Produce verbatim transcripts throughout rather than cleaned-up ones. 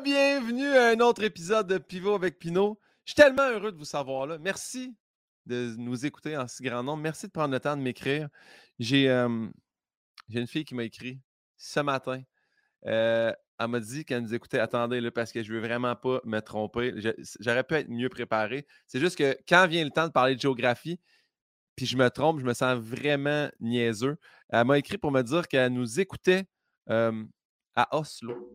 Bienvenue à un autre épisode de Pivot avec Pinot. Je suis tellement heureux de vous savoir là. Merci de nous écouter en si grand nombre. Merci de prendre le temps de m'écrire. J'ai, euh, j'ai une fille qui m'a écrit ce matin. Euh, elle m'a dit qu'elle nous écoutait. Attendez, là, parce que je veux vraiment pas me tromper. Je- j'aurais pu être mieux préparé. C'est juste que quand vient le temps de parler de géographie, puis je me trompe, je me sens vraiment niaiseux. Elle m'a écrit pour me dire qu'elle nous écoutait euh, à Oslo.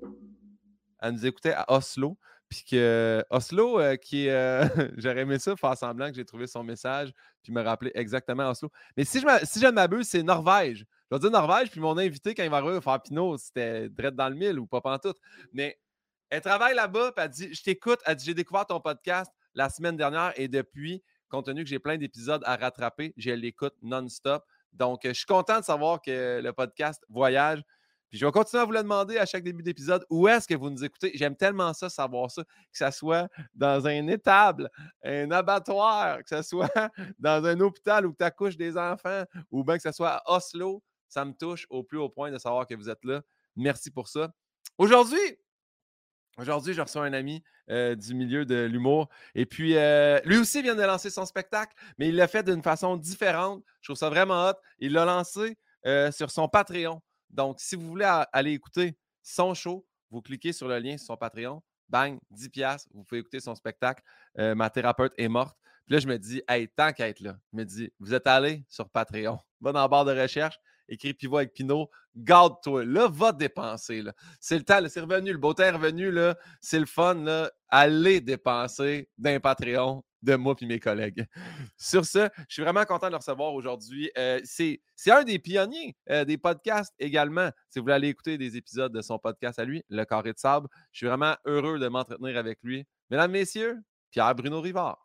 Elle nous écoutait à Oslo. Puis que Oslo, euh, qui est. euh, J'aurais aimé ça, faire semblant que j'ai trouvé son message, puis me rappeler exactement Oslo. Mais si je, me- si je ne m'abuse, c'est Norvège. Je vais dire Norvège, puis mon invité, quand il va arriver, va faire Pinot, c'était direct dans le mille ou pas pantoute. Mais elle travaille là-bas, puis elle dit Je t'écoute. Elle dit J'ai découvert ton podcast la semaine dernière et depuis, compte tenu que j'ai plein d'épisodes à rattraper, je l'écoute non-stop. Donc, euh, je suis content de savoir que le podcast voyage. Puis je vais continuer à vous le demander à chaque début d'épisode, où est-ce que vous nous écoutez? J'aime tellement ça, savoir ça, que ce soit dans un étable, un abattoir, que ce soit dans un hôpital où tu accouches des enfants, ou bien que ce soit à Oslo. Ça me touche au plus haut point de savoir que vous êtes là. Merci pour ça. Aujourd'hui, Aujourd'hui, je reçois un ami euh, du milieu de l'humour. Et puis, euh, lui aussi vient de lancer son spectacle, mais il l'a fait d'une façon différente. Je trouve ça vraiment hot. Il l'a lancé euh, sur son Patreon. Donc, si vous voulez a- aller écouter son show, vous cliquez sur le lien sur son Patreon. Bang, dix piastres. Vous pouvez écouter son spectacle. Euh, Ma thérapeute est morte. Puis là, je me dis, hey, tant qu'à être là, je me dis, vous êtes allé sur Patreon. Va dans la barre de recherche, écris Pivot avec Pinot. Garde-toi. Là, va dépenser. Là. C'est le temps, là, c'est revenu. Le beau temps est revenu. Là. C'est le fun. Là. Allez dépenser d'un Patreon de moi et mes collègues. Sur ce, je suis vraiment content de le recevoir aujourd'hui. Euh, c'est, c'est un des pionniers euh, des podcasts également. Si vous voulez aller écouter des épisodes de son podcast à lui, Le Carré de Sable, je suis vraiment heureux de m'entretenir avec lui. Mesdames, Messieurs, Pierre-Bruno Rivard.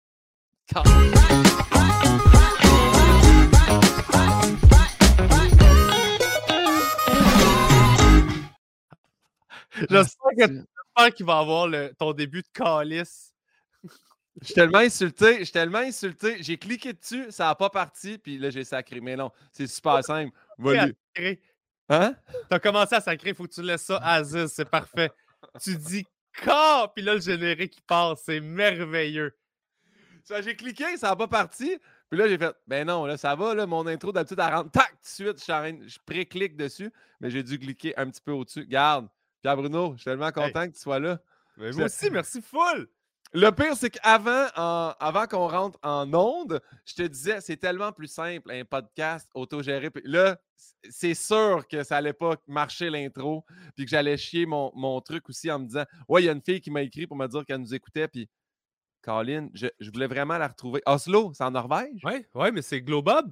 J'espère, que, j'espère qu'il va avoir le, ton début de calice. Je suis tellement insulté, je suis tellement insulté. J'ai cliqué dessus, ça n'a pas parti, puis là, j'ai sacré. Mais non, c'est super simple. Va-lui. Hein? T'as commencé à sacrer, faut que tu laisses ça à Aziz, c'est parfait. Tu dis « Car », puis là, le générique qui passe, c'est merveilleux. Ça, j'ai cliqué, ça n'a pas parti. Puis là, j'ai fait, ben non, là, ça va, là, mon intro d'habitude, elle rentre, tac, tout de suite, je, je pré-clique dessus, mais j'ai dû cliquer un petit peu au-dessus. Garde, Pierre-Bruno, je suis tellement content hey. que tu sois là. Mais moi aussi, merci full! Le pire, c'est qu'avant en, avant qu'on rentre en onde, je te disais, c'est tellement plus simple, un podcast autogéré. Puis là, c'est sûr que ça n'allait pas marcher l'intro, puis que j'allais chier mon, mon truc aussi en me disant, ouais, il y a une fille qui m'a écrit pour me dire qu'elle nous écoutait, puis Colin, je, je voulais vraiment la retrouver. Oslo, c'est en Norvège? Oui, ouais, mais c'est Globob.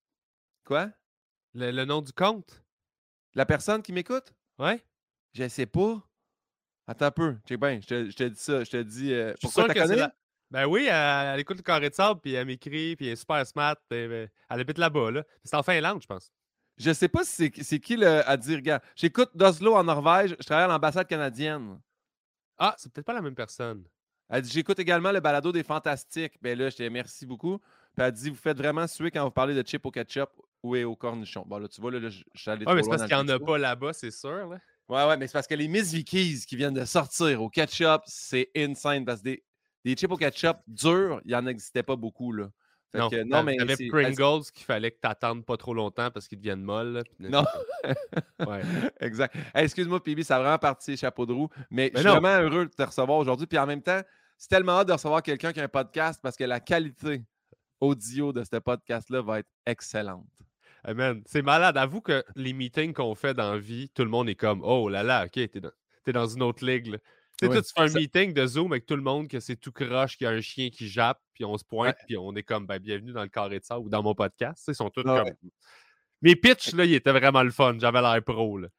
Quoi? Le, le nom du compte. La personne qui m'écoute? Ouais. Je sais pas. Attends un peu. Check bien, je te, je te dis ça. Je te dis. Euh, je pourquoi tu connais? La... Ben oui, elle, elle écoute le Carré de Sable, puis elle m'écrit, puis elle est super smart. Puis elle habite là-bas, là. C'est en Finlande, je pense. Je sais pas si c'est, c'est qui le, a dit, regarde, j'écoute d'Oslo en Norvège, je travaille à l'ambassade canadienne. Ah, c'est peut-être pas la même personne. Elle dit, j'écoute également le balado des Fantastiques. Ben là, je te merci beaucoup. Puis elle dit, vous faites vraiment suer quand vous parlez de chips au ketchup ou au cornichon. Bon, là, tu vois, là, là je suis allé ouais, trop mais c'est loin parce qu'il n'y en a pas là-bas, c'est sûr, là. Ouais, ouais, mais c'est parce que les Miss Vickies qui viennent de sortir au ketchup, c'est insane. Parce que des, des chips au ketchup durs, il n'y en existait pas beaucoup, là. Fait non, que, non, mais t'avais c'est... Pringles qu'il fallait que tu attendes pas trop longtemps parce qu'ils deviennent molles. Là, non. ouais. Exact. Hey, excuse-moi, Pibi, ça a vraiment parti chapeau de roue. Mais, mais je suis non. vraiment heureux de te recevoir aujourd'hui. Puis en même temps, c'est tellement hâte de recevoir quelqu'un qui a un podcast parce que la qualité audio de ce podcast-là va être excellente. Hey man, c'est malade. Avoue que les meetings qu'on fait dans la vie, tout le monde est comme « Oh là là, OK, t'es dans, t'es dans une autre ligue. » Tu sais, oui, tu fais un ça... meeting de Zoom avec tout le monde, que c'est tout croche, qu'il y a un chien qui jappe, puis on se pointe, ouais. puis on est comme ben, « Bienvenue dans le Carré de Sable » ou dans mon podcast. Ils sont tous ah, comme... Ouais. Mes pitchs, là, ils étaient vraiment le fun. J'avais l'air pro, là.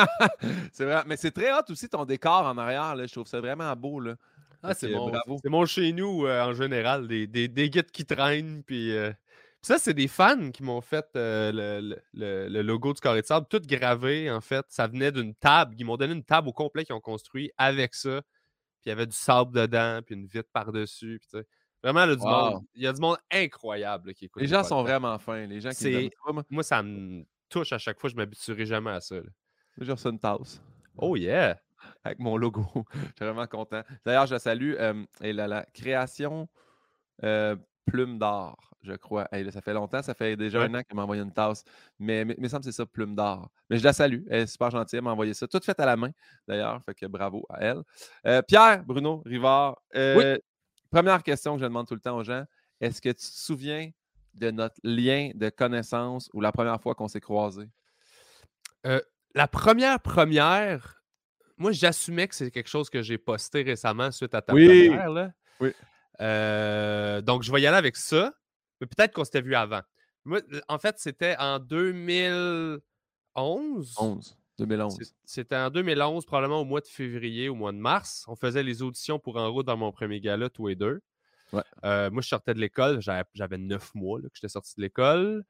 c'est vrai. Mais c'est très hot aussi ton décor en arrière, là. Je trouve ça vraiment beau, là. Ah, c'est, mon, bravo. c'est mon chez nous euh, en général, des, des, des guides qui traînent. Puis euh... ça, c'est des fans qui m'ont fait euh, le, le, le logo du Carré de Sable, tout gravé en fait. Ça venait d'une table. Ils m'ont donné une table au complet qu'ils ont construit avec ça. Puis il y avait du sable dedans, puis une vitre par-dessus. Puis, vraiment, là, du wow. monde, il y a du monde incroyable là, qui écoute. Les gens sont vraiment fins. Les gens qui c'est... me donnent... Moi, ça me touche à chaque fois. Je ne m'habituerai jamais à ça. Là. J'ai reçu une tasse. Oh yeah! avec mon logo. Je suis vraiment content. D'ailleurs, je la salue. Euh, et la, la création euh, Plume d'or, je crois. Hey, là, ça fait longtemps, ça fait déjà Ouais. un an qu'elle m'a envoyé une tasse. Mais il me semble que c'est ça, Plume d'or. Mais je la salue. Elle est super gentille, elle m'a envoyé ça. Tout fait à la main, d'ailleurs. Fait que bravo à elle. Euh, Pierre, Bruno, Rivard, Oui. euh, première question que je demande tout le temps aux gens. Est-ce que tu te souviens de notre lien de connaissance ou la première fois qu'on s'est croisés? Euh, la première première, moi, j'assumais que c'est quelque chose que j'ai posté récemment suite à ta Oui! première, là. Oui. Euh, donc, je vais y aller avec ça. Mais peut-être qu'on s'était vu avant. Moi, en fait, c'était en deux mille onze. onze. deux mille onze. C'était en deux mille onze, probablement au mois de février, au mois de mars. On faisait les auditions pour En route dans mon premier gala, tous les deux. Ouais. Euh, moi, je sortais de l'école. J'avais, j'avais neuf mois là, que j'étais sorti de l'école.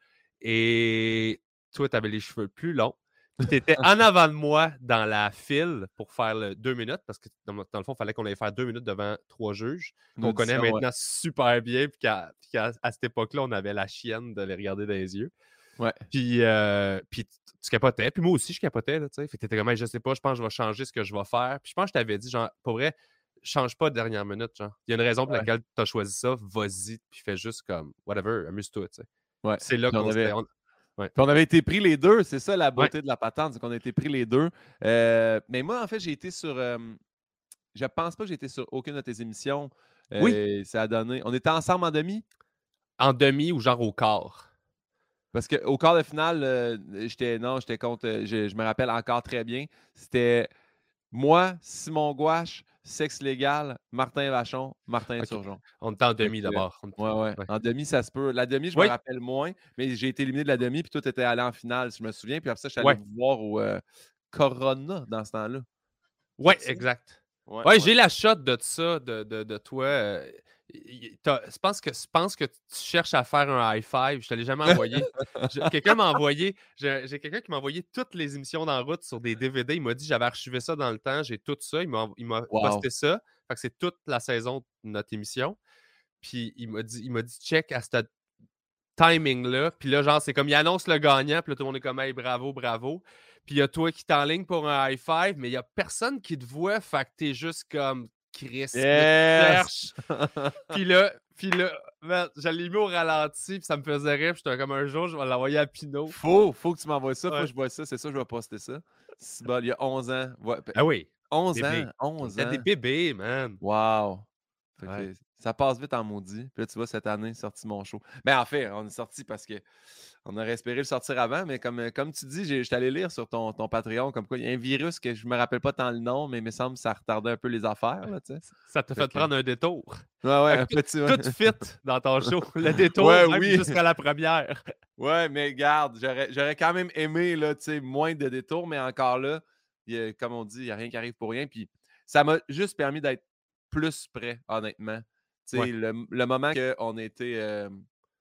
Et toi, tu avais les cheveux plus longs. Puis tu étais en avant de moi dans la file pour faire le deux minutes, parce que dans, dans le fond, il fallait qu'on allait faire deux minutes devant trois juges qu'on connaît maintenant ouais. super bien. Puis qu'à, puis qu'à à cette époque-là, on avait la chienne de les regarder dans les yeux. Ouais. Puis, euh, puis tu, tu capotais. Puis moi aussi, je capotais. Là, fait que t'étais comme, je sais pas, je pense que je vais changer ce que je vais faire. Puis je pense que je t'avais dit, genre, pour vrai, change pas de dernière minute. Genre. Il y a une raison pour ouais. laquelle tu as choisi ça. Vas-y, puis fais juste comme, whatever, amuse-toi. T'sais. Ouais. C'est là puis qu'on on avait... on... Ouais. Puis on avait été pris les deux. C'est ça la beauté ouais. de la patente, c'est qu'on a été pris les deux. Euh, mais moi, en fait, j'ai été sur. Euh, je pense pas que j'ai été sur aucune de tes émissions. Euh, oui. Ça a donné. On était ensemble en demi? En demi ou genre au quart? Parce qu'au quart de finale, euh, j'étais. Non, j'étais contre. Je, je me rappelle encore très bien. C'était moi, Simon Gouache, Sexe Légal, Martin Vachon, Martin okay. Turgeon. On était en demi d'abord. Oui, ouais. ouais. En demi, ça se peut. La demi, je oui. me rappelle moins, mais j'ai été éliminé de la demi, puis toi, tu étais allé en finale, si je me souviens. Puis après ça, je suis allé ouais. vous voir au euh, Corona dans ce temps-là. Oui, exact. Oui, ouais, ouais. J'ai la shot de ça, de, de, de toi. Euh, je pense que, pense que tu cherches à faire un high five. Je ne te l'ai jamais envoyé. quelqu'un m'a envoyé. J'ai, j'ai quelqu'un qui m'a envoyé toutes les émissions d'En route sur des D V D. Il m'a dit j'avais archivé ça dans le temps. J'ai tout ça. Il m'a, il m'a wow. posté ça. Fait que c'est toute la saison de notre émission. Puis il m'a dit, il m'a dit check à ce timing-là. Puis là, genre, c'est comme il annonce le gagnant. Puis là, tout le monde est comme hey, bravo, bravo. Puis il y a toi qui t'enligne pour un high five, mais il n'y a personne qui te voit. Fait que t'es juste comme Chris. Yes! Puis là, puis là, man, je l'ai mis au ralenti, puis ça me faisait rire. Puis j'étais comme un jour, je vais l'envoyer à Pinot. Faut, faut que tu m'envoies ça. Ouais. Faut que je vois ça. C'est ça, je vais poster ça. C'est bon, il y a onze ans. Ouais. Ah oui. onze bébé. ans. onze T'as ans. des bébés, man. Wow. Ouais. Ça passe vite en maudit. Puis là, tu vois, cette année, sorti mon show. Mais en fait, on est sorti parce que on aurait espéré le sortir avant, mais comme, comme tu dis, je suis allé lire sur ton, ton Patreon, comme quoi il y a un virus que je me rappelle pas tant le nom, mais il me semble que ça retardait un peu les affaires. Là, ça t'a fait, fait que... prendre un détour. Ouais, ouais, un tout, petit. Ouais. Tout fit dans ton show. Le détour, ouais, même oui. jusqu'à la première. Ouais, mais garde, j'aurais, j'aurais quand même aimé là, moins de détours, mais encore là, il y a, comme on dit, il n'y a rien qui arrive pour rien. Puis ça m'a juste permis d'être plus prêt, honnêtement. Ouais. Le, le moment qu'on était euh,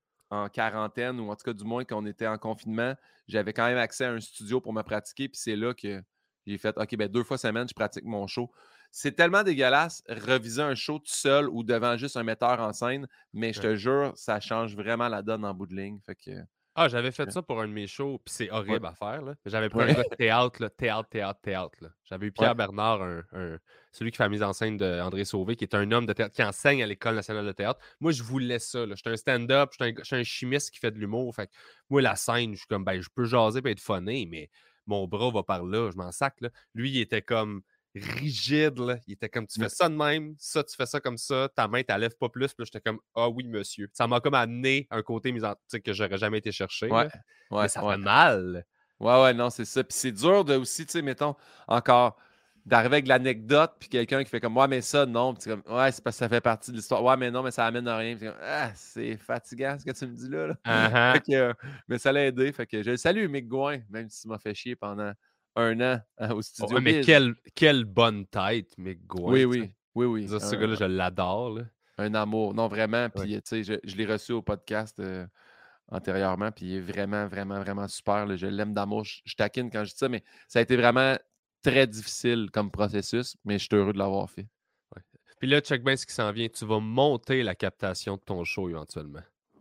en quarantaine, ou en tout cas du moins qu'on était en confinement, j'avais quand même accès à un studio pour me pratiquer. Puis c'est là que j'ai fait, OK, ben deux fois semaine, je pratique mon show. C'est tellement dégueulasse, reviser un show tout seul ou devant juste un metteur en scène, mais je te ouais. jure, ça change vraiment la donne en bout de ligne. Fait que... Ah, j'avais fait ça pour un de mes shows, puis c'est horrible ouais. à faire. Là. J'avais pris ouais. un gars de théâtre, là, théâtre, théâtre, théâtre. Là. J'avais eu Pierre ouais. Bernard, un, un, celui qui fait la mise en scène d'André Sauvé, qui est un homme de théâtre, qui enseigne à l'École nationale de théâtre. Moi, je voulais ça. J'étais un stand-up, j'étais un, un chimiste qui fait de l'humour. Fait que moi, la scène, je suis comme, ben, je peux jaser et être funné, mais mon bras va par là, je m'en sac. Là. Lui, il était comme rigide, là. Il était comme, tu fais ça de même, ça, tu fais ça comme ça, ta main, tu lèves pas plus. Puis là, j'étais comme, ah oui, monsieur. Ça m'a comme amené un côté mis en... que j'aurais jamais été chercher. Ouais, ouais, mais ça ouais. fait mal. Ouais, ouais, non, c'est ça. Puis c'est dur de aussi, tu sais, mettons, encore, d'arriver avec l'anecdote, puis quelqu'un qui fait comme, ouais, mais ça, non. Puis comme, ouais, c'est parce que ça fait partie de l'histoire. Ouais, mais non, mais ça amène à rien. Puis comme, ah, c'est fatigant ce que tu me dis là. là. Uh-huh. Fait que, euh, mais ça l'a aidé. Fait que je le salue, Mick Gouin, même si tu m'as fait chier pendant un an hein, au studio. Oh, mais quelle, quelle bonne tête, Mick Gouin. Oui, oui, oui, oui. Ça, ce gars-là, je l'adore. Là. Un amour. Non, vraiment. Puis, ouais. tu sais, je, je l'ai reçu au podcast euh, antérieurement. Puis, il est vraiment, vraiment, vraiment super. Là. Je l'aime d'amour. Je, je taquine quand je dis ça, mais ça a été vraiment très difficile comme processus. Mais je suis heureux de l'avoir fait. Ouais. Puis là, check bien ce qui s'en vient. Tu vas monter la captation de ton show éventuellement.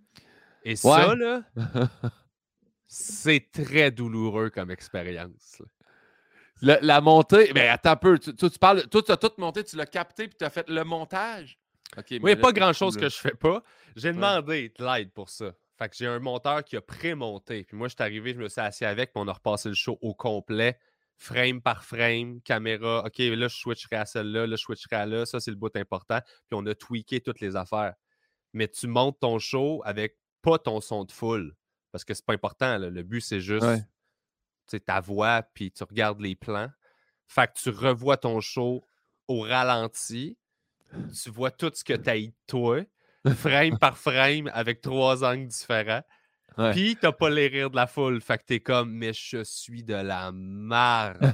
Et ouais. ça, là, c'est très douloureux comme expérience. Là. Le- la montée, ben attends un peu. Tu, tu, tu parles, toi, tu as tout monté, tu l'as capté, puis tu as fait le montage. OK, Moi, il mais n'y a là, pas c'est grand-chose fou, que là. je fais pas. J'ai Ouais. demandé de l'aide pour ça. Fait que j'ai un monteur qui a pré-monté. Puis moi, je suis arrivé, je me suis assis avec, puis on a repassé le show au complet, frame par frame, caméra. OK, là, je switcherai à celle-là, là, je switcherai à là. Ça, c'est le bout important. Puis on a tweaké toutes les affaires. Mais tu montes ton show avec pas ton son de foule. Parce que c'est pas important, là. Le but, c'est Ouais. juste tu sais, ta voix, puis tu regardes les plans. Fait que tu revois ton show au ralenti. Tu vois tout ce que tu as eu de toi, frame par frame, avec trois angles différents. Ouais. Puis t'as pas les rires de la foule. Fait que t'es comme, mais je suis de la merde.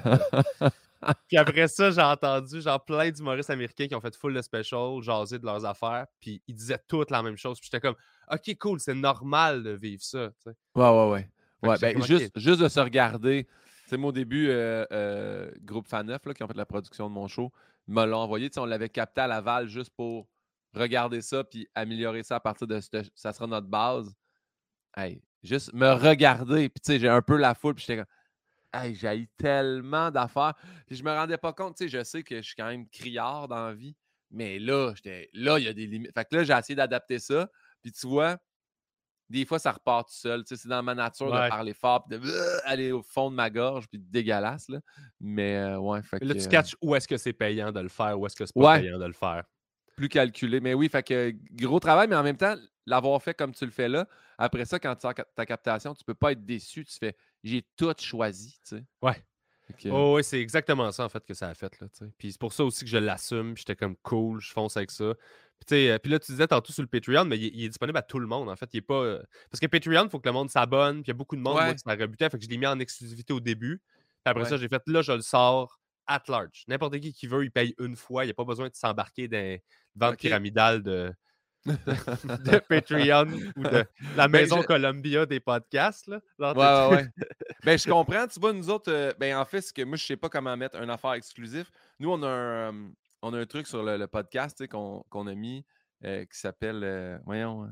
Puis après ça, j'ai entendu genre plein d'humoristes américains qui ont fait full de special, jaser de leurs affaires, puis ils disaient toutes la même chose. Puis j'étais comme, OK, cool, c'est normal de vivre ça. T'sais. Ouais, ouais, ouais. Fait que Ouais, j'étais ben, comme, OK. juste, juste de se regarder. C'est moi au début, euh, euh, Groupe Faneuf, là, qui ont fait la production de mon show, me l'ont envoyé. Tu sais, on l'avait capté à Laval juste pour regarder ça puis améliorer ça à partir de ce- ça sera notre base. Hey, juste me regarder, puis tu sais, j'ai un peu la foule, puis j'étais comme, hey, j'ai tellement d'affaires. Puis je me rendais pas compte, tu sais, je sais que je suis quand même criard dans la vie, mais là, j'étais, là, il y a des limites. Fait que là, j'ai essayé d'adapter ça, puis tu vois, des fois, ça repart tout seul. Tu sais, c'est dans ma nature de Ouais. parler fort, puis de euh, aller au fond de ma gorge, puis de dégueulasse, là. Mais euh, ouais, fait Mais là, que. tu euh, catches où est-ce que c'est payant de le faire, où est-ce que c'est pas ouais, payant de le faire. plus calculé. Mais oui, fait que gros travail, mais en même temps, l'avoir fait comme tu le fais là, après ça, quand tu sors ta captation, tu peux pas être déçu. Tu fais, j'ai tout choisi, tu sais. Ouais. Fait que, Oh, oui, c'est exactement ça, en fait, que ça a fait. Là, t'sais. Puis c'est pour ça aussi que je l'assume. Puis j'étais comme cool, je fonce avec ça. Puis, t'sais, euh, puis là, tu disais tantôt sur le Patreon, mais il, il est disponible à tout le monde, en fait. Il est pas. euh, Parce que Patreon, il faut que le monde s'abonne. Puis il y a beaucoup de monde, moi, ouais, qui ça rebutait. Fait que je l'ai mis en exclusivité au début. Puis après ça, ouais. j'ai fait là, je le sors at large. N'importe qui qui veut, il paye une fois. Il n'y a pas besoin de s'embarquer dans une vente OK. pyramidale de, de, de Patreon ou de la Ben, je... maison Columbia des podcasts. Là. Genre, Ouais, t'es- ouais, ouais. Ben, je comprends. Tu vois, nous autres, euh, ben, en fait, c'est que moi, je sais pas comment mettre une affaire exclusive. Nous, on a un, euh, on a un truc sur le, le podcast tu sais, qu'on qu'on a mis euh, qui s'appelle. euh, voyons, euh,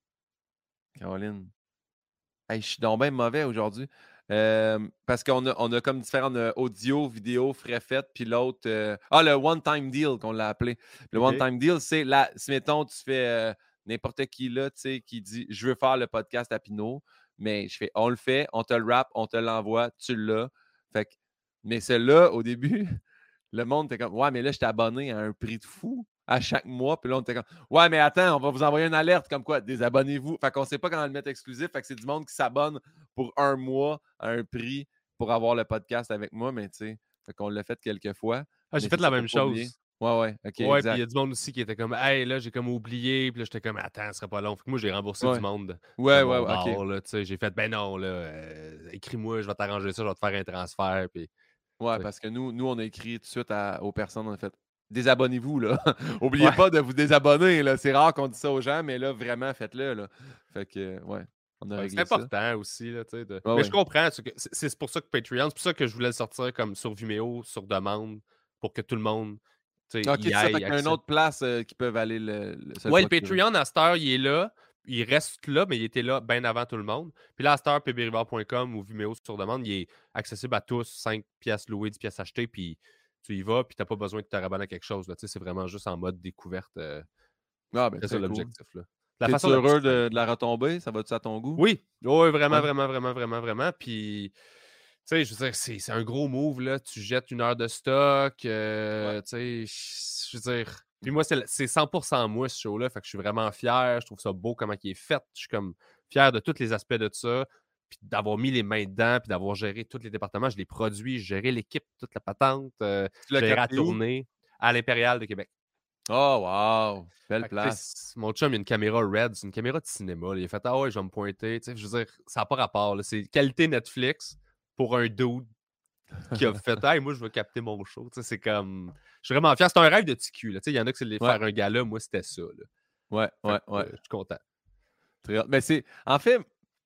Caroline. Hey, je suis donc bien mauvais aujourd'hui. Euh, parce qu'on a, on a comme différents euh, audio, vidéo, frais faits, puis l'autre. euh, ah, le one-time deal qu'on l'a appelé. Le OK. one-time deal, c'est là, si mettons, tu fais euh, n'importe qui là, tu sais, qui dit je veux faire le podcast à Pinot, mais je fais on le fait, on te le rap, on te l'envoie, tu l'as. Fait que, mais celle-là, au début, le monde était comme ouais, mais là, je t'ai abonné à un prix de fou à chaque mois. Puis là, on était comme ouais, mais attends, on va vous envoyer une alerte comme quoi, désabonnez-vous. Fait qu'on sait pas comment le mettre exclusif. Fait que c'est du monde qui s'abonne pour un mois à un prix pour avoir le podcast avec moi. Mais tu sais, fait qu'on l'a fait quelques fois. Ah, j'ai Mais fait c'est la ça, faut même pas oublier. chose. Ouais, ouais, ok, Ouais, puis il y exact. a du monde aussi qui était comme Hey, là, j'ai comme oublié. Puis là, j'étais comme Attends, ce serait pas long. Fait que moi, j'ai remboursé du Ouais, monde de, de ouais, ouais, mon ouais, ok. bar. Là, tu sais. J'ai fait Ben non, là, euh, écris-moi, je vais t'arranger ça, je vais te faire un transfert. Puis, Ouais, tu sais. parce que nous, nous, on a écrit tout de suite à- aux personnes, on a fait désabonnez-vous, là. Oubliez Ouais, pas de vous désabonner, là. C'est rare qu'on dise ça aux gens, mais là, vraiment, faites-le, là. Fait que, ouais, on a ouais, c'est réglé ça. important aussi. Là, tu sais, de... Ouais, Mais je ouais. comprends. C'est que- c'est c'est pour ça que Patreon, c'est pour ça que je voulais le sortir comme sur Vimeo, sur demande, pour que tout le monde tu sais, Ok, y c'est ça. Fait aille qu'il y a une accès. autre place euh, qui peuvent aller le, le- se le Ouais, le procurer. Patreon, à cette heure, il est là. Il reste là, mais il était là bien avant tout le monde. Puis là, à cette heure, p b rivard point com ou Vimeo sur demande, il est accessible à tous, cinq pièces louées, dix pièces achetées, puis tu y vas, puis tu n'as pas besoin de te rabonner à quelque chose. Là. Tu sais, c'est vraiment juste en mode découverte. euh, Ah, ben, c'est ça très cool. l'objectif. Là. La T'es-tu façon la plus heureux simple. de, de la retombée? Ça va-tu à ton goût? Oui, oui, vraiment, Ouais. vraiment, vraiment, vraiment, vraiment. Puis, tu sais, je veux dire, c'est, c'est un gros move, là. Tu jettes une heure de stock, Ouais. euh, tu sais, je veux dire... Puis moi, c'est, c'est cent pour cent moi, ce show-là. Fait que je suis vraiment fier. Je trouve ça beau comment il est fait. Je suis comme fier de tous les aspects de ça. Puis d'avoir mis les mains dedans, puis d'avoir géré tous les départements. Je l'ai produit, j'ai géré l'équipe, toute la patente. Euh, Tu l'as j'ai géré la capté où? tournée à l'Impérial de Québec. Oh, wow! Belle Fait que, tu sais, place. c- mon chum, il a une caméra Red, c'est une caméra de cinéma. là. Il a fait Ah ouais, je vais me pointer. Tu sais, je veux dire, ça n'a pas rapport. là. C'est qualité Netflix pour un dude qui a fait Hey, moi, je veux capter mon show. Tu sais, c'est comme. Je suis vraiment fier. C'est un rêve de T Q. là. Tu sais, il y en a qui c'est de Ouais, faire un gala. Moi, c'était ça. là. ouais, Fait ouais, que ouais. euh, je suis content. Très hâte. Mais c'est. En fait,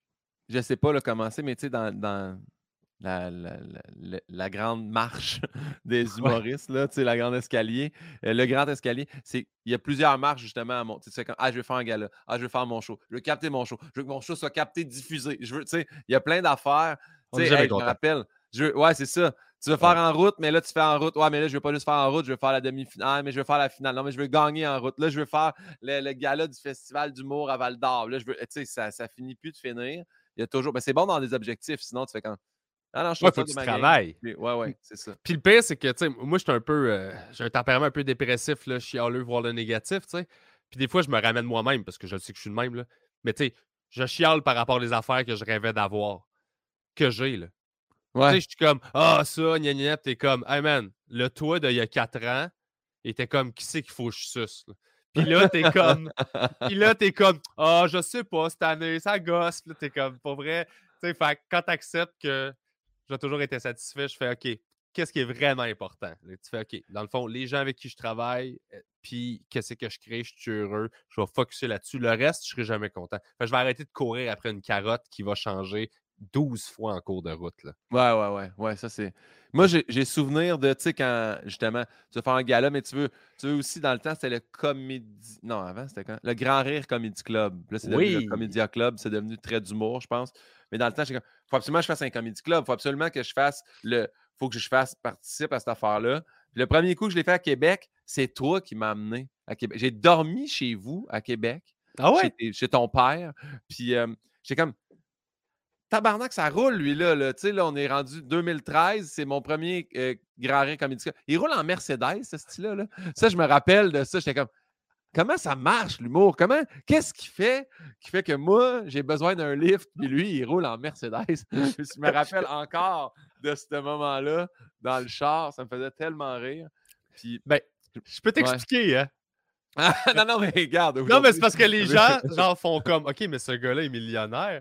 je sais pas là, comment c'est, mais tu sais, dans, dans la, la, la, la- la grande marche des Ouais. humoristes, là, tu sais, la grande escalier, euh, le grand escalier, c'est il y a plusieurs marches justement à monter. Tu sais, comme, ah, je vais faire un gala, ah, je vais faire mon show, je veux capter mon show, je veux que mon show soit capté, diffusé. Je veux, tu sais, il y a plein d'affaires. On Tu n'est sais, jamais hey, je me content. rappelle, je veux, ouais, c'est ça. Tu veux faire en route, mais là, tu fais en route. Ouais, mais là, je veux pas juste faire en route, je veux faire la demi-finale, mais je veux faire la finale. Non, mais je veux gagner en route. Là, je veux faire le, le gala du Festival d'humour à Val d'Or. Là, je veux. Tu sais, ça, ça finit plus de finir. Il y a toujours. Ben, c'est bon dans des objectifs, sinon tu fais quand. Ah non, je Ouais, trouve faut ça que de tu ma game. travailles. Puis, ouais, ouais, c'est ça. Puis le pire, c'est que, tu sais, moi, je suis un peu. euh, j'ai un tempérament un peu dépressif, là, chialeux, voir le négatif, tu sais. Puis des fois, je me ramène moi-même parce que je sais que je suis le même, là. Mais tu sais, je chiale par rapport aux affaires que je rêvais d'avoir, que j'ai, là. Tu sais, Ouais. je suis comme, ah, ça, gna gna, t'es comme, hey man, le toi d'il y a quatre ans était comme, qui c'est qu'il faut que je suce, là? Puis là, t'es comme, puis là, t'es comme, ah, je sais pas, cette année, ça gosse, là, t'es comme, pour vrai. Tu sais, fait que quand t'acceptes que j'ai toujours été satisfait, je fais, OK, qu'est-ce qui est vraiment important? Là, tu fais, OK, dans le fond, les gens avec qui je travaille, euh, puis qu'est-ce que je crée, je suis heureux, je vais focusser là-dessus. Le reste, je serai jamais content. Fait que je vais arrêter de courir après une carotte qui va changer douze fois en cours de route, là. Ouais, ouais, ouais. Ouais, ça, c'est. Moi, j'ai j'ai souvenir de, tu sais, quand, justement, tu veux faire un gala, mais tu veux, tu veux aussi, dans le temps, c'était le Comédie. Non, avant, c'était quand? Le Grand Rire Comedy Club. Là, c'est devenu le Oui! Comédia Club. C'est devenu très d'humour, je pense. Mais dans le temps, j'étais comme, faut absolument que je fasse un Comedy Club. Faut absolument que je fasse le. Faut que je fasse participe à cette affaire-là. Puis le premier coup que je l'ai fait à Québec, c'est toi qui m'as amené à Québec. J'ai dormi chez vous à Québec, Ah chez, ouais? tes- chez ton père. Puis euh, j'étais comme, tabarnak, ça roule, lui, là. là. Tu sais, là, on est rendu deux mille treize. C'est mon premier euh, Grand Rire Comedy Club. Il roule en Mercedes, ce style-là. Là. Ça, je me rappelle de ça. J'étais comme, comment ça marche, l'humour? Comment, qu'est-ce qui fait qui fait que moi, j'ai besoin d'un lift, puis lui, il roule en Mercedes? Je me rappelle encore de ce moment-là dans le char. Ça me faisait tellement rire. Puis, Ben, je peux ouais. t'expliquer, hein? Ah, non, non, mais regarde, Non, mais c'est aujourd'hui. parce que les gens, genre, font comme, OK, mais ce gars-là est millionnaire.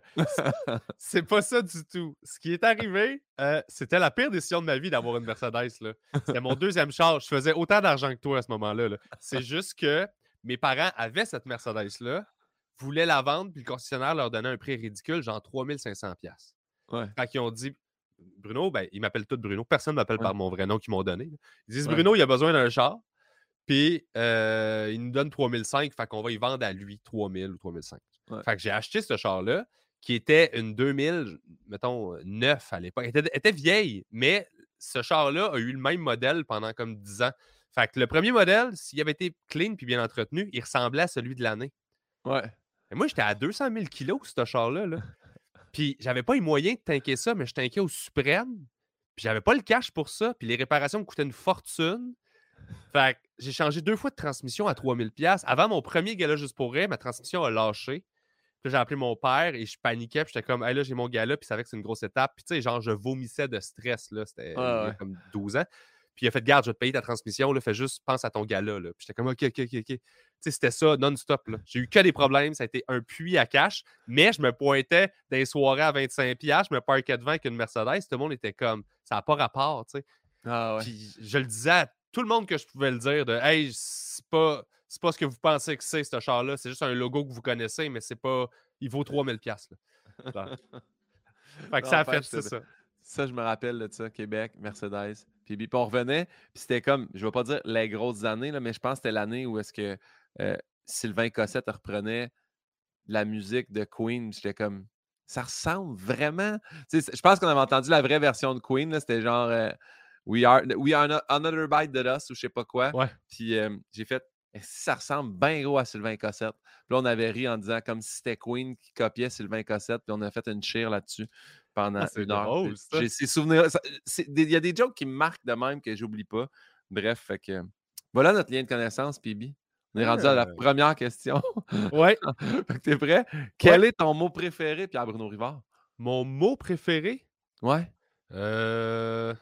C'est pas ça du tout. Ce qui est arrivé, euh, c'était la pire décision de ma vie d'avoir une Mercedes, là. C'était mon deuxième char. Je faisais autant d'argent que toi à ce moment-là, là. C'est juste que mes parents avaient cette Mercedes-là, voulaient la vendre, puis le concessionnaire leur donnait un prix ridicule, genre trois mille cinq cents piastres. Ouais, Fait qu'ils ont dit, Bruno, ben, ils m'appellent tous Bruno. Personne ne m'appelle ouais, par mon vrai nom qu'ils m'ont donné, là. Ils disent, ouais, Bruno, il a besoin d'un char. Puis, euh, il nous donne trois mille cinq, fait qu'on va y vendre à lui trois mille ou trois mille cinq. ouais. Fait que j'ai acheté ce char-là, qui était une deux mille, mettons, neuf à l'époque. Elle était, elle était vieille, mais ce char-là a eu le même modèle pendant comme dix ans. Fait que le premier modèle, s'il avait été clean puis bien entretenu, il ressemblait à celui de l'année. Ouais. Et moi, j'étais à deux cent mille kilos, ce char-là. Là. Puis, j'avais pas les moyens de tanker ça, mais je tankais au suprême. Puis, j'avais pas le cash pour ça. Puis, les réparations me coûtaient une fortune. Fait que j'ai changé deux fois de transmission à trois mille piastres. Avant mon premier gala juste pour rire, ma transmission a lâché. Puis j'ai appelé mon père et je paniquais. Puis j'étais comme, hey, là, j'ai mon gala. Puis il savait que c'est une grosse étape. Puis tu sais, genre, je vomissais de stress. Là. C'était Ouais, il y a ouais. comme douze ans. Puis il a fait, garde, je vais te payer ta transmission. Là, fais juste, pense à ton gala. Là. Puis j'étais comme, OK, OK, OK, OK. Tu sais, c'était ça, non-stop. Là. J'ai eu que des problèmes. Ça a été un puits à cash. Mais je me pointais dans les soirées à vingt-cinq piastres. Je me parquais devant avec une Mercedes. Tout le monde était comme, ça n'a pas rapport. Tu sais. Ah, ouais. Puis je le disais à tout le monde que je pouvais le dire de hey, c'est pas, c'est pas ce que vous pensez que c'est, ce char-là. C'est juste un logo que vous connaissez, mais c'est pas. Il vaut trois mille piastres. Fait que ça a fait, N'empêche, c'est c'est- ça. ça, je me rappelle de ça, Québec, Mercedes. Puis, puis on revenait, puis c'était comme, je ne vais pas dire les grosses années, là, mais je pense que c'était l'année où est-ce que euh, Sylvain Cossette reprenait la musique de Queen. J'étais comme, ça ressemble vraiment. Tu sais, je pense qu'on avait entendu la vraie version de Queen. là, C'était genre euh, We are, We are ano- Another Bite de Us ou je sais pas quoi. Ouais. Puis euh, j'ai fait, est-ce que ça ressemble bien gros à Sylvain Cossette? Puis là, on avait ri en disant comme si c'était Queen qui copiait Sylvain Cossette. Puis on a fait une cheer là-dessus pendant Ah, c'est une heure. drôle, ça. J'ai ces souvenirs. ça- c'est des- Il y a des jokes qui me marquent de même que j'oublie pas. Bref, fait que voilà notre lien de connaissance, P B. On est rendu à la Ah. première question. Ouais. Fait que t'es prêt? Quel Ouais. est ton mot préféré, Pierre-Bruno Rivard? Mon mot préféré, Ouais. euh,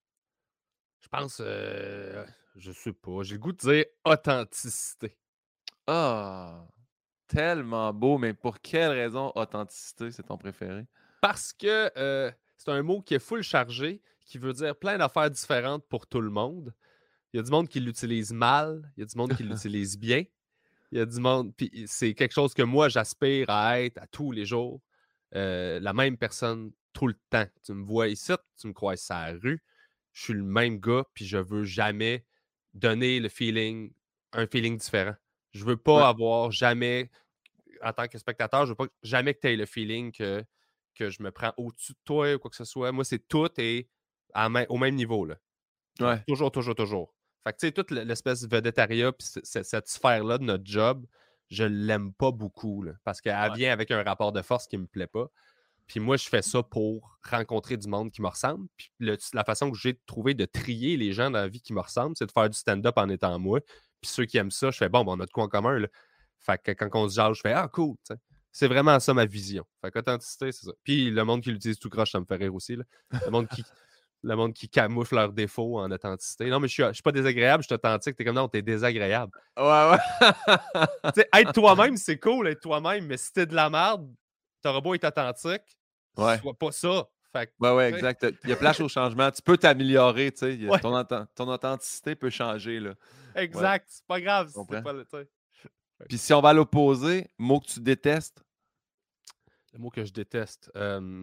je pense, euh, je sais pas, j'ai le goût de dire authenticité. Ah! Tellement beau, mais pour quelle raison authenticité, c'est ton préféré? Parce que euh, c'est un mot qui est full chargé, qui veut dire plein d'affaires différentes pour tout le monde. Il y a du monde qui l'utilise mal, il y a du monde qui l'utilise bien. Il y a du monde, puis c'est quelque chose que moi, j'aspire à être à tous les jours. Euh, la même personne tout le temps. Tu me vois ici, tu me croises sur la rue, je suis le même gars, puis je veux jamais donner le feeling, un feeling différent. Je veux Ouais. pas avoir jamais, en tant que spectateur, je veux pas jamais que tu aies le feeling que, que je me prends au-dessus de toi ou quoi que ce soit. Moi, c'est tout et à main- au même niveau, là. Genre, Ouais. toujours, toujours, toujours. Fait que, tu sais, toute l'espèce de vedettariat, puis c- c- cette sphère-là de notre job, je l'aime pas beaucoup, là, parce qu'elle Ouais. vient avec un rapport de force qui me plaît pas. Puis moi, je fais ça pour rencontrer du monde qui me ressemble. Puis le- la façon que j'ai trouvé de trier les gens dans la vie qui me ressemblent, c'est de faire du stand-up en étant moi. Puis ceux qui aiment ça, je fais bon, ben, on a de quoi en commun, là. Fait que quand on se jase, je fais ah, cool, tu sais. C'est vraiment ça ma vision. Fait qu'authenticité, c'est ça. Puis le monde qui l'utilise tout croche, ça me fait rire aussi, là. Le monde qui, le monde qui camoufle leurs défauts en authenticité. Non, mais je suis, je suis pas désagréable, je suis authentique. T'es comme non, t'es désagréable. Ouais, ouais. Tu sais, être toi-même, c'est cool, être toi-même, mais si t'es de la merde, t'auras beau être authentique, Ouais. sois pas ça. Fait que, Ouais, ouais, tu sais, exact. Il y a place au changement. Tu peux t'améliorer, tu sais. Il y a- ouais, Ton, authent- ton authenticité peut changer, là. Ouais, exact. C'est pas grave je si c'est comprends. pas le, tu sais. Puis si on va à l'opposé, mot que tu détestes. Le mot que je déteste. euh,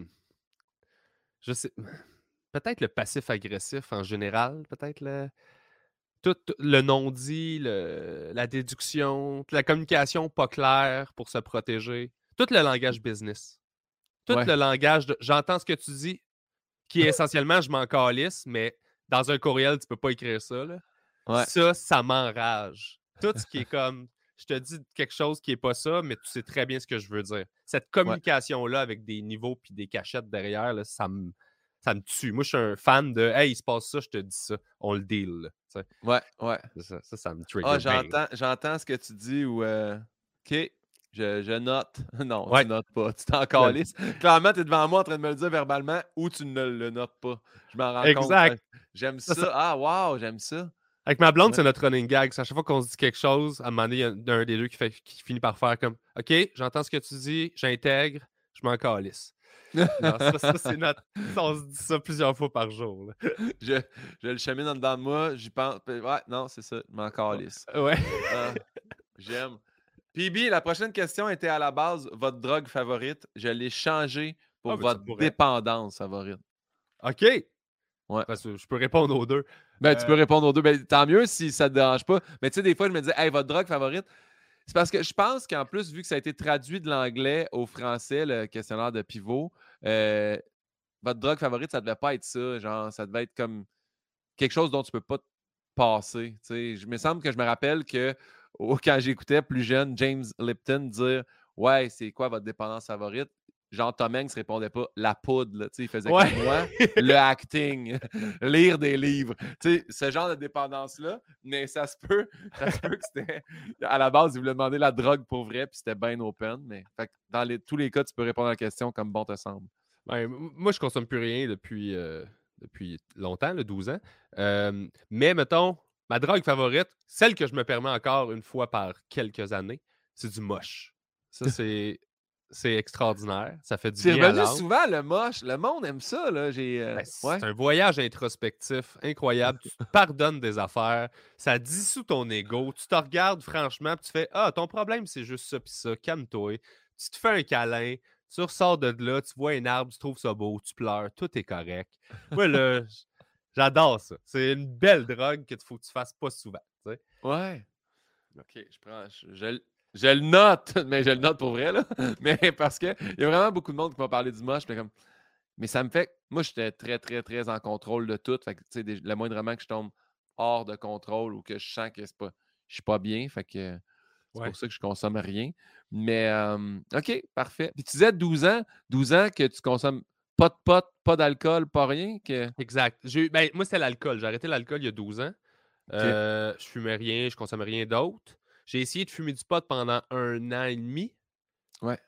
je sais. Peut-être le passif-agressif en général. Peut-être le. Tout le non-dit, le- la déduction, la communication pas claire pour se protéger. Tout le langage business. Tout Ouais, le langage de j'entends ce que tu dis, qui est essentiellement je m'en calisse, mais dans un courriel, tu peux pas écrire ça, là. ouais, Ça, ça m'enrage. Tout ce qui est comme je te dis quelque chose qui est pas ça, mais tu sais très bien ce que je veux dire. Cette ouais, communication-là avec des niveaux puis des cachettes derrière, là, ça me ça me tue. Moi, je suis un fan de Hey, il se passe ça, je te dis ça. On le deal. Là, tu sais. ouais, ouais. C'est ça, ça, ça me Ah, trigger bien. j'entends, j'entends ce que tu dis ou euh, OK, je, je note. Non, tu Ouais. notes pas. Tu t'en je- calisses. Clairement, tu es devant moi en train de me le dire verbalement ou tu ne le notes pas. Je m'en rends compte. Exact. Ouais. J'aime Ça, ça- ça. Ah, wow, j'aime ça. Avec ma blonde, Ouais. c'est notre running gag. C'est à chaque fois qu'on se dit quelque chose, à un moment donné, il y a un des deux qui, fait, qui finit par faire comme OK, j'entends ce que tu dis, j'intègre, je m'en calisse. Non, ça, ça c'est notre. Ça, on se dit ça plusieurs fois par jour. Là. je, je le chemine en dedans de moi. J'y pense. Puis, ouais, non, c'est ça. Je m'en calisse. Ouais. Ah, j'aime. P B, la prochaine question était à la base votre drogue favorite. Je l'ai changé Ah, pour mais ça votre pourrait. dépendance favorite. OK. Ouais. Parce que je peux répondre aux deux. Ben, tu peux Euh, répondre aux deux. Ben, tant mieux si ça te dérange pas. Mais tu sais, des fois, je me disais, hey, votre drogue favorite. C'est parce que je pense qu'en plus, vu que ça a été traduit de l'anglais au français, le questionnaire de pivot, euh, votre drogue favorite, ça devait pas être ça. Genre, ça devait être comme quelque chose dont tu peux pas te passer. Tu sais. Je me semble que je me rappelle que oh, quand j'écoutais plus jeune James Lipton dire ouais, c'est quoi votre dépendance favorite? Genre Tom Hanks répondait pas la poudre. Là, tu sais, il faisait ouais. comme moi, le acting, lire des livres. Tu sais, ce genre de dépendance-là, mais ça se peut, ça se peut que c'était. À la base, il voulait demander la drogue pour vrai, puis c'était bien open. Mais fait que dans les- tous les cas, tu peux répondre à la question comme bon te semble. Ben, m- moi, je consomme plus rien depuis, euh, depuis longtemps, là, douze ans. Euh, mais mettons, ma drogue favorite, celle que je me permets encore une fois par quelques années, c'est du moche. Ça, c'est c'est extraordinaire. Ça fait du C'est bien à revenu l'âme. souvent, le moche. Le monde aime ça. Là. J'ai, euh, Ben, ouais. c'est un voyage introspectif incroyable. Tu te pardonnes des affaires. Ça dissout ton ego. Tu te regardes franchement puis tu fais Ah, ton problème, c'est juste ça puis ça. Calme-toi. Tu te fais un câlin. Tu ressors de là. Tu vois un arbre. Tu trouves ça beau. Tu pleures. Tout est correct. Moi, là, j- j'adore ça. C'est une belle drogue qu'il faut que tu fasses pas souvent. Tu sais. Ouais. OK, je prends. Je, je le je le note, mais je le note pour vrai, là. Mais parce qu'il y a vraiment beaucoup de monde qui m'a parlé du moche. Mais, comme, mais ça me fait. Moi, j'étais très, très, très en contrôle de tout. Fait que, tu sais, des- le moindrement que je tombe hors de contrôle ou que je sens que c'est pas, je suis pas bien. Fait que c'est Ouais. pour ça que je consomme rien. Mais, euh, OK, parfait. Puis tu disais douze ans, douze ans que tu consommes pas de pot, pas d'alcool, pas rien. Que... Exact. J'ai eu- ben, moi, c'était l'alcool. J'ai arrêté l'alcool il y a douze ans. OK. Euh, je fumais rien. Je consommais rien d'autre. J'ai essayé de fumer du pot pendant un an et demi. Ouais.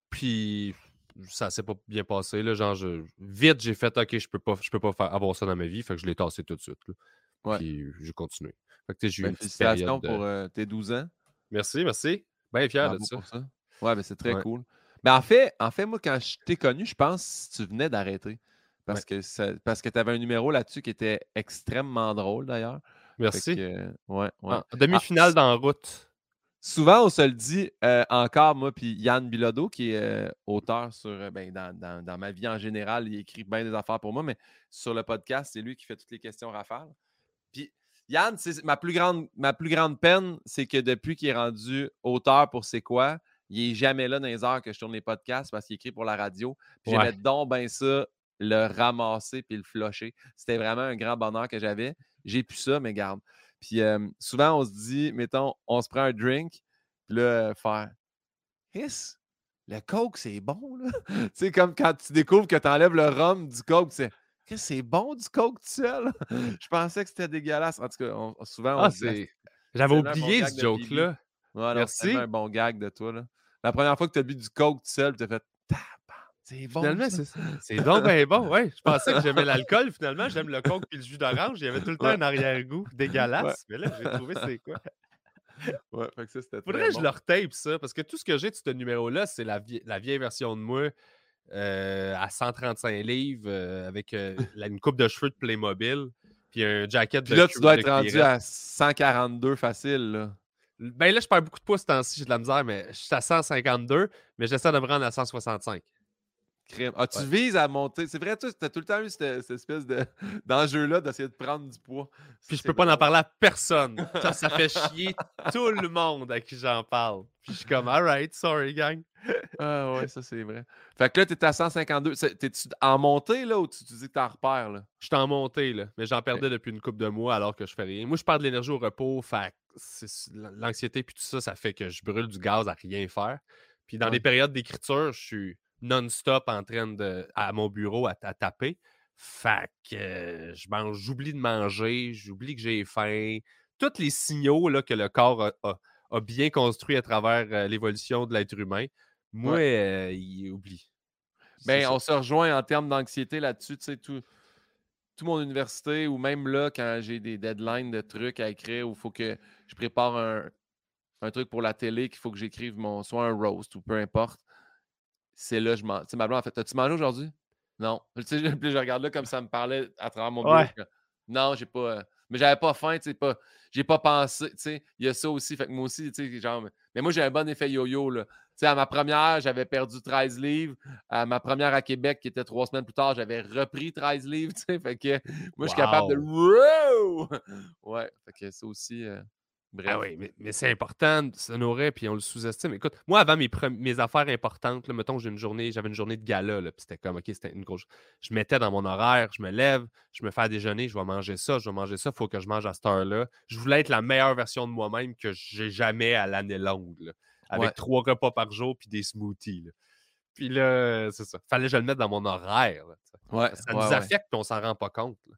Puis ça s'est pas bien passé. Là, genre, je- vite, j'ai fait OK, je peux pas, je peux pas faire, avoir ça dans ma vie. Fait que je l'ai tassé tout de suite. Là. Ouais. Puis j'ai continué. Fait que tu sais, j'ai eu Ben, une petite félicitations période de. pour euh, tes douze ans. Merci, merci. Bien fier de Bravo ça. pour ça. Ouais, ben c'est très Ouais, cool. Mais en fait, en fait, moi, quand je t'ai connu, je pense que tu venais d'arrêter. ouais. Parce que ça, parce que tu avais un numéro là-dessus qui était extrêmement drôle d'ailleurs. Fait que Merci. euh, ouais, ouais. En Ah, demi-finale s- d'en route. souvent, on se le dit euh, encore, moi, puis Yann Bilodeau, qui est euh, auteur sur euh, ben, dans, dans- dans ma vie en général, il écrit bien des affaires pour moi, mais sur le podcast, c'est lui qui fait toutes les questions rafales. Puis Yann, c'est ma plus grande, ma plus grande peine, c'est que depuis qu'il est rendu auteur pour C'est quoi, il est jamais là dans les heures que je tourne les podcasts parce qu'il écrit pour la radio. Puis j'aimais Ouais. donc bien ça, le ramasser puis le flusher. C'était vraiment un grand bonheur que j'avais. J'ai plus ça, mais garde. Puis euh, souvent, on se dit, mettons, on se prend un drink, puis là, faire Chris, le coke, c'est bon, là. Tu sais, comme quand tu découvres que tu enlèves le rhum du coke, c'est Chris, c'est bon du coke tout seul. Je pensais que c'était dégueulasse. En tout cas, on- souvent, on Ah, se dit, Ah, c'est. c'est J'avais tellement un bon oublié gag ce de Bibi. joke-là. Ouais, non, c'est tellement un Merci. bon gag de toi, là. La première fois que tu as bu du coke tout seul, tu as fait Tabarnak, c'est bon, Finalement, ça. c'est ça. C'est donc ben bon, ouais. Je pensais que j'aimais l'alcool. Finalement, j'aime le coke puis le jus d'orange. Il y avait tout le temps Ouais, un arrière-goût ouais, dégueulasse. Mais là, j'ai trouvé c'est quoi. ouais. Fait que ça, c'était Faudrait très que je bon. leur tape ça, parce que tout ce que j'ai de ce numéro-là, c'est la, vie- la vieille version de moi euh, à cent trente-cinq livres euh, avec euh, la- une coupe de cheveux de Playmobil puis un jacket Puis de, là, tu cu- dois de être rendu cuirette. à cent quarante-deux facile, là. Ben là, je perds beaucoup de poids ce temps-ci, j'ai de la misère, mais je suis à cent cinquante-deux, mais j'essaie de me rendre à cent soixante-cinq. Crime. Ah, tu Ouais. vises à monter. C'est vrai, toi, tu as tout le temps eu cette, cette espèce de, d'enjeu-là d'essayer de prendre du poids. Ça, Puis je c'est peux pas en drôle. parler à personne. Ça, ça fait chier tout le monde à qui j'en parle. Puis je suis comme, alright, sorry, gang. Ah ouais, ça, c'est vrai. Fait que là, tu es à cent cinquante-deux. C'est- T'es-tu en montée, là, ou tu, tu dis que t'es en repère, là? Je suis en montée, là, mais j'en Ok. perdais depuis une couple de mois alors que je fais rien. Moi, je perds de l'énergie au repos, fait que c'est- l'anxiété puis tout ça, ça fait que je brûle du gaz à rien faire. Puis dans Ouais. des périodes d'écriture, je suis non-stop en train de, à mon bureau à, à taper. Fait que euh, je mange, j'oublie de manger, j'oublie que j'ai faim. Tous les signaux là, que le corps a, a- a bien construits à travers euh, l'évolution de l'être humain, moi, Ouais. euh, il oublie. C'est Ben, ça. on se rejoint en termes d'anxiété là-dessus. Tu sais, tout, tout mon université, ou même là, quand j'ai des deadlines de trucs à écrire, où il faut que je prépare un, un truc pour la télé, qu'il faut que j'écrive mon, soit un roast ou peu importe, c'est là, je m'en. Tu sais, ma blonde, en fait, as-tu mangé aujourd'hui? Non. Tu sais, puis je regarde là comme ça me parlait à travers mon bureau. Ouais. Je non, j'ai pas. euh, Mais j'avais pas faim, tu sais, pas. J'ai pas pensé, tu sais. Il y a ça aussi. Fait que moi aussi, tu sais, genre. Mais moi, j'ai un bon effet yo-yo, là. Tu sais, à ma première, j'avais perdu treize livres. À ma première à Québec, qui était trois semaines plus tard, j'avais repris treize livres, tu sais. Fait que moi, je suis capable de. Wow. Wow! Ouais. Fait que ça aussi. euh, Ah Bref. oui, mais, mais c'est important de s'honorer, puis on le sous-estime. Écoute, moi, avant mes, pre- mes affaires importantes, là, mettons, j'ai une journée, j'avais une journée de gala, là, puis c'était comme, OK, c'était une grosse. Je mettais dans mon horaire, je me lève, je me fais à déjeuner, je vais manger ça, je vais manger ça, il faut que je mange à cette heure-là. Je voulais être la meilleure version de moi-même que j'ai jamais à l'année longue, là, Ouais. avec trois repas par jour, puis des smoothies. Là. Puis là, c'est ça. Fallait que je le mette dans mon horaire. Là, Ouais. ça Ouais. nous Ouais. affecte, puis on s'en rend pas compte. Là.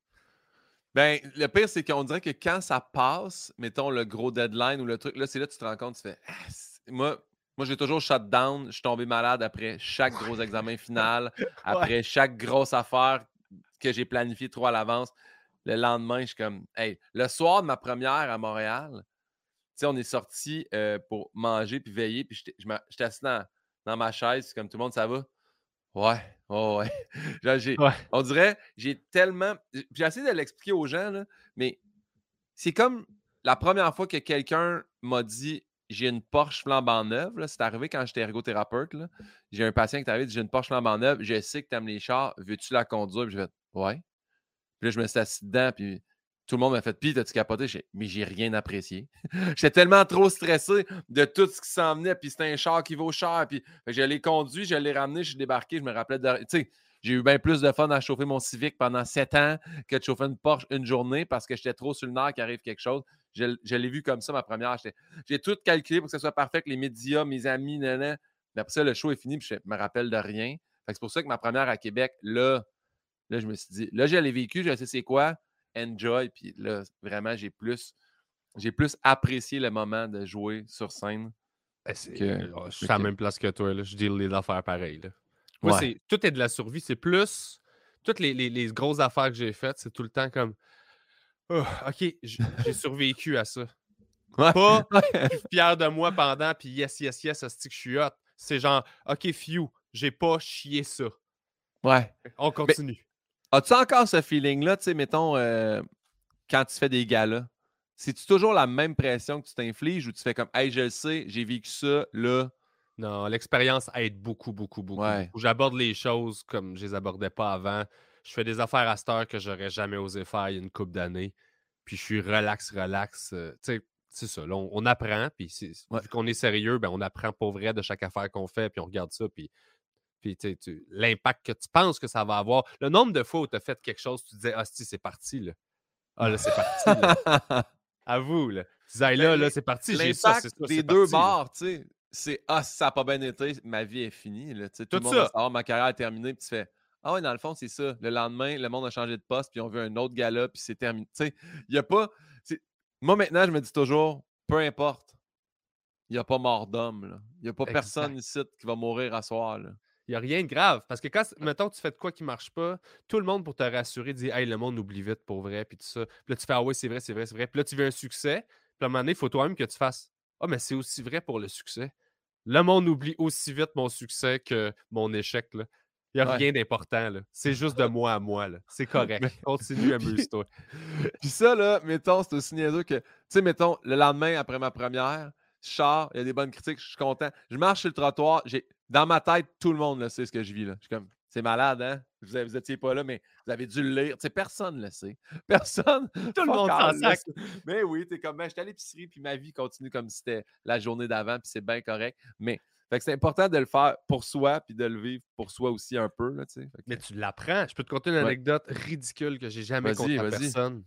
Ben, le pire, c'est qu'on dirait que quand ça passe, mettons le gros deadline ou le truc, là, c'est là que tu te rends compte, tu fais ah, c'est- moi, moi j'ai toujours shut down. Je suis tombé malade après chaque gros examen final, Ouais. après chaque grosse affaire que j'ai planifiée trop à l'avance. Le lendemain, je suis comme hey, le soir de ma première à Montréal, tu sais, on est sorti euh, pour manger puis veiller, puis j'étais je m'a- j'étais assis dans, dans ma chaise, comme tout le monde, ça va? Ouais, ouais, ouais. Genre, j'ai, Ouais. on dirait, j'ai tellement. J'ai essayé de l'expliquer aux gens, là, mais c'est comme la première fois que quelqu'un m'a dit j'ai une Porsche flambant neuve. Là, c'est arrivé quand j'étais ergothérapeute. Là. J'ai un patient qui est arrivé et dit j'ai une Porsche flambant neuve. Je sais que tu aimes les chars. Veux-tu la conduire? Puis j'ai fait ouais. Puis là, je me suis assis dedans. Puis tout le monde m'a fait puis t'as-tu capoté? J'ai, mais j'ai rien apprécié. J'étais tellement trop stressé de tout ce qui s'en venait. Puis c'était un char qui vaut cher. Puis fait que je l'ai conduit, je l'ai ramené, je suis débarqué. Je me rappelais de. Tu sais, j'ai eu bien plus de fun à chauffer mon Civic pendant sept ans que de chauffer une Porsche une journée parce que j'étais trop sur le nerf qu'il arrive quelque chose. Je, je l'ai vu comme ça, ma première. J'étais- J'ai tout calculé pour que ce soit parfait avec les médias, mes amis, nanana. Mais après ça, le show est fini, puis je me rappelle de rien. Fait que c'est pour ça que ma première à Québec, là, là, je me suis dit, là, je l'ai vécu, je sais c'est quoi, enjoy. Puis là, vraiment, j'ai plus, j'ai plus apprécié le moment de jouer sur scène Ben, c'est- que. euh, je suis que à la que- même place que toi. Là. Je deal les affaires pareilles. Là. Moi, Ouais. c'est tout est de la survie. C'est plus. Toutes les, les- les grosses affaires que j'ai faites, c'est tout le temps comme oh, OK, j- j'ai survécu à ça. Ouais. Pas Ouais. je suis fier de moi pendant, puis yes, yes, yes, ça que je suis hot. C'est genre OK, few, j'ai pas chié ça. Ouais. On Mais continue. as-tu encore ce feeling-là, tu sais, mettons, euh, quand tu fais des galas? C'est-tu toujours la même pression que tu t'infliges ou tu fais comme, hey, je le sais, j'ai vécu ça, là? Non, l'expérience aide beaucoup, beaucoup, beaucoup, Ouais. beaucoup. J'aborde les choses comme je les abordais pas avant. Je fais des affaires à cette heure que j'aurais jamais osé faire il y a une couple d'années. Puis je suis relax, relax. euh, tu sais, c'est ça. Là, on, on apprend. Puis c'est- Ouais. vu qu'on est sérieux, ben, on apprend pour vrai de chaque affaire qu'on fait. Puis on regarde ça. Puis Puis tu sais, tu- l'impact que tu penses que ça va avoir. Le nombre de fois où tu as fait quelque chose, tu te disais, ah, si, c'est parti, là. Ah, là, c'est parti, là. Avoue, là. Tu disais, hey, Ben, là, là, l'im- c'est parti, j'ai ça, c'est l'impact ça, des c'est deux parti, là. bords, tu sais, c'est ah, si ça n'a pas bien été, ma vie est finie. Là. Tu sais, tout Tout le monde va ça. savoir, ma carrière est terminée, puis tu fais ah ouais, dans le fond, c'est ça. Le lendemain, le monde a changé de poste, puis on veut un autre gala, puis c'est terminé. Tu sais, il n'y a pas. c'est- Moi, maintenant, je me dis toujours, peu importe, il n'y a pas mort d'homme. là. Il n'y a pas personne Exact. ici qui va mourir à soir. Là. Il n'y a rien de grave. Parce que quand, mettons, tu fais de quoi qui marche pas, tout le monde, pour te rassurer, dit, hey, le monde oublie vite pour vrai, puis tout ça. Puis là, tu fais, ah ouais, c'est vrai, c'est vrai, c'est vrai. Puis là, tu veux un succès. Puis à un moment donné, il faut toi-même que tu fasses, ah, mais c'est aussi vrai pour le succès. Le monde oublie aussi vite mon succès que mon échec, là. Il n'y a Ouais. rien d'important, là. C'est juste de moi à moi, là. C'est correct. Mais- Continue, puis, amuse-toi. puis ça, là, mettons, c'est aussi niaiseux que, tu sais, mettons, le lendemain après ma première, je sors, il y a des bonnes critiques, je suis content. Je marche sur le trottoir, j'ai dans ma tête, tout le monde le sait ce que je vis. Là. Je suis comme, c'est malade, hein? Vous, vous étiez pas là, mais vous avez dû le lire. Tu sais, personne ne le sait. Personne, Tout le fuck monde s'en all, le sac. sait. Mais oui, t'es comme, ben, j'étais à l'épicerie, puis ma vie continue comme si c'était la journée d'avant, puis c'est bien correct. Mais, fait que c'est important de le faire pour soi, puis de le vivre pour soi aussi un peu, là, tu sais. Fait Mais que, tu l'apprends. Je peux te conter une ouais. anecdote ridicule que j'ai jamais Vas-y, contée à vas-y. personne.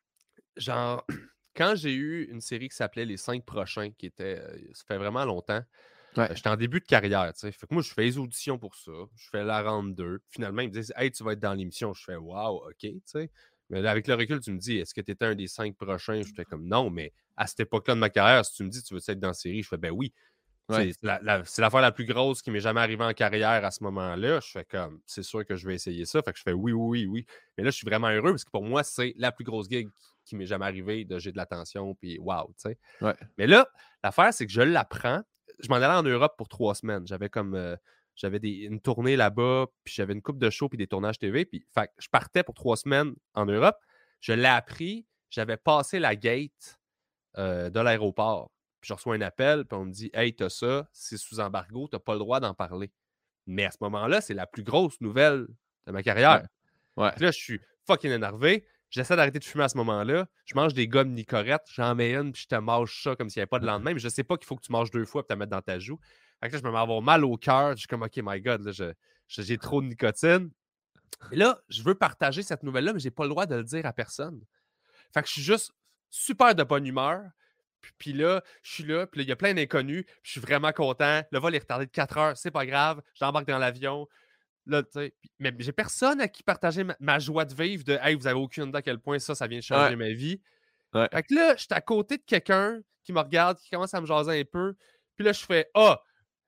Genre, quand j'ai eu une série qui s'appelait Les Cinq Prochains, qui était, euh, ça fait vraiment longtemps, Ouais. euh, j'étais en début de carrière, tu sais. Fait que moi, je fais les auditions pour ça. Je fais la ronde deux. Finalement, ils me disent, hey, tu vas être dans l'émission. Je fais, wow, OK, tu sais. Mais là, avec le recul, tu me dis, est-ce que tu étais un des cinq prochains? Je fais comme, non, mais à cette époque-là de ma carrière, si tu me dis, tu veux être dans la série, je fais, ben oui. Ouais. C'est la, la- c'est l'affaire la plus grosse qui m'est jamais arrivée en carrière à ce moment-là. Je fais comme, c'est sûr que je vais essayer ça. Fait que je fais oui, oui, oui, oui. Mais là, je suis vraiment heureux parce que pour moi, c'est la plus grosse gig qui m'est jamais arrivée. De j'ai de l'attention, puis wow, tu sais. Ouais. Mais là, l'affaire, c'est que je l'apprends. Je m'en allais en Europe pour trois semaines. J'avais comme, euh, j'avais des, une tournée là-bas, puis j'avais une coupe de show, puis des tournages T V. Puis, fait que je partais pour trois semaines en Europe. Je l'ai appris. J'avais passé la gate euh, de l'aéroport. Puis je reçois un appel, puis on me dit, hey, t'as ça, c'est sous embargo, t'as pas le droit d'en parler. Mais à ce moment-là, c'est la plus grosse nouvelle de ma carrière. Ouais. Ouais. Puis là, je suis fucking énervé. J'essaie d'arrêter de fumer à ce moment-là. Je mange des gommes Nicorette. J'en mets une, puis je te mange ça comme s'il n'y avait pas de lendemain. Mais je sais pas qu'il faut que tu manges deux fois, puis te mettre dans ta joue. Fait que là, je me mets à avoir mal au cœur. Je suis comme, OK, my God, là, je, je- j'ai trop de nicotine. Et là, je veux partager cette nouvelle-là, mais j'ai pas le droit de le dire à personne. Fait que je suis juste super de bonne humeur. Puis, puis là, je suis là, puis là, il y a plein d'inconnus. Puis je suis vraiment content. Le vol est retardé de quatre heures, c'est pas grave. J'embarque dans l'avion. Là, tu sais, puis- mais j'ai personne à qui partager ma, ma joie de vivre de hey, vous avez aucune idée à quel point ça, ça vient de changer Ouais. ma vie. Ouais. Fait que là, j'étais à côté de quelqu'un qui me regarde, qui commence à me jaser un peu. Puis là, je fais ah,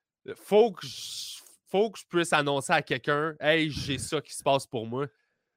faut que je, faut que je puisse annoncer à quelqu'un hey, j'ai ça qui se passe pour moi.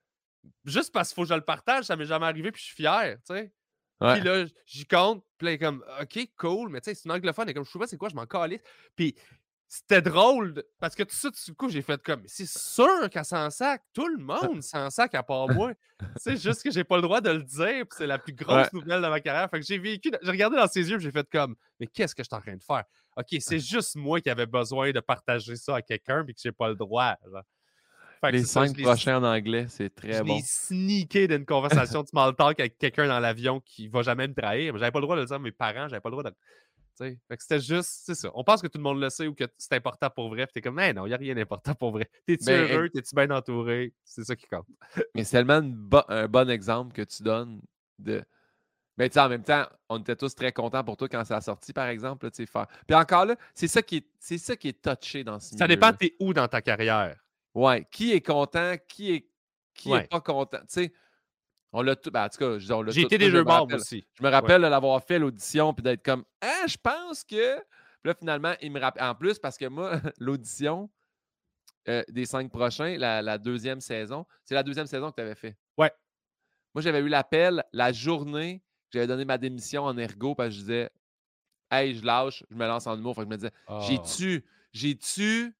Juste parce qu'il faut que je le partage, ça m'est jamais arrivé, puis je suis fier, tu sais. Puis Ouais. là, j'y compte, puis là, il est comme, OK, cool, mais tu sais, c'est une anglophone, et comme, je sais pas c'est quoi, je m'en calisse. Puis c'était drôle, de- parce que tout ça, du coup, j'ai fait comme, mais c'est sûr qu'elle s'en sac, tout le monde s'en sac à part moi. C'est juste que j'ai pas le droit de le dire, puis c'est la plus Ouais. grosse nouvelle de ma carrière. Fait que j'ai vécu, j'ai regardé dans ses yeux, puis j'ai fait comme, mais qu'est-ce que je suis en train de faire? OK, c'est juste moi qui avais besoin de partager ça à quelqu'un, puis que j'ai pas le droit. Genre. Fait que Les c'est ça, je cinq l'ai prochains en anglais, c'est je très l'ai bon. sneaké d'une conversation de small talk avec quelqu'un dans l'avion qui va jamais me trahir. Mais j'avais pas le droit de le dire à mes parents, j'avais pas le droit de. Tu sais, fait que c'était juste, c'est ça. On pense que tout le monde le sait ou que c'est important pour vrai. Puis t'es comme, mais non, il n'y a rien d'important pour vrai. T'es-tu Ben, heureux? ex- T'es-tu bien entouré? C'est ça qui compte. mais c'est tellement une bo- un bon exemple que tu donnes de. Mais tu sais, en même temps, on était tous très contents pour toi quand ça a sorti, par exemple. Là, tu sais, faire. Puis encore là, c'est ça qui est, c'est ça qui est touché dans ce Ça dépend, milieu-là. t'es où dans ta carrière. Ouais. Qui est content, qui est, qui est Ouais. pas content. Tu sais, on l'a tout. Ben, en tout cas, je dis, on l'a J'ai tout. été Moi, des je deux me bords, moi rappelle. aussi. Je me Ouais. rappelle de l'avoir fait l'audition puis d'être comme ah, je pense que. Puis là, finalement, il me rappelle. En plus, parce que moi, l'audition euh, des cinq prochains, la, la deuxième saison, c'est la deuxième saison que tu avais fait. Ouais. Moi, j'avais eu l'appel la journée que j'avais donné ma démission en ergo parce que je disais hey, je lâche, je me lance en humour. Fait que je me disais Ah. j'ai-tu, j'ai-tu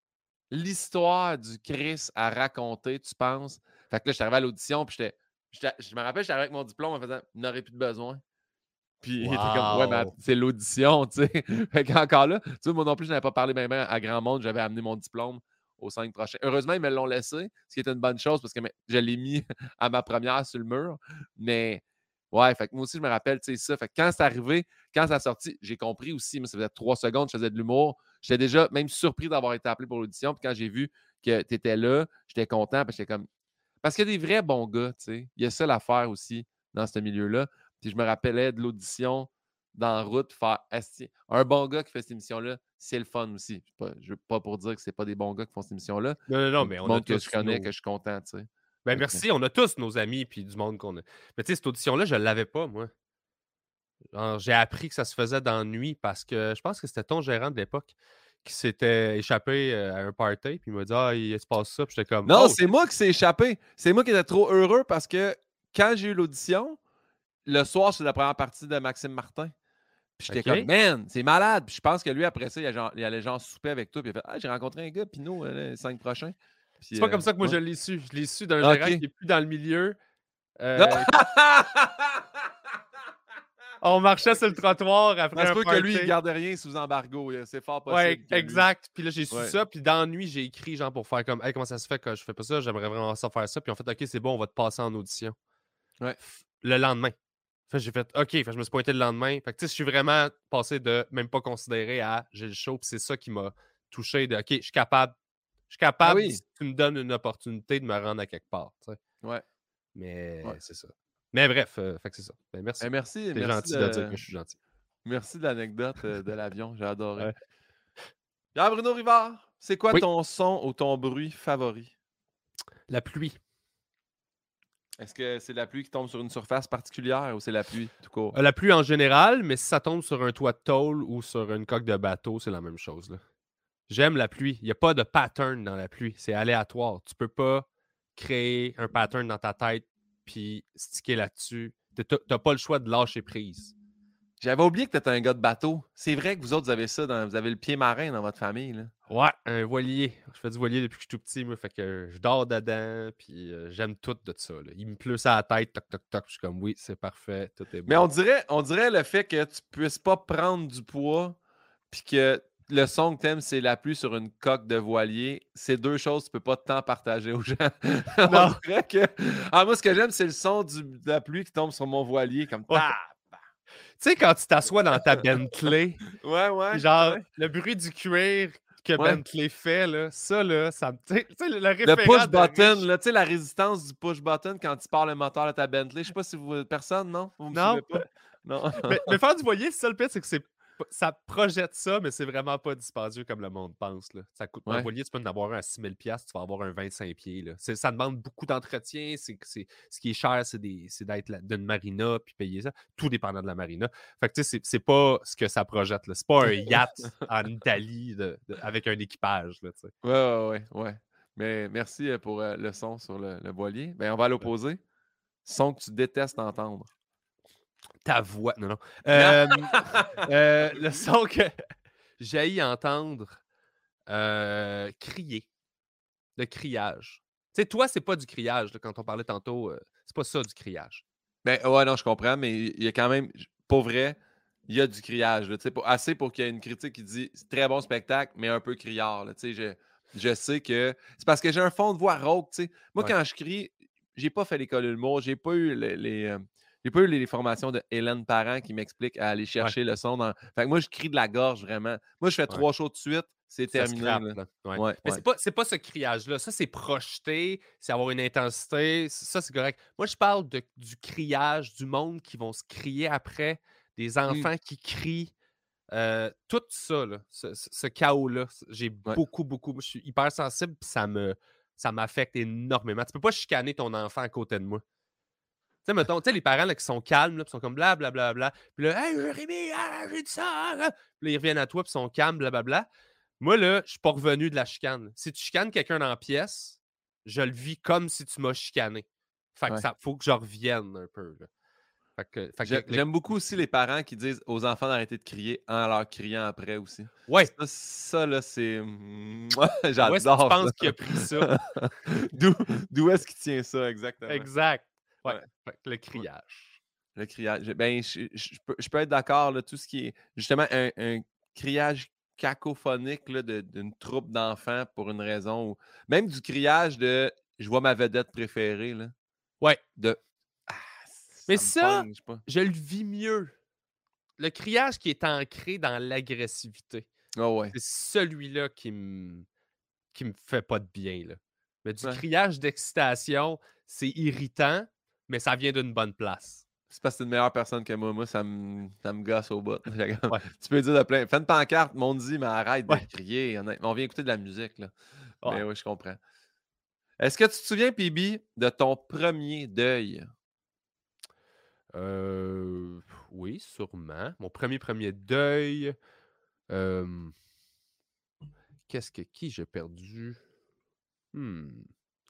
l'histoire du Chris à raconter, tu penses? Fait que là, j'étais arrivé à l'audition, puis j'étais, j'étais- je me rappelle, j'étais arrivé avec mon diplôme en faisant n'aurais plus de besoin. Puis il était comme ouais, mais Wow. c'est l'audition, tu sais. Fait qu'encore là, tu sais, moi non plus, je n'avais pas parlé bien ben à grand monde, j'avais amené mon diplôme aux cinq prochains. Heureusement, ils me l'ont laissé, ce qui était une bonne chose parce que mais, je l'ai mis à ma première sur le mur. Mais Ouais, fait que moi aussi, je me rappelle, tu sais, ça. Fait que quand c'est arrivé, quand ça a sorti, j'ai compris aussi, mais ça faisait trois secondes, je faisais de l'humour. J'étais déjà même surpris d'avoir été appelé pour l'audition. Puis quand j'ai vu que tu étais là, j'étais content. Parce que j'étais comme. Parce qu'il y a des vrais bons gars, tu sais. Il y a ça l'affaire aussi dans ce milieu-là. Puis je me rappelais de l'audition dans la route, faire Asti, un bon gars qui fait cette émission-là, c'est le fun aussi. Je ne veux pas pour dire que c'est pas des bons gars qui font cette émission-là. Non, non, non, Mais mais du on a monde que je tous connais, nos. que je suis content, tu sais. Ben Fait que, merci, on a tous nos amis puis du monde qu'on a. Mais tu sais, cette audition-là, je ne l'avais pas, moi. Genre, j'ai appris que ça se faisait dans la nuit parce que je pense que c'était ton gérant de l'époque qui s'était échappé euh, à un party, puis il m'a dit Ah, il se passe ça, puis j'étais comme non, Oh, c'est moi qui s'est échappé. C'est moi qui étais trop heureux parce que quand j'ai eu l'audition, le soir, c'est la première partie de Maxime Martin. Puis j'étais comme, OK. man, c'est malade. Puis je pense que lui, après ça, il, a genre, il allait genre souper avec toi. Puis il a fait, ah, j'ai rencontré un gars, Pinot, euh, les cinq prochains. C'est Puis, pas euh, comme ça que moi ouais. je l'ai su. Je l'ai su d'un gérant qui OK. n'est plus dans le milieu. Euh, on marchait sur le trottoir après Ça se un peut que lui, il party. garde rien sous embargo. là. C'est fort Ouais, possible. que lui- exact. Puis là, j'ai su Ouais. ça. Puis dans la nuit, j'ai écrit genre pour faire comme Hey, comment ça se fait que je fais pas ça? J'aimerais vraiment ça faire ça. Puis en fait, OK, c'est bon, on va te passer en audition. Ouais. Le lendemain. Fait j'ai fait OK, fait je me suis pointé le lendemain. Fait que tu sais, je suis vraiment passé de même pas considéré à j'ai le show. Puis c'est ça qui m'a touché de OK, je suis capable. Je suis Ah capable oui. si tu me donnes une opportunité de me rendre à quelque part. Tu sais. Ouais. Mais Ouais. c'est ça. Mais bref, euh, fait que c'est ça. Ben, merci. Eh, merci. C'est Merci gentil de... dire de, que je suis gentil. merci de l'anecdote euh, de l'avion. J'ai adoré. Ouais. Pierre Bruno Rivard, c'est quoi Oui. ton son ou ton bruit favori? La pluie. Est-ce que c'est la pluie qui tombe sur une surface particulière ou c'est la pluie tout court? Euh, la pluie en général, mais si ça tombe sur un toit de tôle ou sur une coque de bateau, c'est la même chose. Là. J'aime la pluie. Il n'y a pas de pattern dans la pluie. C'est aléatoire. Tu peux pas créer un pattern dans ta tête puis sticker là-dessus. Tu n'as pas le choix de lâcher prise. J'avais oublié que tu étais un gars de bateau. C'est vrai que vous autres, vous avez ça, dans, vous avez le pied marin dans votre famille. Là. Ouais, un voilier. Je fais du voilier depuis que je suis tout petit, moi. Fait que je dors dedans, puis euh, j'aime tout de ça. Là. Il me pleut ça à la tête, toc, toc, toc. Je suis comme, oui, c'est parfait, tout est beau. Mais on dirait, on dirait le fait que tu puisses pas prendre du poids, puis que le son que t'aimes, c'est la pluie sur une coque de voilier. C'est deux choses que tu peux pas tant partager aux gens. on Non. dirait que... Ah, moi, ce que j'aime, c'est le son du- de la pluie qui tombe sur mon voilier, comme Ouais. ta. Tu sais, quand tu t'assois dans ta Bentley, Ouais, ouais. genre, ouais. le bruit du cuir que Ouais. Bentley fait, là, ça, là, ça me. Tu sais, tu sais, le Le référent push de button, riche- là, tu sais, la résistance du push button quand tu pars le moteur de ta Bentley. Je sais pas si vous. Personne, non? Vous me Non. suivez pas? Non. mais, mais faire du voilier, c'est ça le pire, c'est que c'est. p- Ça projette ça, mais c'est vraiment pas dispendieux comme le monde pense. Là. Ça coûte, un Ouais. voilier, tu peux en avoir un à six mille dollars, tu vas avoir un vingt-cinq pieds. Là. C'est- Ça demande beaucoup d'entretien. C'est, c'est, ce qui est cher, c'est, des, c'est d'être la- d'une marina puis payer ça. Tout dépendant de la marina. Fait que tu sais, c'est, c'est pas ce que ça projette. Là. C'est pas un yacht en Italie de- de- avec un équipage. Là, tu sais. Ouais, ouais, ouais, ouais. Mais merci euh, pour euh, le son sur le, le voilier. Ben, on va à l'opposé. Son que tu détestes entendre. Ta voix. Non, non. Euh, euh, le son que j'ai entendre euh, crier. Le criage. Tu sais, toi, c'est pas du criage. Là, quand on parlait tantôt, euh, c'est pas ça du criage. Ben, ouais, non, je comprends, mais il y a quand même, pour vrai, il y a du criage. Là, tu sais, pour- assez pour qu'il y ait une critique qui dit c'est très bon spectacle, mais un peu criard. Là, tu sais, je, je sais que. C'est parce que j'ai un fond de voix rauque. tu sais. Moi, Ouais. quand je crie, j'ai pas fait l'école de l'humour, j'ai pas eu les. les, euh, j'ai pas eu les formations de Hélène Parent qui m'explique à aller chercher le son. Dans... Fait que moi, je crie de la gorge vraiment. Moi, je fais trois shows de suite, c'est Ça terminé. scrape, là. là. Ouais. Ouais, Mais ouais. c'est pas, c'est pas ce criage-là. Ça, c'est projeté, c'est avoir une intensité. Ça, c'est correct. Moi, je parle de, du criage, du monde qui vont se crier après, des enfants qui crient. euh, tout ça, là, ce, ce- ce chaos-là, j'ai Ouais. beaucoup, beaucoup. Je suis hyper sensible, puis ça me, ça m'affecte énormément. Tu peux pas chicaner ton enfant à côté de moi. Tu sais, mettons, tu sais, les parents là, qui sont calmes, là, puis sont comme blablabla. Bla, bla, bla. Puis là, hey, Rémi, ah, j'ai dit ça. Ah. Puis là, ils reviennent à toi, puis sont calmes, blablabla. Moi, là, je suis pas revenu de la chicane. Si tu chicanes quelqu'un dans la pièce, je le vis comme si tu m'as chicané. Fait que Ouais. ça faut que je revienne un peu. Là. Fait que, fait que J'ai- le- J'aime beaucoup aussi les parents qui disent aux enfants d'arrêter de crier en leur criant après aussi. Ouais. Ça, ça, là, c'est. Où est-ce que tu J'adore penses ça. qu'il a pris ça? D'où d'où est-ce qu'il tient ça, exactement? Exact. Ouais. Ouais. Fait que le criage. Le criage. Ben, je, je- je peux, je peux être d'accord, là, tout ce qui est justement un, un criage cacophonique là, de- d'une troupe d'enfants pour une raison. Ou même du criage de je vois ma vedette préférée. Là, Ouais. de ah, Mais ça me ça, pogne, je sais pas. je le vis mieux. Le criage qui est ancré dans l'agressivité, Ah ouais. c'est celui-là qui me qui me fait pas de bien, là. Mais du Ouais. criage d'excitation, c'est irritant, mais ça vient d'une bonne place. C'est parce que t'es une meilleure personne que moi. Moi, ça me, ça me gosse au bout. J'ai comme- Ouais, tu peux dire de plein. Fais une pancarte, mon dit, mais arrête de ouais, crier. Honnêtement. On vient écouter de la musique, là. Mais ouais. oui, je comprends. Est-ce que tu te souviens, P B, de ton premier deuil? Heu, oui, sûrement. Mon premier premier deuil, hem, qu'est-ce que qui j'ai perdu? Mmh.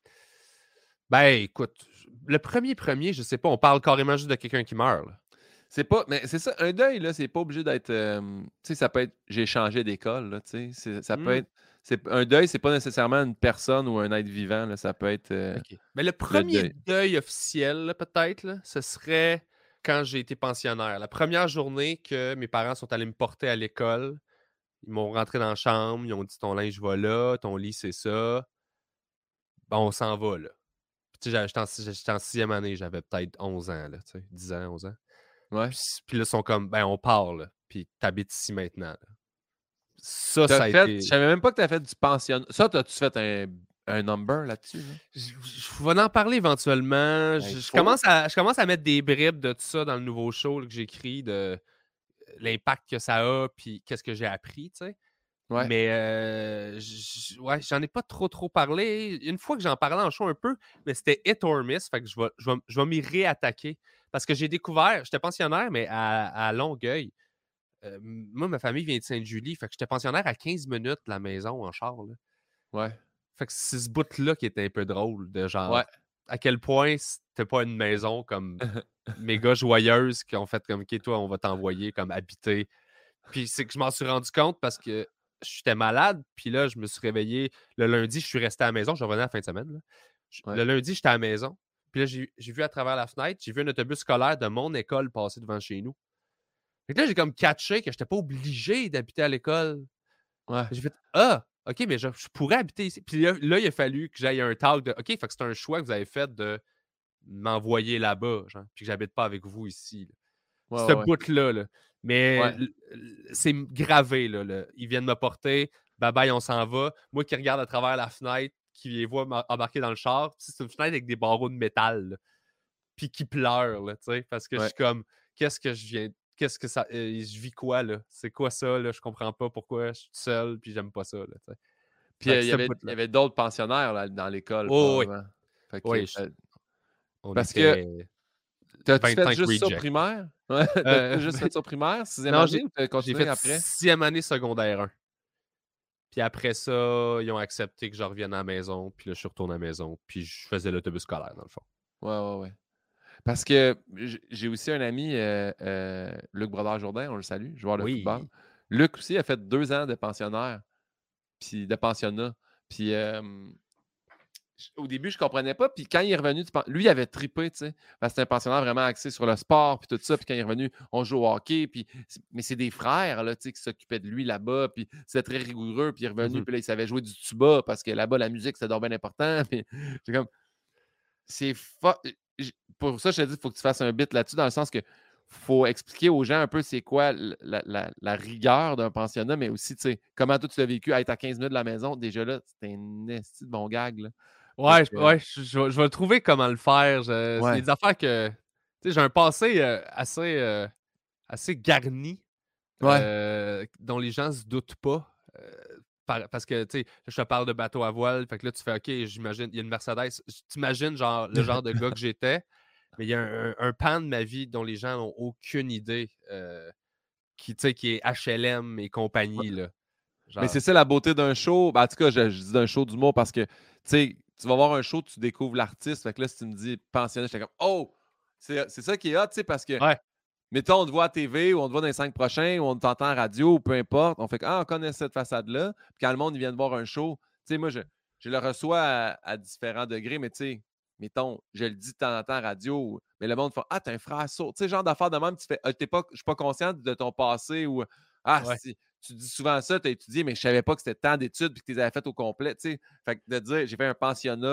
Ben, écoute, le premier premier, je sais pas, on parle carrément juste de quelqu'un qui meurt, là. C'est pas. Mais c'est ça, un deuil, là, c'est pas obligé d'être. euh, tu sais, ça peut être j'ai changé d'école, là, tu sais. c'est- Ça peut Mmh, être. C'est, un deuil, c'est pas nécessairement une personne ou un être vivant, là. Ça peut être euh, OK. Mais le le premier deuil. deuil officiel, là, peut-être, là, ce serait quand j'ai été pensionnaire. La première journée que mes parents sont allés me porter à l'école, ils m'ont rentré dans la chambre, ils ont dit: «Ton linge va là, ton lit, c'est ça. Bon, on s'en va, là». Tu sais, j'avais j'étais en si j'étais en sixième année, j'avais peut-être onze ans, là, tu sais, dix ans, onze ans. Ouais. Puis s puis là, ils sont comme: «Ben, on part, là, puis tu habites ici maintenant, là». Ça, T'as ça a fait. Je été savais même pas que tu as fait du pensionnat. Ça, t'as-tu fait un, un number là-dessus, là? je je vais en parler éventuellement. Ben, il Je je faut. commence à je commence à mettre des bribes de tout ça dans le nouveau show, là, que j'écris, de l'impact que ça a, puis qu'est-ce que j'ai appris, tu sais? Ouais. Mais heu, j ouais, j'en ai pas trop, trop parlé. Une fois que j'en parlais en show un peu, mais c'était hit or miss, fait que je vais je vais je vais m'y réattaquer. Parce que j'ai découvert j'étais pensionnaire, mais à à Longueuil. Heu, moi, ma famille vient de Sainte-Julie, fait que j'étais pensionnaire à quinze minutes de la maison en char, là. Ouais. Fait que c'est ce bout-là qui était un peu drôle, de Ouais. genre, à quel point c'était pas une maison comme méga joyeuse qui ont fait comme: «OK, toi, on va t'envoyer comme habiter». Puis c'est que je m'en suis rendu compte parce que j'étais malade, puis là, je me suis réveillé le lundi, je suis resté à la maison, je revenais à la fin de semaine, là. J Ouais. Le lundi, j'étais à la maison, puis là, j'ai j'ai vu à travers la fenêtre, j'ai vu un autobus scolaire de mon école passer devant chez nous. Fait que là, j'ai comme catché que j'étais pas obligé d'habiter à l'école. Ouais. J'ai fait: «Ah! OK, mais je je pourrais habiter ici». Puis là là, il a fallu que j'aille un talk de: «OK, fait que c'est un choix que vous avez fait de m'envoyer là-bas, genre, puis que j'habite pas avec vous ici, là». Ouais, Ce ouais, ouais. bout-là, là. Mais Ouais. l l c'est m gravé, là, le ils viennent me porter, bye bye, on s'en va. Moi qui regarde à travers la fenêtre, qui les voit m'em embarquer dans le char, tu sais, c'est une fenêtre avec des barreaux de métal, là, puis qui pleure, là, tu sais, parce que je Ouais. suis comme: «Qu'est-ce que je viens qu'est-ce que ça heu, je vis quoi, là? C'est quoi ça, là? Je comprends pas pourquoi je suis tout seul, puis j'aime pas ça», là, tu sais. Puis, Fait heu, que il y ce avait il y bout-là. avait d'autres pensionnaires, là, dans l'école, Oh oui, probablement. Fait que, oui, j heu, on parce que était t'as-tu fait vingt-cinq juste ça au rejects. primaire? Ouais, Heu, t'as-tu juste fait ça au primaire, sixième non, année j'ai ou t'as j'ai continué fait après? sixième année secondaire un. Puis après ça, ils ont accepté que je revienne à la maison, puis là, je suis retourné à la maison, puis je faisais l'autobus scolaire, dans le fond. Ouais, ouais, ouais. Parce que j'ai j'ai aussi un ami, heu heu, Luc Brodeur-Jourdain, on le salue, joueur de football. Oui. Luc aussi a fait deux ans de pensionnaire, puis de pensionnat. Puis, hem, j au début, je comprenais pas, puis quand il est revenu du pen lui, il avait trippé, tu sais, parce que c'était un pensionnat vraiment axé sur le sport, puis tout ça. Puis quand il est revenu, on joue au hockey, puis c mais c'est des frères, là, tu sais, qui s'occupaient de lui là-bas, puis c'était très rigoureux. Puis il est revenu, Mmh. puis là, il savait jouer du tuba parce que là-bas, la musique, c'était donc bien important. Puis c'est comme c'est fa j pour ça, je te dis, il faut que tu fasses un bit là-dessus, dans le sens que faut expliquer aux gens un peu c'est quoi l la la la rigueur d'un pensionnat, mais aussi, tu sais, comment toi tu l'as vécu, être à quinze minutes de la maison. Déjà là, c'était un esti de bon gag, là. Fait Ouais, je que ouais, je je vais je vais trouver comment le faire. Je c'est ouais, des affaires que tu sais, j'ai un passé, heu, assez, heu, assez garni, ouais, heu, dont les gens se doutent pas, heu, par parce que, tu sais, je te parle de bateau à voile, fait que là, tu fais: «OK, j'imagine, il y a une Mercedes». Tu imagines, genre, le genre de gars que j'étais, mais il y a un un un pan de ma vie dont les gens n'ont aucune idée, heu, qui, tu sais, qui est H L M et ouais. compagnie, là. Mais Genre c'est ça la beauté d'un show. Ben, en tout cas, je je dis d'un show d'humour parce que, tu sais, tu vas voir un show, tu découvres l'artiste. Fait que là, si tu me dis pensionnaire, j'étais comme: «Oh!» C'est c'est ça qui est hot, tu sais, parce que ouais, mettons, on te voit à T V ou on te voit dans les cinq prochains ou on t'entend à radio ou peu importe. On fait que, ah, on connaît cette façade-là. Puis quand le monde il vient de voir un show, tu sais, moi, je, je le reçois à, à différents degrés, mais tu sais, mettons, je le dis de temps en temps à radio, mais le monde fait, ah, t'as un frère sourd. Tu sais, genre d'affaires de même, tu fais, ah, t'es pas, je suis pas conscient de ton passé ou, ah, ouais. si, tu dis souvent ça, tu as étudié, mais je savais pas que c'était tant d'études puis que tu les avais faites au complet, tu sais. Fait que de dire, j'ai fait un pensionnat,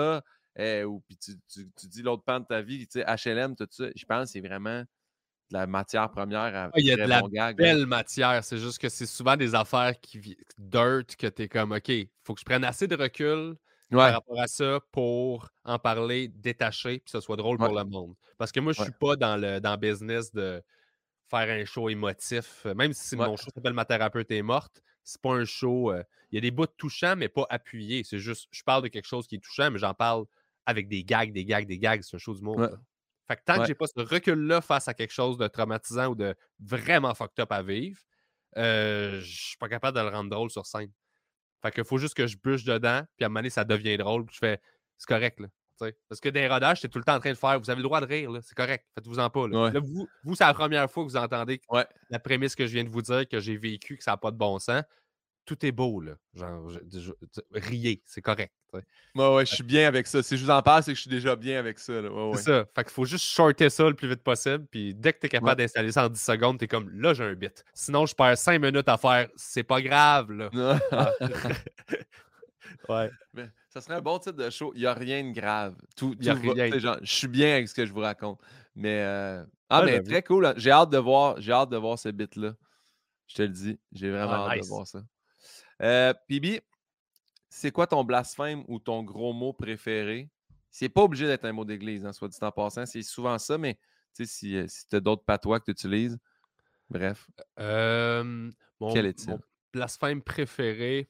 eh, ou puis tu, tu, tu dis l'autre pan de ta vie, tu sais, H L M, tout ça. Je pense que c'est vraiment de la matière première à Ah, il y a très de la bon gag. belle matière. C'est juste que c'est souvent des affaires qui vi- dirt que t'es comme OK, faut que je prenne assez de recul par Ouais, rapport à ça pour en parler détaché puis que ce soit drôle ouais, pour le monde. Parce que moi, je ouais, suis pas dans le dans le business de faire un show émotif. Euh, Même si ouais, mon show s'appelle Ma thérapeute est morte, c'est pas un show. euh, Il y a des bouts touchants, mais pas appuyés. C'est juste, je parle de quelque chose qui est touchant, mais j'en parle avec des gags, des gags, des gags. C'est un show d'humour. ouais, là. Fait que tant que ouais. j'ai pas ce recul-là face à quelque chose de traumatisant ou de vraiment fucked up à vivre, euh, je suis pas capable de le rendre drôle sur scène. Fait qu'il faut juste que je bûche dedans, puis à un moment donné, ça devient drôle, puis je fais, c'est correct, là. T'sais. Parce que des rodages, t'es tout le temps en train de faire, vous avez le droit de rire, là, c'est correct, faites-vous-en pas. Là, Ouais, là vous, vous c'est la première fois que vous entendez ouais. la prémisse que je viens de vous dire, que j'ai vécu, que ça n'a pas de bon sens. Tout est beau, là. Genre, je- je- je- riez, c'est correct. t'sais. Ouais, ouais, je Fait suis que bien avec ça. Si je vous en parle, c'est que je suis déjà bien avec ça. Là. Ouais, C'est ouais. ça. Fait qu'il faut juste shorter ça le plus vite possible. Puis dès que tu es Ouais. capable d'installer ça en dix secondes, tu es comme là, j'ai un bit. Sinon, je perds cinq minutes à faire. C'est pas grave, là. Ah. ouais. Mais ça serait un bon titre de show. Il n'y a rien de grave. Tout, Il n'y a tout va. tu rien. sais, genre, je suis bien avec ce que je vous raconte. Mais euh, ah, Ah, mais j'avoue. très cool. Hein. J'ai hâte de voir. J'ai hâte de voir ce bit-là. Je te le dis. J'ai vraiment Ah, hâte de nice. voir ça. Euh, Pibi, c'est quoi ton blasphème ou ton gros mot préféré? C'est pas obligé d'être un mot d'église, hein, soit dit en passant. C'est souvent ça, mais tu sais, si, euh, si tu as d'autres patois que tu utilises, bref, Euh, quel mon, est-il? mon blasphème préféré.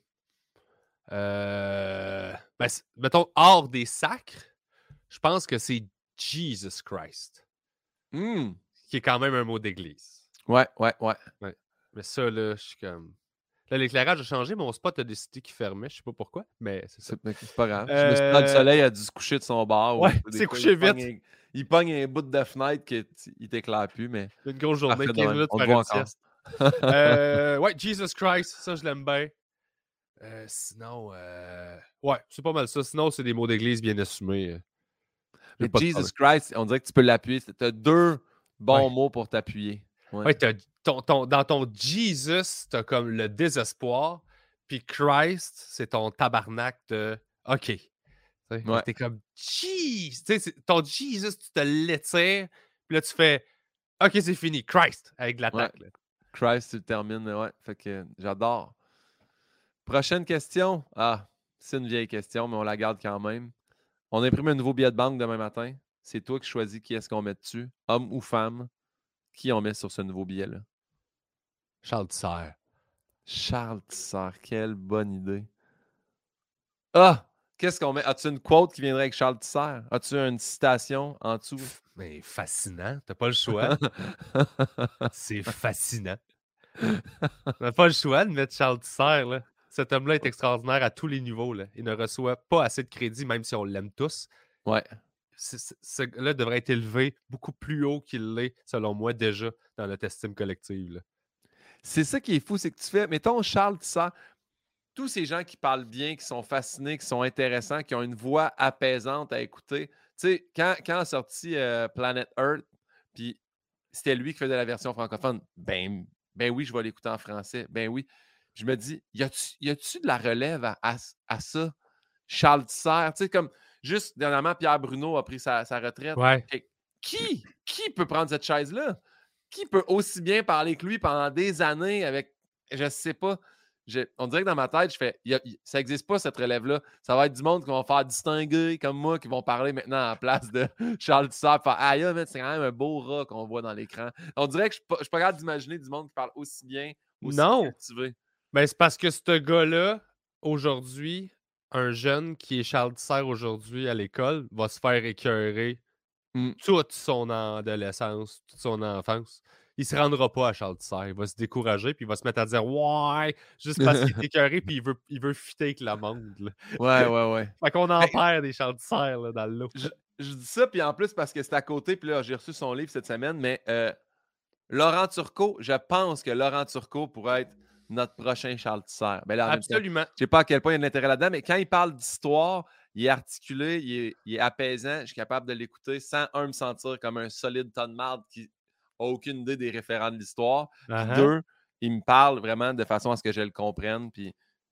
Euh, ben, c'est- mettons, hors des sacres, je pense que c'est Jesus Christ, Hum! qui est quand même un mot d'église. Ouais, ouais, ouais. Ouais. Mais ça, là, je suis comme. Là, l'éclairage a changé, mon spot a décidé qu'il fermait. Je sais pas pourquoi, mais c'est ça. C'est c'est pas grave. Je me suis dit, dans le Euh, soleil, a dû se coucher de son bar. Ou ouais, des c'est fois, il couché pogne, vite. un, il pogne un bout de fenêtre qui il t'éclaire plus, mais Une grosse journée, parfait de quinze même. minutes On te faire voit une encore. sieste. Euh, ouais, Jesus Christ, ça, je l'aime bien. Euh, sinon, euh, ouais, c'est pas mal ça. Sinon, c'est des mots d'église bien assumés. euh, J'ai Mais pas de Jesus problème. Christ, on dirait que tu peux l'appuyer. Tu as deux bons Ouais. mots pour t'appuyer. Ouais. Ouais, t'as ton, ton- dans ton Jesus, t'as comme le désespoir. Puis Christ, c'est ton tabarnak de OK. Tu sais, là, Ouais. t'es comme Jeez. Tu sais, c'est- ton Jesus, tu te l'étires. Puis là, tu fais OK, c'est fini. Christ avec Ouais. l'attaque. là. Christ, tu le termines. Ouais. Fait que j'adore. Prochaine question. Ah, c'est une vieille question, mais on la garde quand même. On imprime un nouveau billet de banque demain matin. C'est toi qui choisis qui est-ce qu'on met dessus, homme ou femme. Qui on met sur ce nouveau billet-là? Charles Tisser. Charles Tissard, quelle bonne idée. Ah! Qu'est-ce qu'on met? As-tu une quote qui viendrait avec Charles Tissard? As-tu une citation en dessous? Mais fascinant. T'as pas le choix. C'est fascinant. T'as pas le choix de mettre Charles Tisser, là. Cet homme-là est extraordinaire à tous les niveaux. Là. Il ne reçoit pas assez de crédit, même si on l'aime tous. Ouais. C- c- Ce gars-là devrait être élevé beaucoup plus haut qu'il l'est, selon moi, déjà, dans notre estime collective. là. C'est ça qui est fou, c'est que tu fais, mettons, Charles Tissard, tous ces gens qui parlent bien, qui sont fascinés, qui sont intéressants, qui ont une voix apaisante à écouter. Tu sais, quand, quand a sorti euh, Planet Earth, puis c'était lui qui faisait la version francophone, ben, ben oui, je vais l'écouter en français. Ben oui. Je me dis, y a-tu y a-tu de la relève à, à- à ça? Charles Tissère, tu sais, comme juste dernièrement, Pierre Bruno a pris sa, sa retraite. Ouais. Et qui? Qui peut prendre cette chaise-là? Qui peut aussi bien parler que lui pendant des années avec, je sais pas, je- on dirait que dans ma tête, je fais, y a- y- ça n'existe pas cette relève-là. Ça va être du monde qui vont faire distinguer comme moi, qui vont parler maintenant à la place de Charles Tissard. Faire, aïe, mais c'est quand même un beau rat qu'on voit dans l'écran. On dirait que je ne suis pas capable d'imaginer du monde qui parle aussi bien, aussi Non! cultivé. Ben, c'est parce que ce gars-là, aujourd'hui, un jeune qui est Charles Tisser aujourd'hui à l'école, va se faire écœurer Mm. toute son adolescence, toute son enfance. Il se rendra pas à Charles Tisser. Il va se décourager, puis il va se mettre à dire Ouais, juste parce qu'il est écœuré, puis il veut, il veut fitter avec le monde. là. Ouais, ouais, ouais. Fait qu'on en Ben, perd des Charles Tisser là, dans l'eau. je, je dis ça, puis en plus, parce que c'est à côté, puis là, j'ai reçu son livre cette semaine, mais euh, Laurent Turcot, je pense que Laurent Turcot pourrait être notre prochain Charles Tisser. Ben là, en même temps, Absolument. je sais pas à quel point il y a de l'intérêt là-dedans, mais quand il parle d'histoire, il est articulé, il est, il est apaisant, je suis capable de l'écouter sans, un, me sentir comme un solide ton de marde qui n'a aucune idée des référents de l'histoire. Puis Uh-huh. deux, il me parle vraiment de façon à ce que je le comprenne. Puis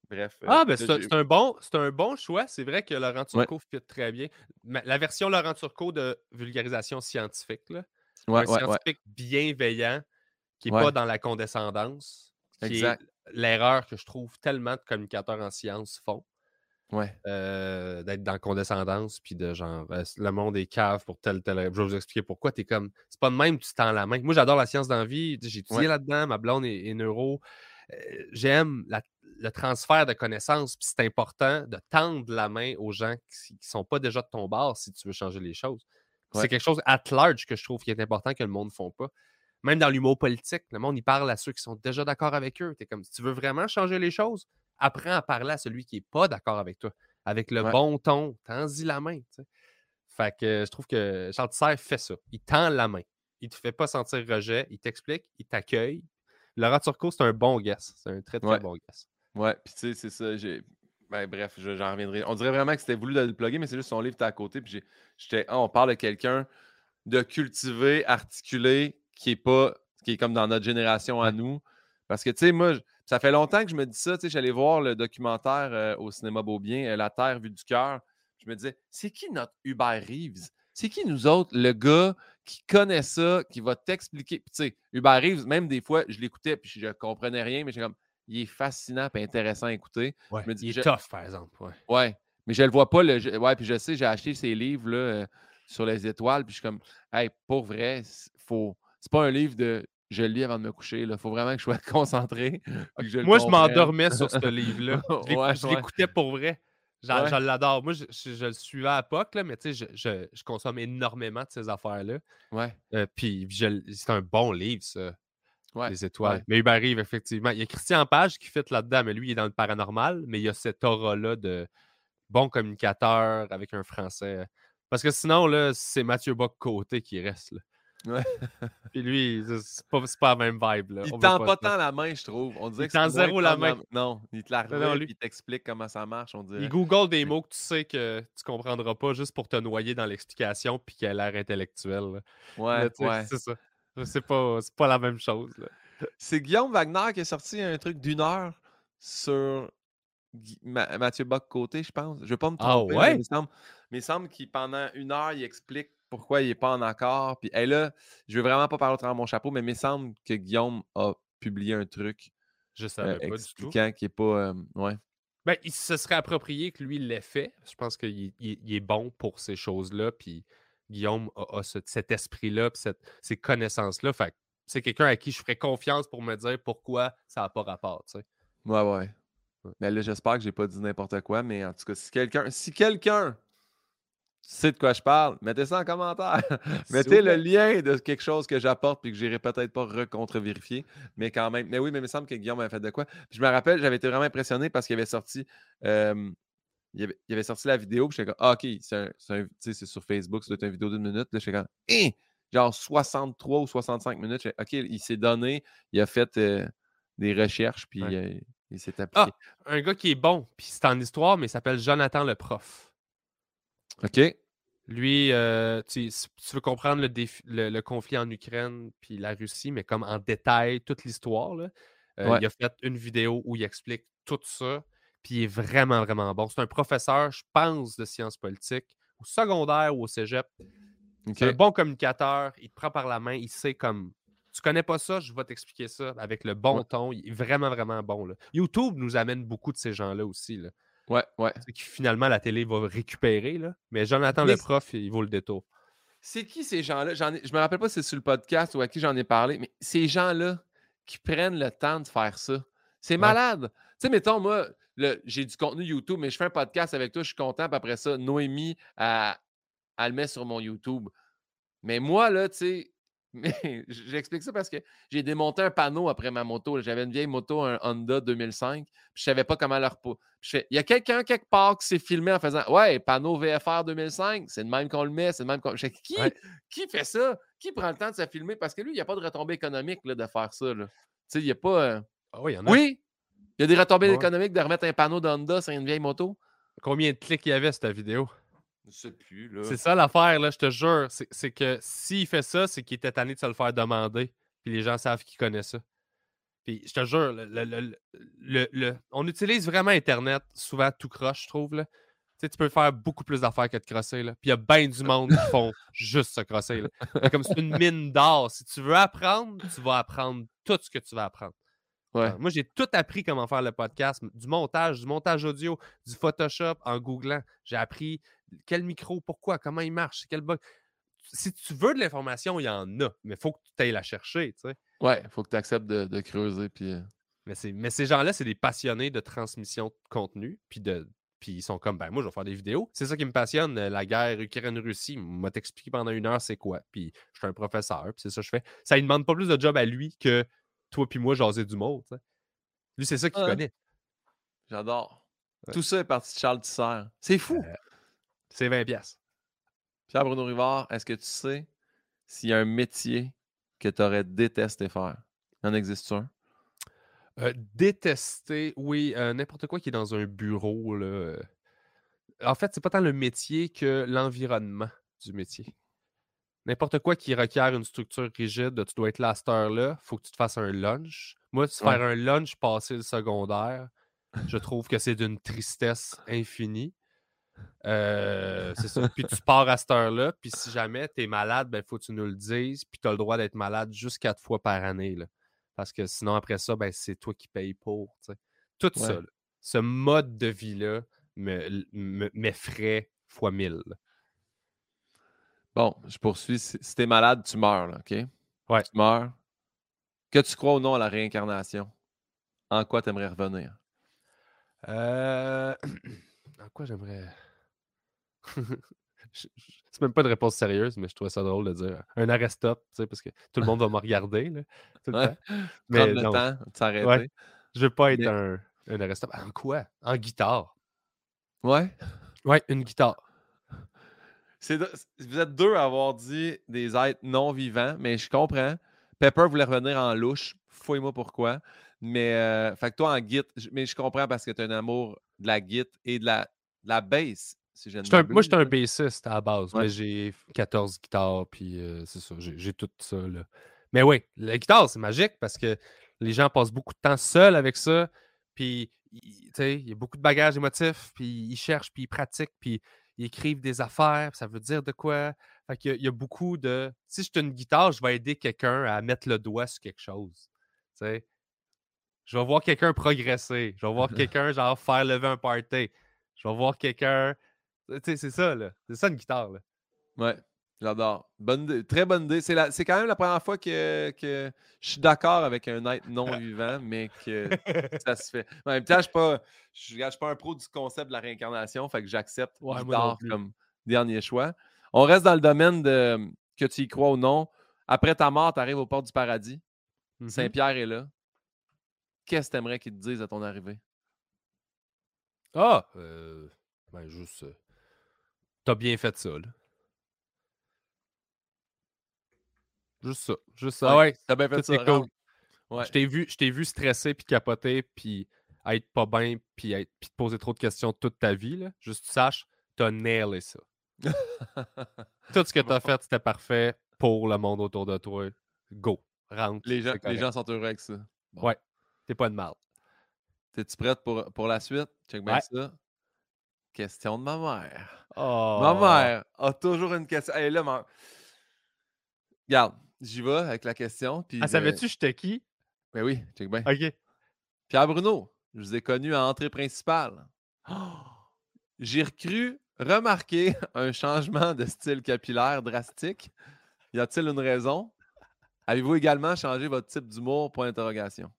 Bref. Euh, Ah, ben là, c'est un, j'ai... c'est un bon, c'est un bon choix. C'est vrai que Laurent Ouais, Turcot fit très bien. Ma- La version Laurent Turcot de vulgarisation scientifique, là. ouais, Un ouais, ouais, scientifique bienveillant qui n'est pas ouais, dans la condescendance, qui est exact. l'erreur que je trouve tellement de communicateurs en sciences font. Ouais, Euh, d'être dans la condescendance, puis de genre, euh, le monde est cave pour tel, tel. Je vais vous expliquer pourquoi. T'es comme, c'est pas de même, tu tends la main. Moi, j'adore la science dans la vie. J'ai ouais, étudié là-dedans. Ma blonde est, est neuro. Euh, J'aime la- le transfert de connaissances, puis c'est important de tendre la main aux gens qui ne sont pas déjà de ton bord si tu veux changer les choses. ouais, C'est quelque chose at large que je trouve qui est important que le monde ne font pas. Même dans l'humour politique, le monde, il parle à ceux qui sont déjà d'accord avec eux. T'es comme, si tu veux vraiment changer les choses, apprends à parler à celui qui n'est pas d'accord avec toi. Avec le ouais, bon ton, tends-y la main. T'sais. Fait que euh, je trouve que Charles Tisser fait ça. Il tend la main. Il te fait pas sentir rejet. Il t'explique, il t'accueille. Laurent Turcot, c'est un bon guess. C'est un très, très ouais, bon guess. ouais. Puis tu sais, c'est ça. J'ai... Ben, bref, je- j'en reviendrai. On dirait vraiment que c'était voulu de le plugger, mais c'est juste son livre était à côté. Puis j'ai- j'étais, ah, on parle de quelqu'un de cultivé, articulé, qui est pas, qui est comme dans notre génération à Ouais. nous. Parce que, tu sais, moi, je- ça fait longtemps que je me dis ça. Tu sais, j'allais voir le documentaire euh, au cinéma Beaubien, euh, La Terre vue du cœur. Je me disais, c'est qui notre Hubert Reeves? C'est qui nous autres, le gars qui connaît ça, qui va t'expliquer? Puis, tu sais, Hubert Reeves, même des fois, je l'écoutais puis je comprenais rien, mais j'étais comme, il est fascinant et intéressant à écouter. Ouais. Je me dis, Il est je- tough, par exemple. Ouais. ouais, mais je le vois pas. Le... je- Ouais, puis je sais, j'ai acheté ces livres là, euh, sur les étoiles, puis je suis comme, hey, pour vrai, c'est- faut... c'est pas un livre de je le lis avant de me coucher. Il faut vraiment que je sois concentré puis que je le Moi, je comprenne. m'endormais sur ce livre-là. Je l'écou- Ouais, je ouais, l'écoutais pour vrai. J'a- Je ouais, l'adore. Moi, je, je- je le suivais à l'époque, là, mais tu sais, je, je- je consomme énormément de ces affaires-là. ouais, Euh, puis je l- c'est un bon livre, ça. ouais, Les étoiles. ouais, Mais Hubert Reeves, effectivement. Il y a Christian Page qui fait là-dedans, mais lui, il est dans le paranormal, mais il y a cette aura-là de bon communicateur avec un français. Parce que sinon, là, c'est Mathieu Bock-Côté qui reste. Là. ouais. Puis lui, c'est c'est pas, c'est pas la même vibe. Là. Il On veut tend pas pas ça. tant la main, je trouve. On Il dirait que c'est tend moins zéro la tendre main. la main. Non, il te la Non, non, relève lui. puis il t'explique comment ça marche, on Il dirait. google des mots que tu sais que tu comprendras pas juste pour te noyer dans l'explication puis qu'il a l'air intellectuel. Là, Ouais, Là, tu sais, ouais. c'est ça. C'est pas, c'est pas la même chose. Là. C'est Guillaume Wagner qui a sorti un truc d'une heure sur Guy- Ma- Mathieu Bock-Côté, je pense. Je ne vais pas me Ah tromper, là, mais il ouais? me semble, mais il semble qu'il, pendant une heure, il explique pourquoi il n'est pas en accord. Puis hey, là, je ne veux vraiment pas parler au travers de mon chapeau, mais il me semble que Guillaume a publié un truc Je euh, savais pas du tout. expliquant qu'il n'est pas. euh, ouais. Ben, il se serait approprié que lui l'ait fait. Je pense qu'il il- il est bon pour ces choses-là. Puis Guillaume a, a ce- cet esprit-là, puis cette- ces connaissances-là. Fait que c'est quelqu'un à qui je ferais confiance pour me dire pourquoi ça n'a pas rapport. Tu sais. Ouais, ouais. Ouais. Mais là, j'espère que j'ai pas dit n'importe quoi, mais en tout cas, si quelqu'un, si quelqu'un sait de quoi je parle, mettez ça en commentaire. S'il vous Mettez le plaît. lien de quelque chose que j'apporte puis que j'irai peut-être pas recontre-vérifier. Mais quand même. Mais oui, mais il me semble que Guillaume avait fait de quoi. Puis je me rappelle, j'avais été vraiment impressionné parce qu'il avait sorti. euh, il, avait, il avait sorti la vidéo. Puis j'étais comme, ah, OK, c'est un- c'est un- tu sais, c'est sur Facebook, ça doit être une vidéo d'une minute. Là, j'étais comme, hein! Genre soixante-trois ou soixante-cinq minutes. J'étais, OK, il s'est donné, il a fait euh, des recherches, puis Ouais. euh, il s'est appliqué. Ah, un gars qui est bon, puis c'est en histoire, mais il s'appelle Jonathan le prof. OK? Lui, euh, tu, si tu veux comprendre le, défi- le, le conflit en Ukraine puis la Russie, mais comme en détail, toute l'histoire, là, euh, Ouais. il a fait une vidéo où il explique tout ça, puis il est vraiment, vraiment bon. C'est un professeur, je pense, de sciences politiques, au secondaire ou au cégep. C'est un OK. bon communicateur, il te prend par la main, il sait comme, tu connais pas ça, je vais t'expliquer ça avec le bon Ouais. ton. Il est vraiment, vraiment bon. Là. YouTube nous amène beaucoup de ces gens-là aussi. Là. Ouais. Ouais. C'est que finalement, la télé va récupérer. Là. Mais Jonathan Mais le prof, il vaut le détour. c'est qui ces gens-là? J'en ai- je me rappelle pas si c'est sur le podcast ou à qui j'en ai parlé, mais ces gens-là qui prennent le temps de faire ça, c'est Ouais. malade. Tu sais, mettons, moi, le- j'ai du contenu YouTube, mais je fais un podcast avec toi, je suis content, puis après ça, Noémie, elle, elle le met sur mon YouTube. Mais moi, là, tu sais, mais j'explique ça parce que j'ai démonté un panneau après ma moto. là. J'avais une vieille moto, un Honda deux mille cinq, puis je savais pas comment le repos. Je fais, il y a quelqu'un quelque part qui s'est filmé en faisant Ouais, panneau V F R deux mille cinq, c'est le même qu'on le met, c'est le même qu'on. Je fais, qui, Ouais. qui fait ça? Qui prend le temps de se filmer? Parce que lui, il n'y a pas de retombée économique là, de faire ça. Là. Tu sais, il n'y a pas. euh, Ah oui, il y en a. Oui, il y a des retombées Ah ouais. économiques de remettre un panneau d'Honda sur une vieille moto. Combien de clics il y avait, cette vidéo? Je sais plus, là. C'est ça l'affaire, là, je te jure. C'est, c'est que s'il fait ça, c'est qu'il était tanné de se le faire demander. Puis les gens savent qu'il connaît ça. Puis je te jure, le, le, le, le, le, on utilise vraiment Internet souvent tout croche, je trouve. Là. Tu sais, tu peux faire beaucoup plus d'affaires que de crosser. Là. Puis il y a bien du monde qui font juste se crosser. Là. C'est comme c'est une mine d'or. Si tu veux apprendre, tu vas apprendre tout ce que tu vas apprendre. Ouais. Genre, moi, j'ai tout appris comment faire le podcast, du montage, du montage audio, du Photoshop en googlant. J'ai appris quel micro, pourquoi, comment il marche, quel bug. Si tu veux de l'information, il y en a, mais il faut que tu ailles la chercher, tu sais. Ouais, il faut que tu acceptes de, de creuser. Puis... Mais, c'est, mais ces gens-là, c'est des passionnés de transmission de contenu, puis de. Puis ils sont comme, ben moi, je vais faire des vidéos. C'est ça qui me passionne, la guerre Ukraine-Russie. M'a t'expliqué pendant une heure c'est quoi. Puis je suis un professeur, puis c'est ça que je fais. Ça ne demande pas plus de job à lui que toi puis moi jaser du mot, tu sais. Lui, c'est ça qu'il Ouais. connaît. J'adore. Ouais. Tout ça est parti de Charles Tisser. C'est fou. Euh, c'est vingt piastres. Pierre-Bruno Rivard, est-ce que tu sais s'il y a un métier que tu aurais détesté faire? En existe-tu un? Euh, détester, oui, euh, n'importe quoi qui est dans un bureau, là. euh. En fait, c'est pas tant le métier que l'environnement du métier. N'importe quoi qui requiert une structure rigide, tu dois être là à cette heure-là, il faut que tu te fasses un lunch. Moi, se Ouais. faire un lunch passer le secondaire, je trouve que c'est d'une tristesse infinie. Euh, c'est ça. Puis tu pars à cette heure-là, puis si jamais tu es malade, ben faut que tu nous le dises, puis tu as le droit d'être malade juste quatre fois par année. Là. Parce que sinon, après ça, ben, c'est toi qui payes pour. T'sais. Tout Ouais. ça, là. Ce mode de vie-là me, me, m'effraie fois mille. Là. Bon, je poursuis. Si, si t'es malade, tu meurs, là, OK? Ouais. Tu meurs. Que tu crois ou non à la réincarnation, en quoi tu aimerais revenir? Euh... en quoi j'aimerais... je, je, c'est même pas une réponse sérieuse, mais je trouvais ça drôle de dire un arrêt-stop, parce que tout le monde va me regarder là, tout le Ouais. temps. Prendre Mais le non, temps de s'arrêter. Ouais, je veux pas être Mais... un, un arrêt-stop. En quoi? En guitare. Ouais? Ouais, une guitare. C'est de... Vous êtes deux à avoir dit des êtres non vivants, mais je comprends. Pepper voulait revenir en louche. Fouille-moi pourquoi. Mais, euh, fait que toi, en git, mais je comprends parce que tu as un amour de la git et de la, de la bass, si je ne Un, moi, m'abuse. j'étais un bassiste à la base, Ouais. mais j'ai quatorze guitares, puis euh, c'est ça, j'ai, j'ai tout ça. Là. Mais oui, la guitare, c'est magique parce que les gens passent beaucoup de temps seuls avec ça, puis il y a beaucoup de bagages émotifs, puis ils cherchent, puis ils pratiquent, puis ils écrivent des affaires, puis ça veut dire de quoi. Fait qu'il y a, il y a beaucoup de... Si je suis une guitare, je vais aider quelqu'un à mettre le doigt sur quelque chose. T'sais. Je vais voir quelqu'un progresser. Je vais voir quelqu'un, genre, faire lever un party. Je vais voir quelqu'un... Tu sais, c'est ça, là. C'est ça, une guitare, là. Ouais, j'adore. Bonne idée. Très bonne idée. C'est, la... c'est quand même la première fois que, que je suis d'accord avec un être non vivant, mais que ça se fait. En même temps, je ne suis, pas... je... je suis pas un pro du concept de la réincarnation, fait que j'accepte Ouais, guitare comme dernier choix. On reste dans le domaine de que tu y crois ou non. Après ta mort, tu arrives aux portes du paradis. Mm-hmm. Saint-Pierre est là. Qu'est-ce que tu aimerais qu'il te dise à ton arrivée? Ah! Euh... Ben, juste... Euh... T'as bien fait ça, là. Juste ça. Juste ça. Ouais, ouais. T'as bien fait tout ça. est cool. Ouais. Je t'ai vu, je t'ai vu stresser, puis capoter, puis être pas bien, puis, être... puis te poser trop de questions toute ta vie, là. Juste tu saches, t'as nailé ça. Tout ce que t'as fait, c'était parfait pour le monde autour de toi. Go. Rentre. Les gens, les gens sont heureux avec ça. Bon. Ouais. T'es pas de mal. T'es-tu prête pour, pour la suite? Check bien ouais. ça. Question de ma mère. Oh. Ma mère a toujours une question. Elle est là, ma... Regarde, j'y vais avec la question. Puis, ah, savais-tu euh... j'étais qui? Ben oui, check bien. OK. Pierre-Bruno, je vous ai connu à entrée principale. Oh! J'ai cru remarquer un changement de style capillaire drastique. Y a-t-il une raison? Avez-vous également changé votre type d'humour? Point d'interrogation.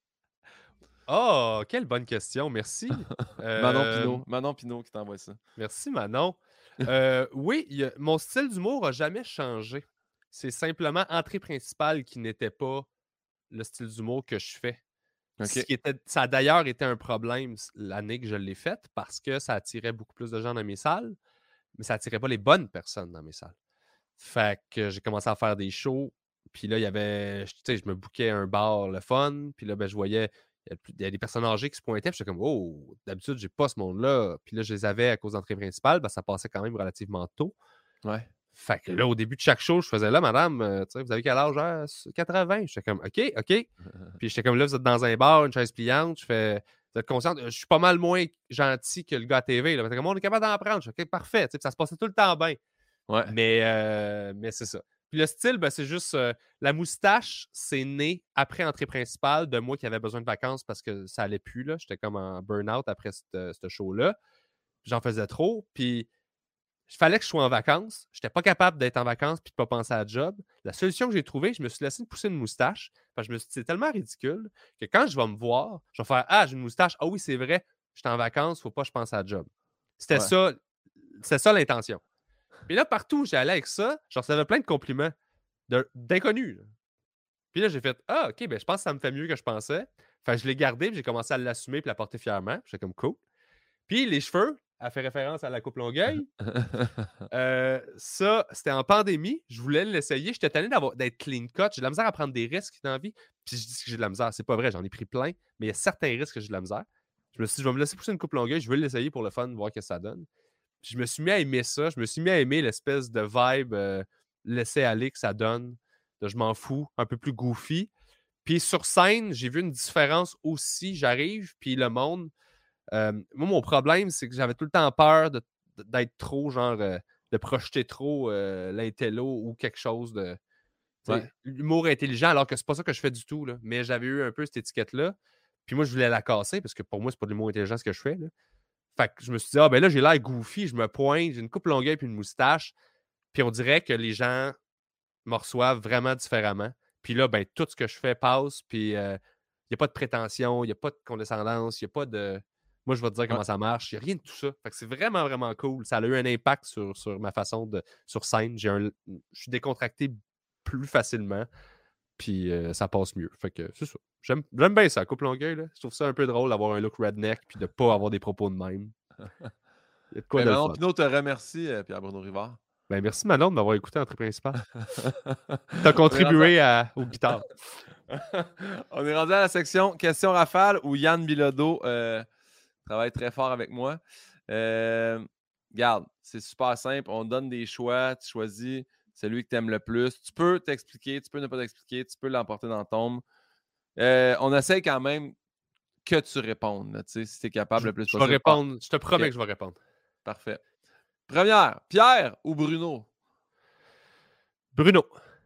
Oh, quelle bonne question, merci. euh... Manon Pinot, Manon Pinot qui t'envoie ça. Merci Manon. euh, oui, y a... mon style d'humour n'a jamais changé. C'est simplement entrée principale qui n'était pas le style d'humour que je fais. Okay. Ce qui était... Ça a d'ailleurs été un problème l'année que je l'ai faite parce que ça attirait beaucoup plus de gens dans mes salles, mais ça attirait pas les bonnes personnes dans mes salles. Fait que j'ai commencé à faire des shows, puis là, il y avait... Tu sais, je me bookais un bar, le fun, puis là, ben, je voyais... Il y a des personnes âgées qui se pointaient, puis j'étais comme « Oh, d'habitude, j'ai pas ce monde-là. » Puis là, je les avais à cause d'entrée principale, ben, ça passait quand même relativement tôt. Ouais. Fait que là, au début de chaque show, je faisais « Là, madame, euh, vous avez quel âge? Hein? quatre-vingts. » J'étais comme « OK, OK. » Puis j'étais comme là, vous êtes dans un bar, une chaise pliante. Je fais, vous êtes conscient, je suis pas mal moins gentil que le gars à T V. Là. Comme, on est capable d'en prendre. Je fais, OK, parfait. Puis ça se passait tout le temps bien. Ouais. Mais, euh, mais c'est ça. Puis le style, ben, c'est juste euh, la moustache, c'est né après entrée principale de moi qui avait besoin de vacances parce que ça allait plus. Là. J'étais comme en burn-out après ce show-là. J'en faisais trop. Puis il fallait que je sois en vacances. Je n'étais pas capable d'être en vacances puis de ne pas penser à la job. La solution que j'ai trouvée, je me suis laissé pousser une moustache. Parce que je me suis dit, c'est tellement ridicule que quand je vais me voir, je vais faire Ah, j'ai une moustache. Ah oui, c'est vrai, je suis en vacances, il ne faut pas que je pense à la job. C'était Ouais. ça, c'était ça l'intention. Puis là, partout où j'allais avec ça, je recevais plein de compliments de, d'inconnus. Là. Puis là, j'ai fait Ah, OK, ben, je pense que ça me fait mieux que je pensais. Fait que je l'ai gardé, puis j'ai commencé à l'assumer et la porter fièrement. J'étais comme cool. Puis les cheveux, elle fait référence à la coupe Longueuil. euh, ça, c'était en pandémie. Je voulais l'essayer. J'étais tanné d'avoir, d'être clean cut. J'ai de la misère à prendre des risques dans la vie. Puis je dis que j'ai de la misère. C'est pas vrai, j'en ai pris plein. Mais il y a certains risques que j'ai de la misère. Je me suis dit, je vais me laisser pousser une coupe Longueuil. Je veux l'essayer pour le fun, voir ce que ça donne. Puis je me suis mis à aimer ça. Je me suis mis à aimer l'espèce de vibe euh, laisser aller que ça donne. De je m'en fous, un peu plus goofy. Puis sur scène, j'ai vu une différence aussi. J'arrive, puis le monde. Euh, moi, mon problème, c'est que j'avais tout le temps peur de, d'être trop, genre, euh, de projeter trop euh, l'intello ou quelque chose de. Ouais. L'humour intelligent, alors que c'est pas ça que je fais du tout. Là. Mais j'avais eu un peu cette étiquette-là. Puis moi, je voulais la casser parce que pour moi, c'est pas de l'humour intelligent ce que je fais. Là. Fait que je me suis dit, ah, ben là, j'ai l'air goofy, je me pointe, j'ai une coupe longueuil puis une moustache. Puis on dirait que les gens me reçoivent vraiment différemment. Puis là, ben, tout ce que je fais passe. Puis il euh, n'y a pas de prétention, il n'y a pas de condescendance, il n'y a pas de. Moi, je vais te dire comment ouais. ça marche. Il n'y a rien de tout ça. Fait que c'est vraiment, vraiment cool. Ça a eu un impact sur, sur ma façon de. Sur scène. J'ai un, je suis décontracté plus facilement. Puis euh, ça passe mieux. Fait que c'est ça. J'aime, j'aime bien ça, coupe longueuil. Là. Je trouve ça un peu drôle d'avoir un look redneck puis de ne pas avoir des propos de même. Il y a de quoi ben de Manon Pinot te remercie, euh, Pierre-Bruno Rivard. Ben merci Manon de m'avoir écouté en entrée principale. Tu as contribué à, aux guitares. On est rendu à la section questions rafales où Yann Bilodeau euh, travaille très fort avec moi. Euh, regarde, c'est super simple. On donne des choix. Tu choisis celui que tu aimes le plus. Tu peux t'expliquer, tu peux ne pas t'expliquer, tu peux l'emporter dans ton tombe. Euh, on essaie quand même que tu répondes, là, si tu es capable je, le plus je possible. Vais répondre. Je te promets okay. que je vais répondre. Parfait. Première, Pierre ou Bruno? Bruno.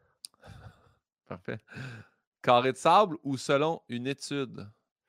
Parfait. Carré de sable ou selon une étude?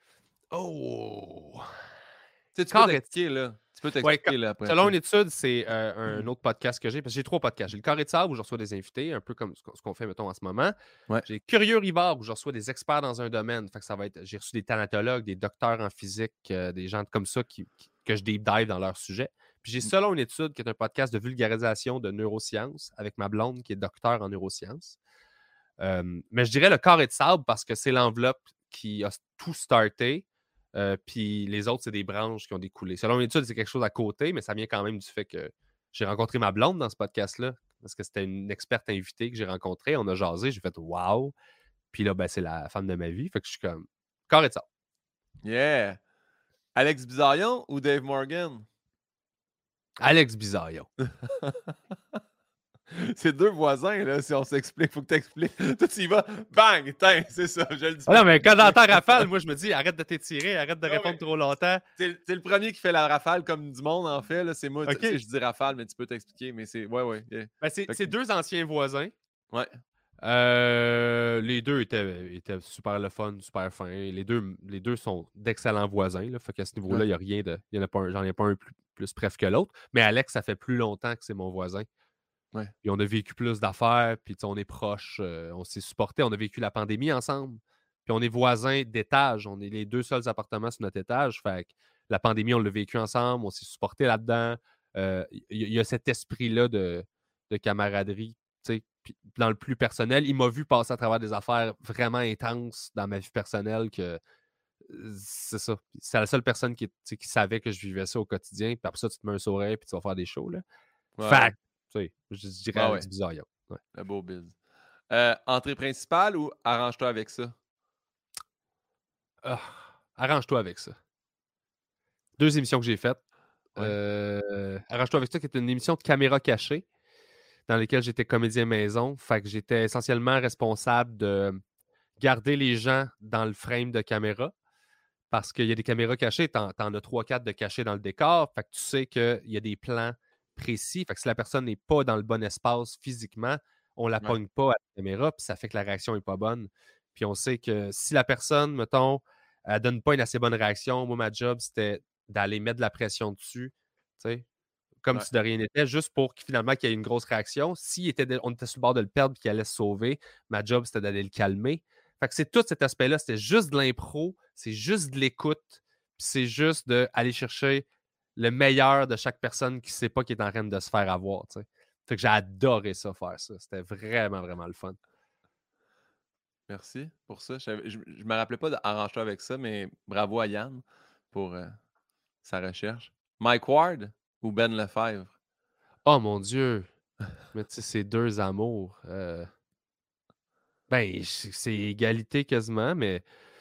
Oh! Tu sais, tu peux t'expliquer, là. Tu peux t'expliquer, ouais, là, après. Selon une étude, c'est euh, un autre podcast que j'ai, parce que j'ai trois podcasts. J'ai le Carré de sable où je reçois des invités, un peu comme ce qu'on fait, mettons, en ce moment. Ouais. J'ai Curieux Rivard où je reçois des experts dans un domaine. Fait que ça va être, j'ai reçu des thanatologues, des docteurs en physique, euh, des gens comme ça qui, qui, que je deep dive dans leur sujet. Puis j'ai Selon une étude qui est un podcast de vulgarisation de neurosciences avec ma blonde qui est docteur en neurosciences. Euh, mais je dirais le Carré de sable parce que c'est l'enveloppe qui a tout starté. Euh, puis les autres, c'est des branches qui ont découlé. Selon l'étude, c'est quelque chose à côté, mais ça vient quand même du fait que j'ai rencontré ma blonde dans ce podcast-là, parce que c'était une experte invitée que j'ai rencontrée. On a jasé, j'ai fait « wow ». Puis là, ben, c'est la femme de ma vie. Fait que je suis comme « carré de sable ». Yeah! Alex Bizarion ou Dave Morgan? Alex Bizarion. C'est deux voisins, là, si on s'explique. Faut que tu expliques. Toi, tu y vas, bang, tain, c'est ça, je le dis. Ah non, mais quand j'entends rafale, moi, je me dis, arrête de t'étirer, arrête de non, répondre trop longtemps. T'es, t'es le premier qui fait la rafale comme du monde, en fait. Là, c'est moi. Okay. Je dis rafale, mais tu peux t'expliquer. Mais c'est. Ouais, ouais. Yeah. Ben, c'est, c'est deux anciens voisins. Ouais. Euh, les deux étaient, étaient super le fun, super fin. Les deux, les deux sont d'excellents voisins. Là, fait qu'à ce niveau-là, il ouais. n'y a rien de. Y en a pas un, j'en ai pas un plus, plus bref que l'autre. Mais Alex, ça fait plus longtemps que c'est mon voisin. Ouais. Puis on a vécu plus d'affaires, puis on est proches, euh, on s'est supportés, on a vécu la pandémie ensemble. Puis on est voisins d'étage, on est les deux seuls appartements sur notre étage. Fait que la pandémie, on l'a vécu ensemble, on s'est supportés là-dedans. Il euh, y, y a cet esprit-là de, de camaraderie, tu sais. Puis dans le plus personnel, il m'a vu passer à travers des affaires vraiment intenses dans ma vie personnelle que c'est ça. C'est la seule personne qui, qui savait que je vivais ça au quotidien. Puis après ça, tu te mets un sourire puis tu vas faire des shows. Là. Ouais. Fait que, je dirais ah Alex ouais. Bizarion. Ouais. Le beau biz. Euh, entrée principale ou arrange-toi avec ça? Ah, arrange-toi avec ça. Deux émissions que j'ai faites. Ouais. Euh, arrange-toi avec ça, qui est une émission de caméra cachée dans laquelle j'étais comédien maison. Fait que j'étais essentiellement responsable de garder les gens dans le frame de caméra. Parce qu'il y a des caméras cachées, t'en, t'en as trois quatre de cachées dans le décor. Fait que tu sais qu'il y a des plans précis. Fait que si la personne n'est pas dans le bon espace physiquement, on ne la Ouais. pogne pas à la caméra, puis ça fait que la réaction n'est pas bonne. Puis on sait que si la personne, mettons, elle donne pas une assez bonne réaction, moi, ma job, c'était d'aller mettre de la pression dessus, tu sais, comme Ouais. si de rien n'était, juste pour qu'il, finalement qu'il y ait une grosse réaction. Si était de- on était sur le bord de le perdre et qu'il allait se sauver, ma job, c'était d'aller le calmer. Fait que c'est tout cet aspect-là. C'était juste de l'impro, c'est juste de l'écoute, puis c'est juste d'aller chercher le meilleur de chaque personne qui ne sait pas qu'il est en train de se faire avoir. T'sais. Fait que j'ai adoré ça, faire ça. C'était vraiment, vraiment le fun. Merci pour ça. Je ne me rappelais pas d'arranger avec ça, mais bravo à Yann pour euh, sa recherche. Mike Ward ou Ben Lefebvre? Oh mon Dieu! Mais tu sais, c'est deux amours. Euh... Ben, c'est égalité quasiment, mais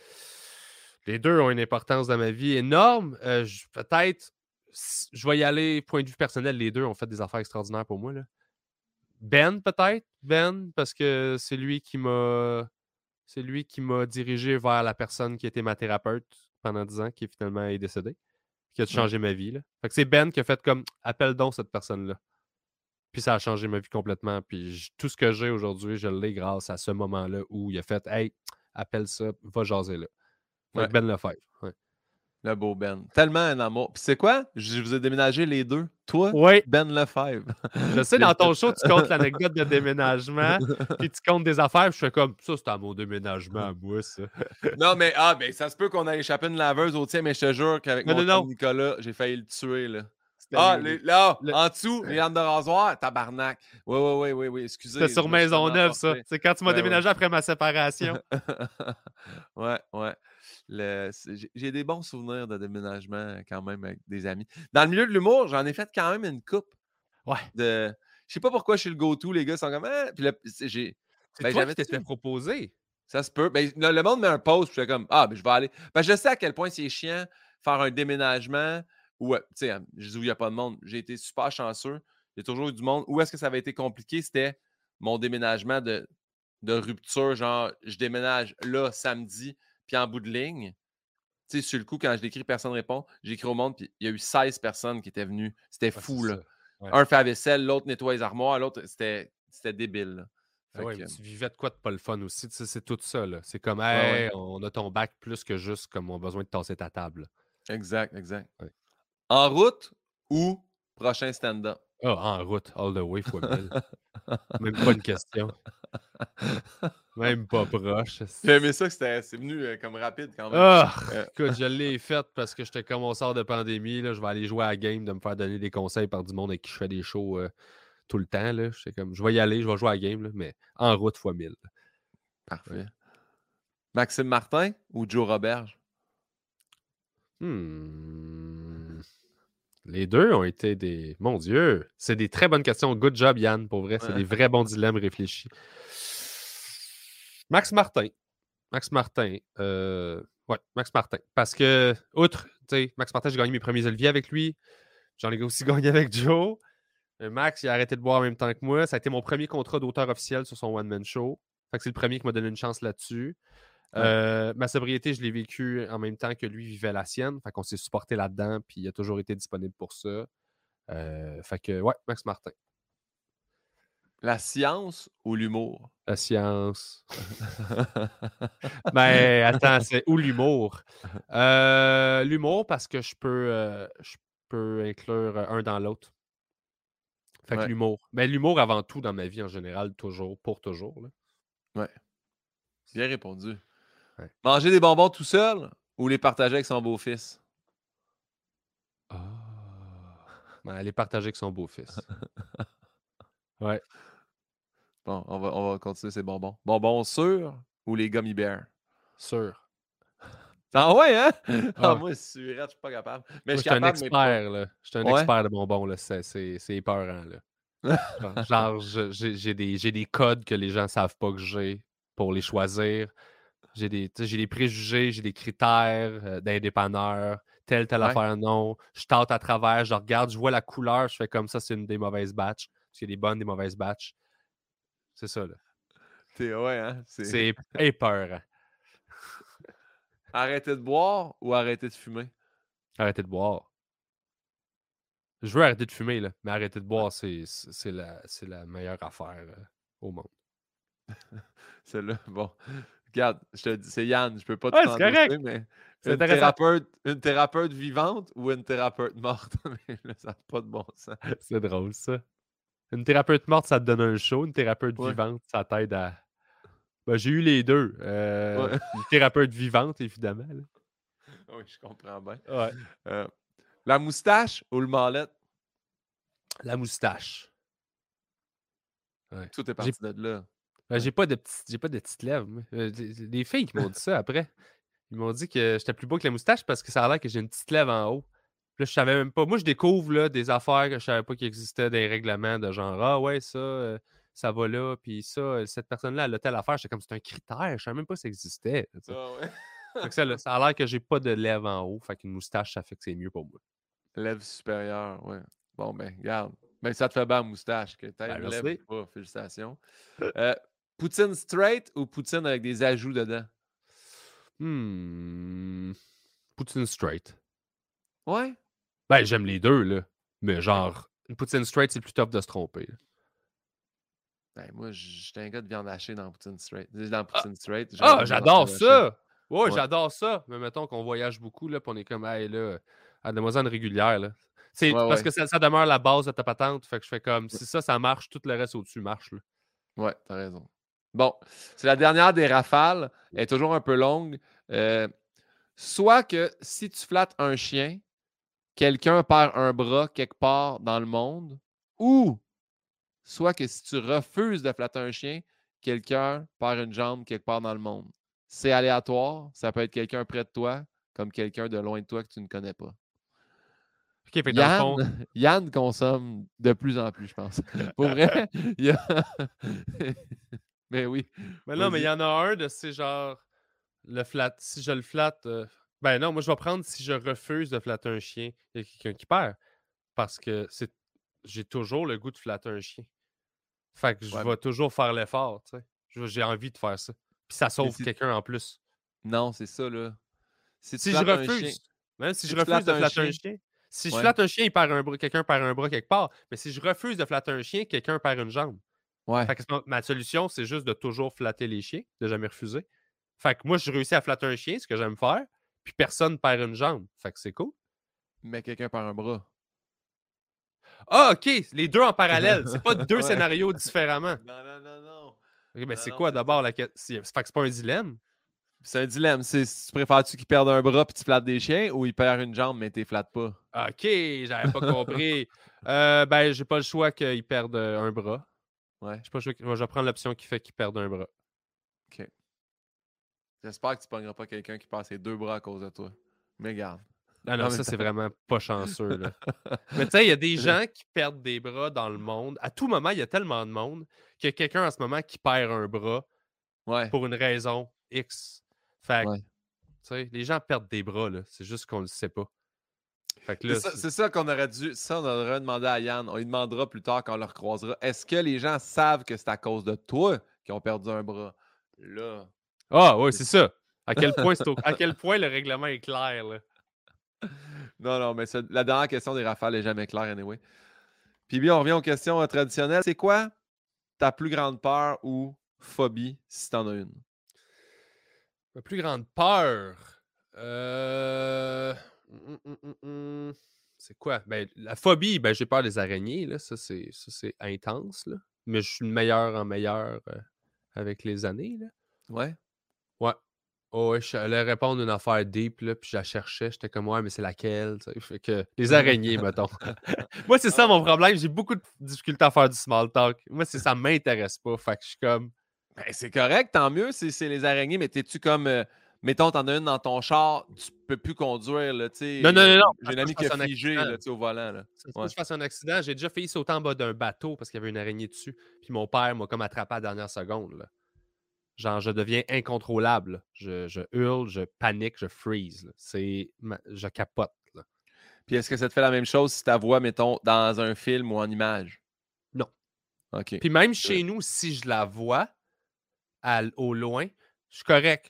les deux ont une importance dans ma vie énorme. Euh, je- peut-être, je vais y aller, point de vue personnel, les deux ont fait des affaires extraordinaires pour moi. Là. Ben, peut-être. Ben, parce que c'est lui qui m'a. C'est lui qui m'a dirigé vers la personne qui était ma thérapeute pendant dix ans, qui finalement est décédée, qui a Ouais. changé ma vie. Là. Fait que c'est Ben qui a fait comme appelle donc cette personne-là. Puis ça a changé ma vie complètement. Puis j- tout ce que j'ai aujourd'hui, je l'ai grâce à ce moment-là où il a fait hey, appelle ça, va jaser là. Fait Ouais. que Ben Lefebvre. Ouais. Le beau Ben. Tellement un amour. Puis c'est quoi? Je vous ai déménagé les deux. Toi, Oui, Ben Lefebvre. je sais, dans ton show, tu comptes l'anecdote de déménagement, puis tu comptes des affaires, puis je fais comme ça, c'est à mon déménagement à moi, ça. Non, mais ah, ben, ça se peut qu'on a échappé une laveuse au tien, mais je te jure qu'avec Non, mon non, chum non. Nicolas, j'ai failli le tuer, là. C'était Ah, les, les- les- là, le- en dessous, les lames de rasoir, tabarnak. Oui, oui, oui, oui, oui, C'était excusez, sur je me suis comme Maisonneuve, ça. emporté. C'est quand tu m'as Ouais, ouais. déménagé après ma séparation. Ouais, ouais. Le- c'est- J'ai j'ai des bons souvenirs de déménagement euh, quand même avec des amis. Dans le milieu de l'humour, j'en ai fait quand même une coupe Ouais. de. Je sais pas pourquoi je suis le go-to, les gars sont comme. Ah! Puis là, c'est- j'ai. C'est Ben, toi qui j'avais. t'es fait proposer. Ça se peut. Ben, le, le monde met un post, puis je fais comme ah, ben je vais aller. Parce que je sais à quel point c'est chiant faire un déménagement où, euh, tu sais, je dis où il n'y a pas de monde. J'ai été super chanceux. Il y a toujours eu du monde. Où est-ce que ça avait été compliqué? C'était mon déménagement de, de rupture. Genre, je déménage là, samedi, puis en bout de ligne. Tu sais, sur le coup, quand je l'écris, personne ne répond. J'écris au monde, puis il y a eu seize personnes qui étaient venues. C'était Ouais, c'est fou, là. ça. Ouais. Un fait la vaisselle, l'autre nettoie les armoires, l'autre, c'était c'était débile, là. Ah Fait ouais, que, mais tu vivais de quoi de pas le fun aussi. Tu sais, c'est tout ça. Là. C'est comme, ouais, ouais. hey, on a ton bac plus que juste comme on a besoin de tasser ta table. Exact, exact. Ouais. En route ou prochain stand-up? Ah, en route, all the way, fois mille. Même pas une question. Même pas proche. J'ai aimé ça que c'était- c'est venu euh, comme rapide quand même. Ah, Euh, écoute, je l'ai faite parce que j'étais comme on sort de pandémie. Là, je vais aller jouer à la game, de me faire donner des conseils par du monde avec qui je fais des shows euh, tout le temps. Là. J'étais comme, je vais y aller, je vais jouer à la game, là, mais en route fois mille. Parfait. Ouais. Maxime Martin ou Joe Roberge? Hmm. Les deux ont été des. Mon Dieu! C'est des très bonnes questions. Good job, Yann, pour vrai. C'est Ouais. des vrais bons dilemmes réfléchis. Max Martin. Max Martin. Euh... Ouais, Max Martin. Parce que, outre, tu sais, Max Martin, j'ai gagné mes premiers Olivier avec lui. J'en ai aussi gagné avec Joe. Euh, Max, il a arrêté de boire en même temps que moi. Ça a été mon premier contrat d'auteur officiel sur son one-man show. Fait que c'est le premier qui m'a donné une chance là-dessus. Ouais. Euh, ma sobriété, je l'ai vécue en même temps que lui vivait la sienne. Fait qu'on s'est supporté là-dedans, puis il a toujours été disponible pour ça. Euh, fait que, ouais, Max Martin. La science ou l'humour? La science. Mais attends, c'est où l'humour? Euh, l'humour, parce que je peux, euh, je peux inclure un dans l'autre. Fait que Ouais. l'humour. Mais l'humour avant tout dans ma vie en général, toujours, pour toujours. Là. Ouais. Bien répondu. Ouais. Manger des bonbons tout seul ou les partager avec son beau-fils? Ah. Ben, elle est partagée avec son beau-fils. Ouais. Bon, on va, on va continuer ces bonbons. Bonbons sûrs ou les gummy bears? Sûr. Ah ouais, hein? Ah, Ah. moi, sûr, je suis pas capable. Mais Moi, je suis je suis un capable, mais pas. expert, là. Je suis un Ouais? expert de bonbons, là. C'est, c'est, c'est épeurant, là. Genre, genre, je- j'ai, j'ai des, j'ai des codes que les gens savent pas que j'ai pour les choisir. J'ai des, tu sais, j'ai des préjugés, j'ai des critères euh, d'un dépanneur, telle, telle Ouais. affaire, non. Je tente à travers, je regarde, je vois la couleur, je fais comme ça, c'est une des mauvaises batches. Parce qu'il y a des bonnes, des mauvaises batches. C'est ça, là. T'es, ouais, hein? C'est... C'est épeurant. Arrêter de boire ou arrêter de fumer? Arrêter de boire. Je veux arrêter de fumer, là, mais arrêter de Ouais. boire, c'est, c'est, c'est la, c'est la meilleure affaire euh, au monde. Celle-là, bon. Regarde, je te dis, c'est Yann, je peux pas Ouais, tout c'est correct. endosser, mais C'est une intéressant. thérapeute, une thérapeute vivante ou une thérapeute morte? Mais là, ça n'a pas de bon sens. C'est drôle, ça. Une thérapeute morte, ça te donne un show. Une thérapeute Ouais. vivante, ça t'aide à... Ben, j'ai eu les deux. Euh, Ouais. Une thérapeute vivante, évidemment. Là. Oui, je comprends bien. Ouais. Euh, la moustache ou le mallette? La moustache. Ouais. Tout est J'ai parti de là. ben, j'ai pas de petites j'ai pas de petites lèvres. Moi. Euh, des, des filles qui m'ont dit ça après. Ils m'ont dit que j'étais plus beau que la moustache parce que ça a l'air que j'ai une petite lèvre en haut. Puis là, je savais même pas. Moi, je découvre là, des affaires que je savais pas qu'il existait, des règlements de genre Ah ouais, ça, euh, ça va là, puis ça, euh, cette personne-là, elle a telle affaire. J'étais comme c'est un critère, je savais même pas que ça existait. tu sais. Ah ouais. Fait que ça, là, ça a l'air que j'ai pas de lèvres en haut. Fait qu'une moustache, ça fait que c'est mieux pour moi. Lèvre supérieure, ouais. Bon, ben, regarde. Ben, ça te fait bien la moustache. Que t'aies Ben, une lèvre merci. ou pas, félicitations. Euh, poutine straight ou poutine avec des ajouts dedans? Hmm. Poutine straight. Ouais? Ben, j'aime les deux, là. Mais Ok. genre, une poutine straight, c'est plus tough de se tromper. là. Ben, moi, j'étais un gars de viande hachée dans poutine straight. Dans Ah, poutine straight, j'aurais ah, pas mis de j'adore viande hachée. ça! Ouais, Ouais. j'adore ça! Mais mettons qu'on voyage beaucoup, là, puis on est comme, hey, là, à demoiselle régulière, là. C'est Ouais, parce ouais. que ça, ça demeure la base de ta patente. Fait que je fais comme, si ça, ça marche, tout le reste au-dessus marche, là. Ouais, t'as raison. Bon, c'est la dernière des rafales. Elle est toujours un peu longue. Euh, soit que si tu flattes un chien, quelqu'un perd un bras quelque part dans le monde, ou soit que si tu refuses de flatter un chien, quelqu'un perd une jambe quelque part dans le monde. C'est aléatoire. Ça peut être quelqu'un près de toi, comme quelqu'un de loin de toi que tu ne connais pas. OK, fait que dans le Yann, fond, Yann consomme de plus en plus, je pense. Pour vrai, il y a... Mais oui, mais non, mais il y vas-y. en a un de ces genre, le flat, si je le flatte, euh, ben non, moi, je vais prendre si je refuse de flatter un chien, il y a quelqu'un qui perd. Parce que c'est, j'ai toujours le goût de flatter un chien. Fait que je Ouais, vais toujours faire l'effort, tu sais. Je- J'ai envie de faire ça. Puis ça mais sauve si... quelqu'un en plus. Non, c'est ça, là. Si tu Si je flattes un chien, refuse, même si si je tu refuse flattes de un flatter un chien, chien, si je ouais, flatte un chien, il perd un bras, quelqu'un perd un bras quelque part. Mais si je refuse de flatter un chien, quelqu'un perd une jambe. ouais. Fait que ma- ma solution, c'est juste de toujours flatter les chiens, de jamais refuser. Fait que moi, je réussis à flatter un chien, ce que j'aime faire, puis personne perd une jambe. Fait que c'est cool. Mais quelqu'un perd un bras. Ah, OK, les deux en parallèle. C'est pas deux Ouais. scénarios différemment. Non, non, non, non. OK, ben Non, c'est non, quoi c'est ça. d'abord la question? Fait que c'est pas un dilemme. C'est un dilemme. C'est si tu préfères-tu qu'il perde un bras puis tu flattes des chiens ou il perd une jambe mais tu les flattes pas? OK, j'avais pas compris. Euh, ben, j'ai pas le choix qu'il perde euh, un bras. Ouais, J'ai pas le choix. que- Moi, je vais prendre l'option qui fait qu'il perde un bras. OK. J'espère que tu pogneras pas quelqu'un qui perd ses deux bras à cause de toi. Mais garde. Ah non, En même ça, c'est temps. vraiment pas chanceux, là. Mais tu sais, il y a des gens qui perdent des bras dans le monde. À tout moment, il y a tellement de monde qu'il y a quelqu'un en ce moment qui perd un bras Ouais, pour une raison X. Fait que, ouais. tu sais, les gens perdent des bras, là. C'est juste qu'on le sait pas. Fait que C'est là, ça, c'est- c'est ça qu'on aurait dû. Ça, on aurait demandé à Yann. On lui demandera plus tard quand on le recroisera. Est-ce que les gens savent que c'est à cause de toi qu'ils ont perdu un bras? Là. ah, ouais, c'est ça. À quel point, c'est au- à quel point le règlement est clair, là. Non, non, mais ça- la dernière question des rafales est jamais claire, anyway. Puis bien, on revient aux questions euh, traditionnelles. C'est quoi ta plus grande peur ou phobie, si t'en as une? Ma plus grande peur. Euh... hum, hum, hum, hum. C'est quoi? Ben, la phobie, ben, j'ai peur des araignées, là. Ça, c'est, ça, c'est intense, là. Mais je suis de meilleur en meilleur euh, avec les années, là. Ouais? Ouais. Oh, ouais, je allais répondre à une affaire deep, là, puis je la cherchais. J'étais comme, ouais, mais c'est laquelle? Tu sais, fait que les araignées, mettons. Moi, c'est ça Ah, mon problème. J'ai beaucoup de difficultés à faire du small talk. Moi, c'est ça m'intéresse pas. Fait que je suis comme, ben, c'est correct, tant mieux, c'est c'est les araignées, mais t'es-tu comme. euh, mettons, t'en as une dans ton char, tu peux plus conduire, là, tu non, sais. non, euh, non, non, J'ai parce un que ami je qui a fasse un figé, accident. là, tu sais, au volant, là. Ça se peut Ouais. que je fasse un accident. J'ai déjà failli sauter en bas d'un bateau parce qu'il y avait une araignée dessus. Puis mon père m'a comme attrapé à la dernière seconde. Là. Genre, je deviens incontrôlable. Je, je hurle, je panique, je freeze. Là. C'est... ma- Je capote. Là. Puis est-ce que ça te fait la même chose si ta voix, mettons, dans un film ou en image? Non. OK. Puis même Euh, chez nous, si je la vois à l- au loin, je suis correct.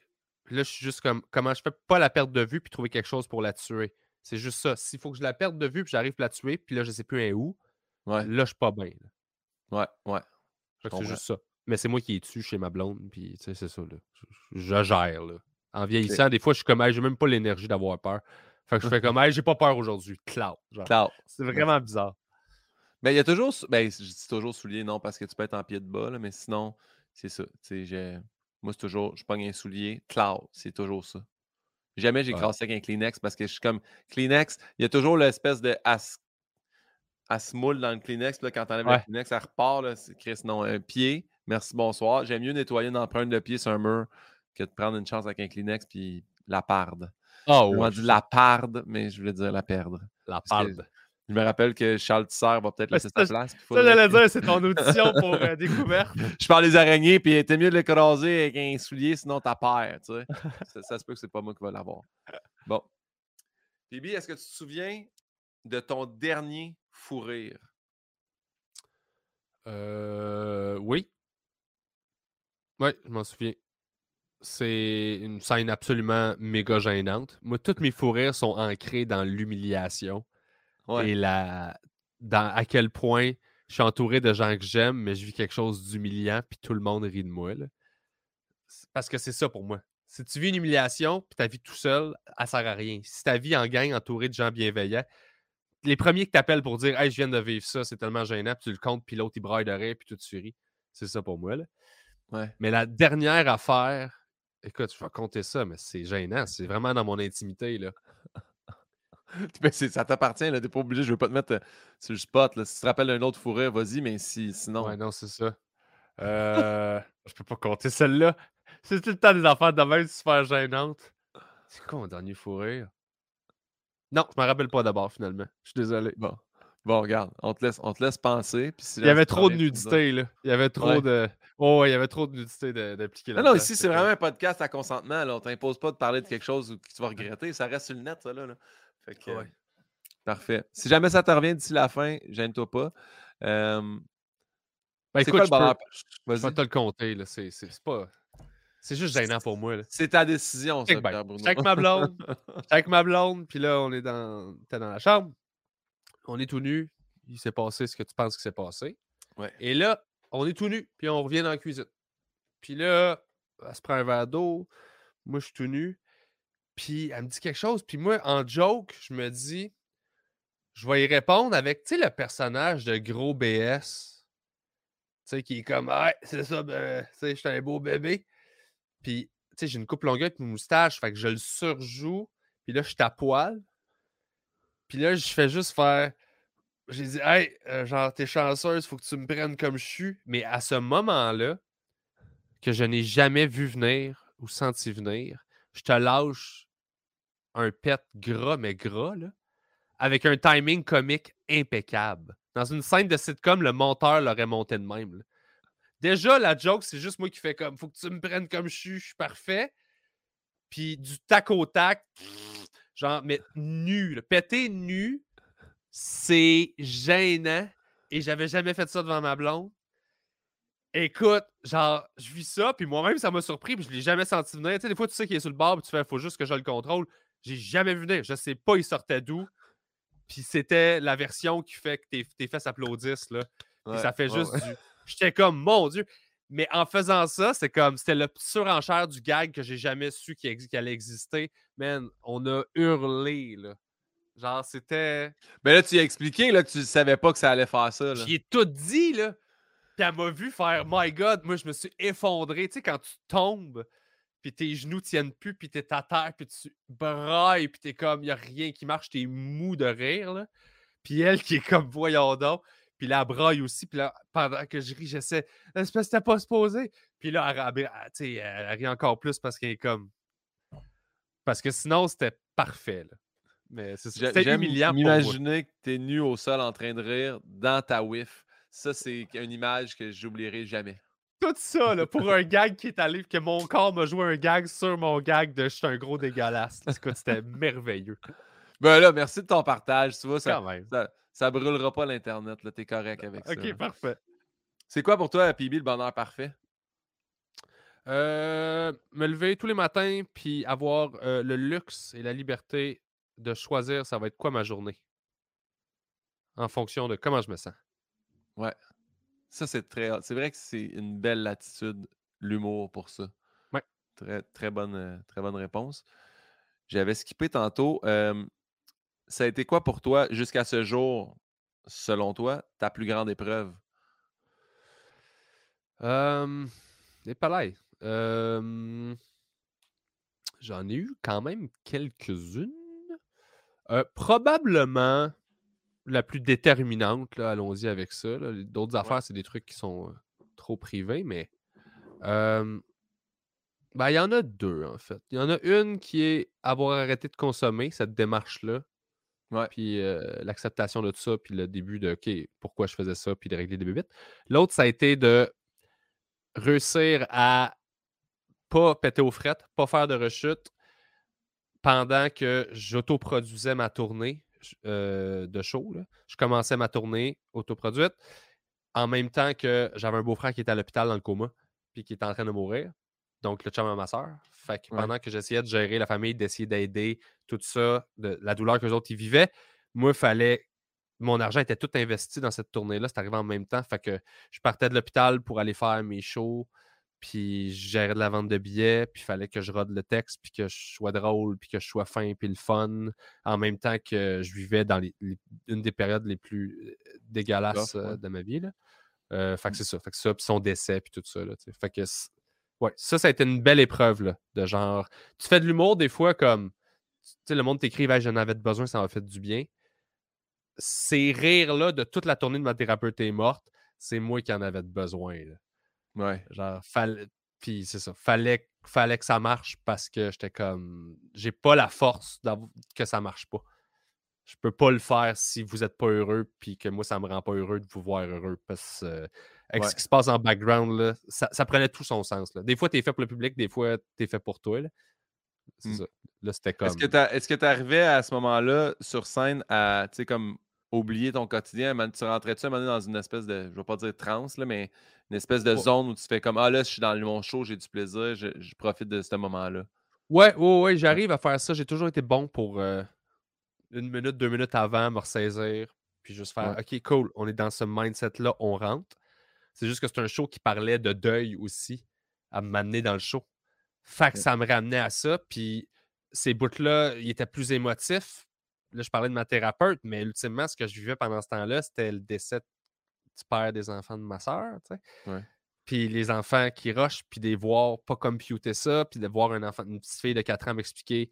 Là, je suis juste comme, comment je fais pas la perte de vue puis trouver quelque chose pour la tuer. C'est juste ça. S'il faut que je la perde de vue puis j'arrive à la tuer, puis là, je sais plus un où, Ouais, là, je suis pas bien. Là. ouais, ouais. Je Fait que c'est comprends. juste ça. Mais c'est moi qui ai dessus chez ma blonde, puis tu sais, c'est ça, là. Je, je gère, là. En OK. vieillissant, des fois, je suis comme, hey, j'ai même pas l'énergie d'avoir peur. Fait que je fais comme, hey, j'ai pas peur aujourd'hui. Cloud. Genre. Cloud. C'est Ben, vraiment bizarre. ben, il y a toujours. sou- Ben, je dis toujours soulier, non, parce que tu peux être en pied de bas, là, mais sinon, c'est ça. Tu sais, j'ai- moi, c'est toujours. Je pogne un soulier. Cloud. C'est toujours ça. Jamais j'ai Ouais. crassé avec un Kleenex parce que je suis comme. Kleenex, il y a toujours l'espèce de. Elle se elle se moule dans le Kleenex. Puis là, quand t'enlèves le Ouais. Kleenex, elle repart. Là, c'est- Chris, non, un pied. Merci, bonsoir. J'aime mieux nettoyer une empreinte de pied sur un mur que de prendre une chance avec un Kleenex puis la perdre. Ah J'ai ouais, dit je la perdre, mais je voulais dire la perdre. la Parce que parde. je me rappelle que Charles Tisser va peut-être Ouais, laisser sa ça, place. Puis ça, faudrait j'allais que... dire, c'est ton audition pour euh, découverte. Je parle des araignées, puis il était mieux de l'écraser avec un soulier, sinon t'as peur, tu sais. Ça, ça se peut que c'est pas moi qui va l'avoir. Bon. Bibi, est-ce que tu te souviens de ton dernier fou rire? Euh, oui. Oui, je m'en souviens. C'est une scène absolument méga gênante. Moi, tous mes fous rires sont ancrés dans l'humiliation Ouais. et la... dans à quel point je suis entouré de gens que j'aime, mais je vis quelque chose d'humiliant, puis tout le monde rit de moi. Là. Parce que c'est ça pour moi. Si tu vis une humiliation, puis ta vie tout seul, elle sert à rien. Si ta vie en gang, entourée de gens bienveillants, les premiers que t'appellent pour dire « Hey, je viens de vivre ça, c'est tellement gênant », puis tu le comptes, puis l'autre, il braille de rire, puis tout tu ris. C'est ça pour moi. Là. Ouais. Mais la dernière affaire, écoute, je vais compter ça, mais c'est gênant. C'est vraiment dans mon intimité. Là. Ben, c'est- ça t'appartient, là. T'es pas obligé, je veux pas te mettre euh, sur le spot. Là. Si tu te rappelles d'un autre fou rire, vas-y, mais si, sinon. Ouais, non, c'est ça. Euh, je peux pas compter celle-là. C'est tout le temps des affaires de même super gênantes. C'est quoi mon dernier fou rire? Non, je m'en rappelle pas d'abord, finalement. Je suis désolé. Bon. Bon, regarde, on te laisse, on te laisse penser. Puis si Il y jamais avait ça te trop de revient, tu me dis. nudité, là. Il y avait trop Ouais. de... Oh, ouais, il y avait trop de nudité de- d'impliquer Non, non, là-dedans. ici, Fait c'est que... vraiment un podcast à consentement. Là. On t'impose pas de parler de quelque chose que tu vas regretter. Ça reste sur le net, ça, là. là. Fait que, euh, Ouais. parfait. Si jamais ça te revient d'ici la fin, gêne-toi pas. Euh, Ben c'est quoi écoute, le je peux... bonheur? Je vais Vas-y. te le compter, là. C'est c'est- c'est pas... C'est juste gênant pour moi, là. C'est ta décision, ça, Check bien. Pierre J'étais Bruno. avec ma blonde. J'étais avec ma blonde, puis là, on est dans... T'es dans la chambre. On est tout nus. Il s'est passé ce que tu penses qu'il s'est passé. Ouais. Et là, on est tout nus, puis on revient dans la cuisine. Puis là, elle se prend un verre d'eau. Moi, je suis tout nu. Puis elle me dit quelque chose. Puis moi, en joke, je me dis, je vais y répondre avec, tu sais, le personnage de Gros B S. Tu sais, qui est comme, ouais, c'est ça, ben, tu sais, je suis un beau bébé. Puis, tu sais, j'ai une coupe longueur avec mon moustache, fait que je le surjoue. Puis là, je suis à poil. Puis là, je fais juste faire. J'ai dit, hey, euh, genre, t'es chanceuse, faut que tu me prennes comme je suis. Mais à ce moment-là, que je n'ai jamais vu venir ou senti venir, je te lâche un pet gras, mais gras, là, avec un timing comique impeccable. Dans une scène de sitcom, le monteur l'aurait monté de même. Là. Déjà, la joke, c'est juste moi qui fais comme, faut que tu me prennes comme je suis, je suis parfait. Puis du tac au tac, genre, mais nu, là, pété nu, c'est gênant. Et j'avais jamais fait ça devant ma blonde. Écoute, genre, je vis ça, puis moi-même, ça m'a surpris, puis je l'ai jamais senti venir. Tu sais, des fois, tu sais qu'il est sur le bord, puis tu fais, faut juste que je le contrôle. J'ai jamais vu venir. Je sais pas, il sortait d'où. Puis c'était la version qui fait que tes, tes fesses applaudissent, là. Puis Ouais, ça fait ouais, juste ouais. du... J'étais comme, mon Dieu. Mais en faisant ça, c'est comme, c'était la surenchère du gag que j'ai jamais su qu'il ex- qu'il allait exister. Man, on a hurlé, là. Genre, c'était... Mais là, tu as expliqué là, que tu savais pas que ça allait faire ça. Là. J'y ai tout dit, là. Puis elle m'a vu faire, my God, moi, je me suis effondré. Tu sais, quand tu tombes, puis tes genoux tiennent plus, puis t'es à terre, puis tu brailles, puis t'es comme, il n'y a rien qui marche, t'es mou de rire, là. Puis elle qui est comme, voyons donc. Puis là, elle braille aussi. Puis là, pendant que je ris, j'essaie, c'est parce que c'était pas supposé. Puis là, elle, elle, elle, tu sais, elle rit encore plus parce qu'elle est comme... Parce que sinon, c'était parfait, là. Mais c'est ça. J'ai- C'était J'aime humiliant pour moi. m'imaginer que tu es nu au sol en train de rire dans ta whiff. Ça, c'est une image que j'oublierai jamais. Tout ça, là, pour un gag qui est allé, que mon corps m'a joué un gag sur mon gag de je suis un gros dégueulasse. Écoute, c'était merveilleux. Ben là, merci de ton partage. Tu vois, ça, Quand même. ça, ça brûlera pas l'Internet. Là, t'es correct avec ça. Ok, là. parfait. C'est quoi pour toi, P B, le bonheur parfait? Euh, me lever tous les matins puis avoir euh, le luxe et la liberté de choisir ça va être quoi ma journée en fonction de comment je me sens. Ouais. Ça, c'est très hot. C'est vrai que c'est une belle latitude, l'humour pour ça. Ouais. Très, très bonne, euh, très bonne réponse. J'avais skippé tantôt. euh, ça a été quoi pour toi, jusqu'à ce jour, selon toi, ta plus grande épreuve? Euh, les palais. Euh, j'en ai eu quand même quelques-unes. Euh, probablement la plus déterminante, là, allons-y avec ça. Là. D'autres Ouais. affaires, c'est des trucs qui sont euh, trop privés, mais euh, ben, il y en a deux, en fait. Il y en a une qui est avoir arrêté de consommer, cette démarche-là, Ouais. puis euh, l'acceptation de tout ça, puis le début de OK, pourquoi je faisais ça, puis de régler des bébites. L'autre, ça a été de réussir à pas péter aux frettes, pas faire de rechute pendant que j'autoproduisais ma tournée euh, de show. Là. Je commençais ma tournée autoproduite en même temps que j'avais un beau-frère qui était à l'hôpital dans le coma puis qui était en train de mourir. Donc, le chum à ma soeur. Fait que Ouais. pendant que j'essayais de gérer la famille, d'essayer d'aider, tout ça, de la douleur que les autres y vivaient, moi, il fallait. Mon argent était tout investi dans cette tournée-là. C'est arrivé en même temps. Fait que je partais de l'hôpital pour aller faire mes shows. Puis je gérais de la vente de billets, puis il fallait que je rode le texte, puis que je sois drôle, puis que je sois fin, puis le fun, en même temps que je vivais dans les, les- une des périodes les plus euh, dégueulasses Tough, ouais. euh, de ma vie. Là. Euh, fait que Mm. c'est ça. Fait que ça, puis son décès, puis tout ça. Là, tu sais. Fait que c'est- ouais, ça, ça a été une belle épreuve là, de genre. Tu fais de l'humour des fois comme. Tu sais, le monde t'écrit, hey, j'en avais besoin, ça m'a fait du bien. Ces rires-là de toute la tournée de ma thérapeute est morte, c'est moi qui en avais besoin. Là. Ouais. Genre, fallait. Puis c'est ça. Fallait, fallait que ça marche parce que j'étais comme. J'ai pas la force que ça marche pas. Je peux pas le faire si vous êtes pas heureux, puis que moi, ça me rend pas heureux de vous voir heureux. Parce que euh, avec Ouais. ce qui se passe en background, là, ça, ça prenait tout son sens. Là. Des fois, t'es fait pour le public, des fois, t'es fait pour toi. Là. C'est Mm. ça. Là, c'était Est-ce que comme. tu est-ce que tu arrivais à ce moment-là, sur scène, à, tu sais, comme oublier ton quotidien? Man, tu rentrais-tu à un moment donné dans une espèce de, je vais pas dire transe, là, mais une espèce de Ouais, zone où tu fais comme, ah là, je suis dans mon show, j'ai du plaisir, je, je profite de ce moment-là. ouais, ouais, ouais, Ouais. j'arrive à faire ça. J'ai toujours été bon pour euh, une minute, deux minutes avant me ressaisir, puis juste faire Ouais. OK, cool, on est dans ce mindset-là, on rentre. C'est juste que c'est un show qui parlait de deuil aussi, à m'amener dans le show. Fait que Ouais. ça me ramenait à ça, puis ces bouts-là, ils étaient plus émotifs. Là, je parlais de ma thérapeute, mais ultimement, ce que je vivais pendant ce temps-là, c'était le décès du père des enfants de ma sœur, tu sais. Ouais. Puis les enfants qui rushent, puis de les voir pas computer ça, puis de voir un enfant, une petite fille de quatre ans m'expliquer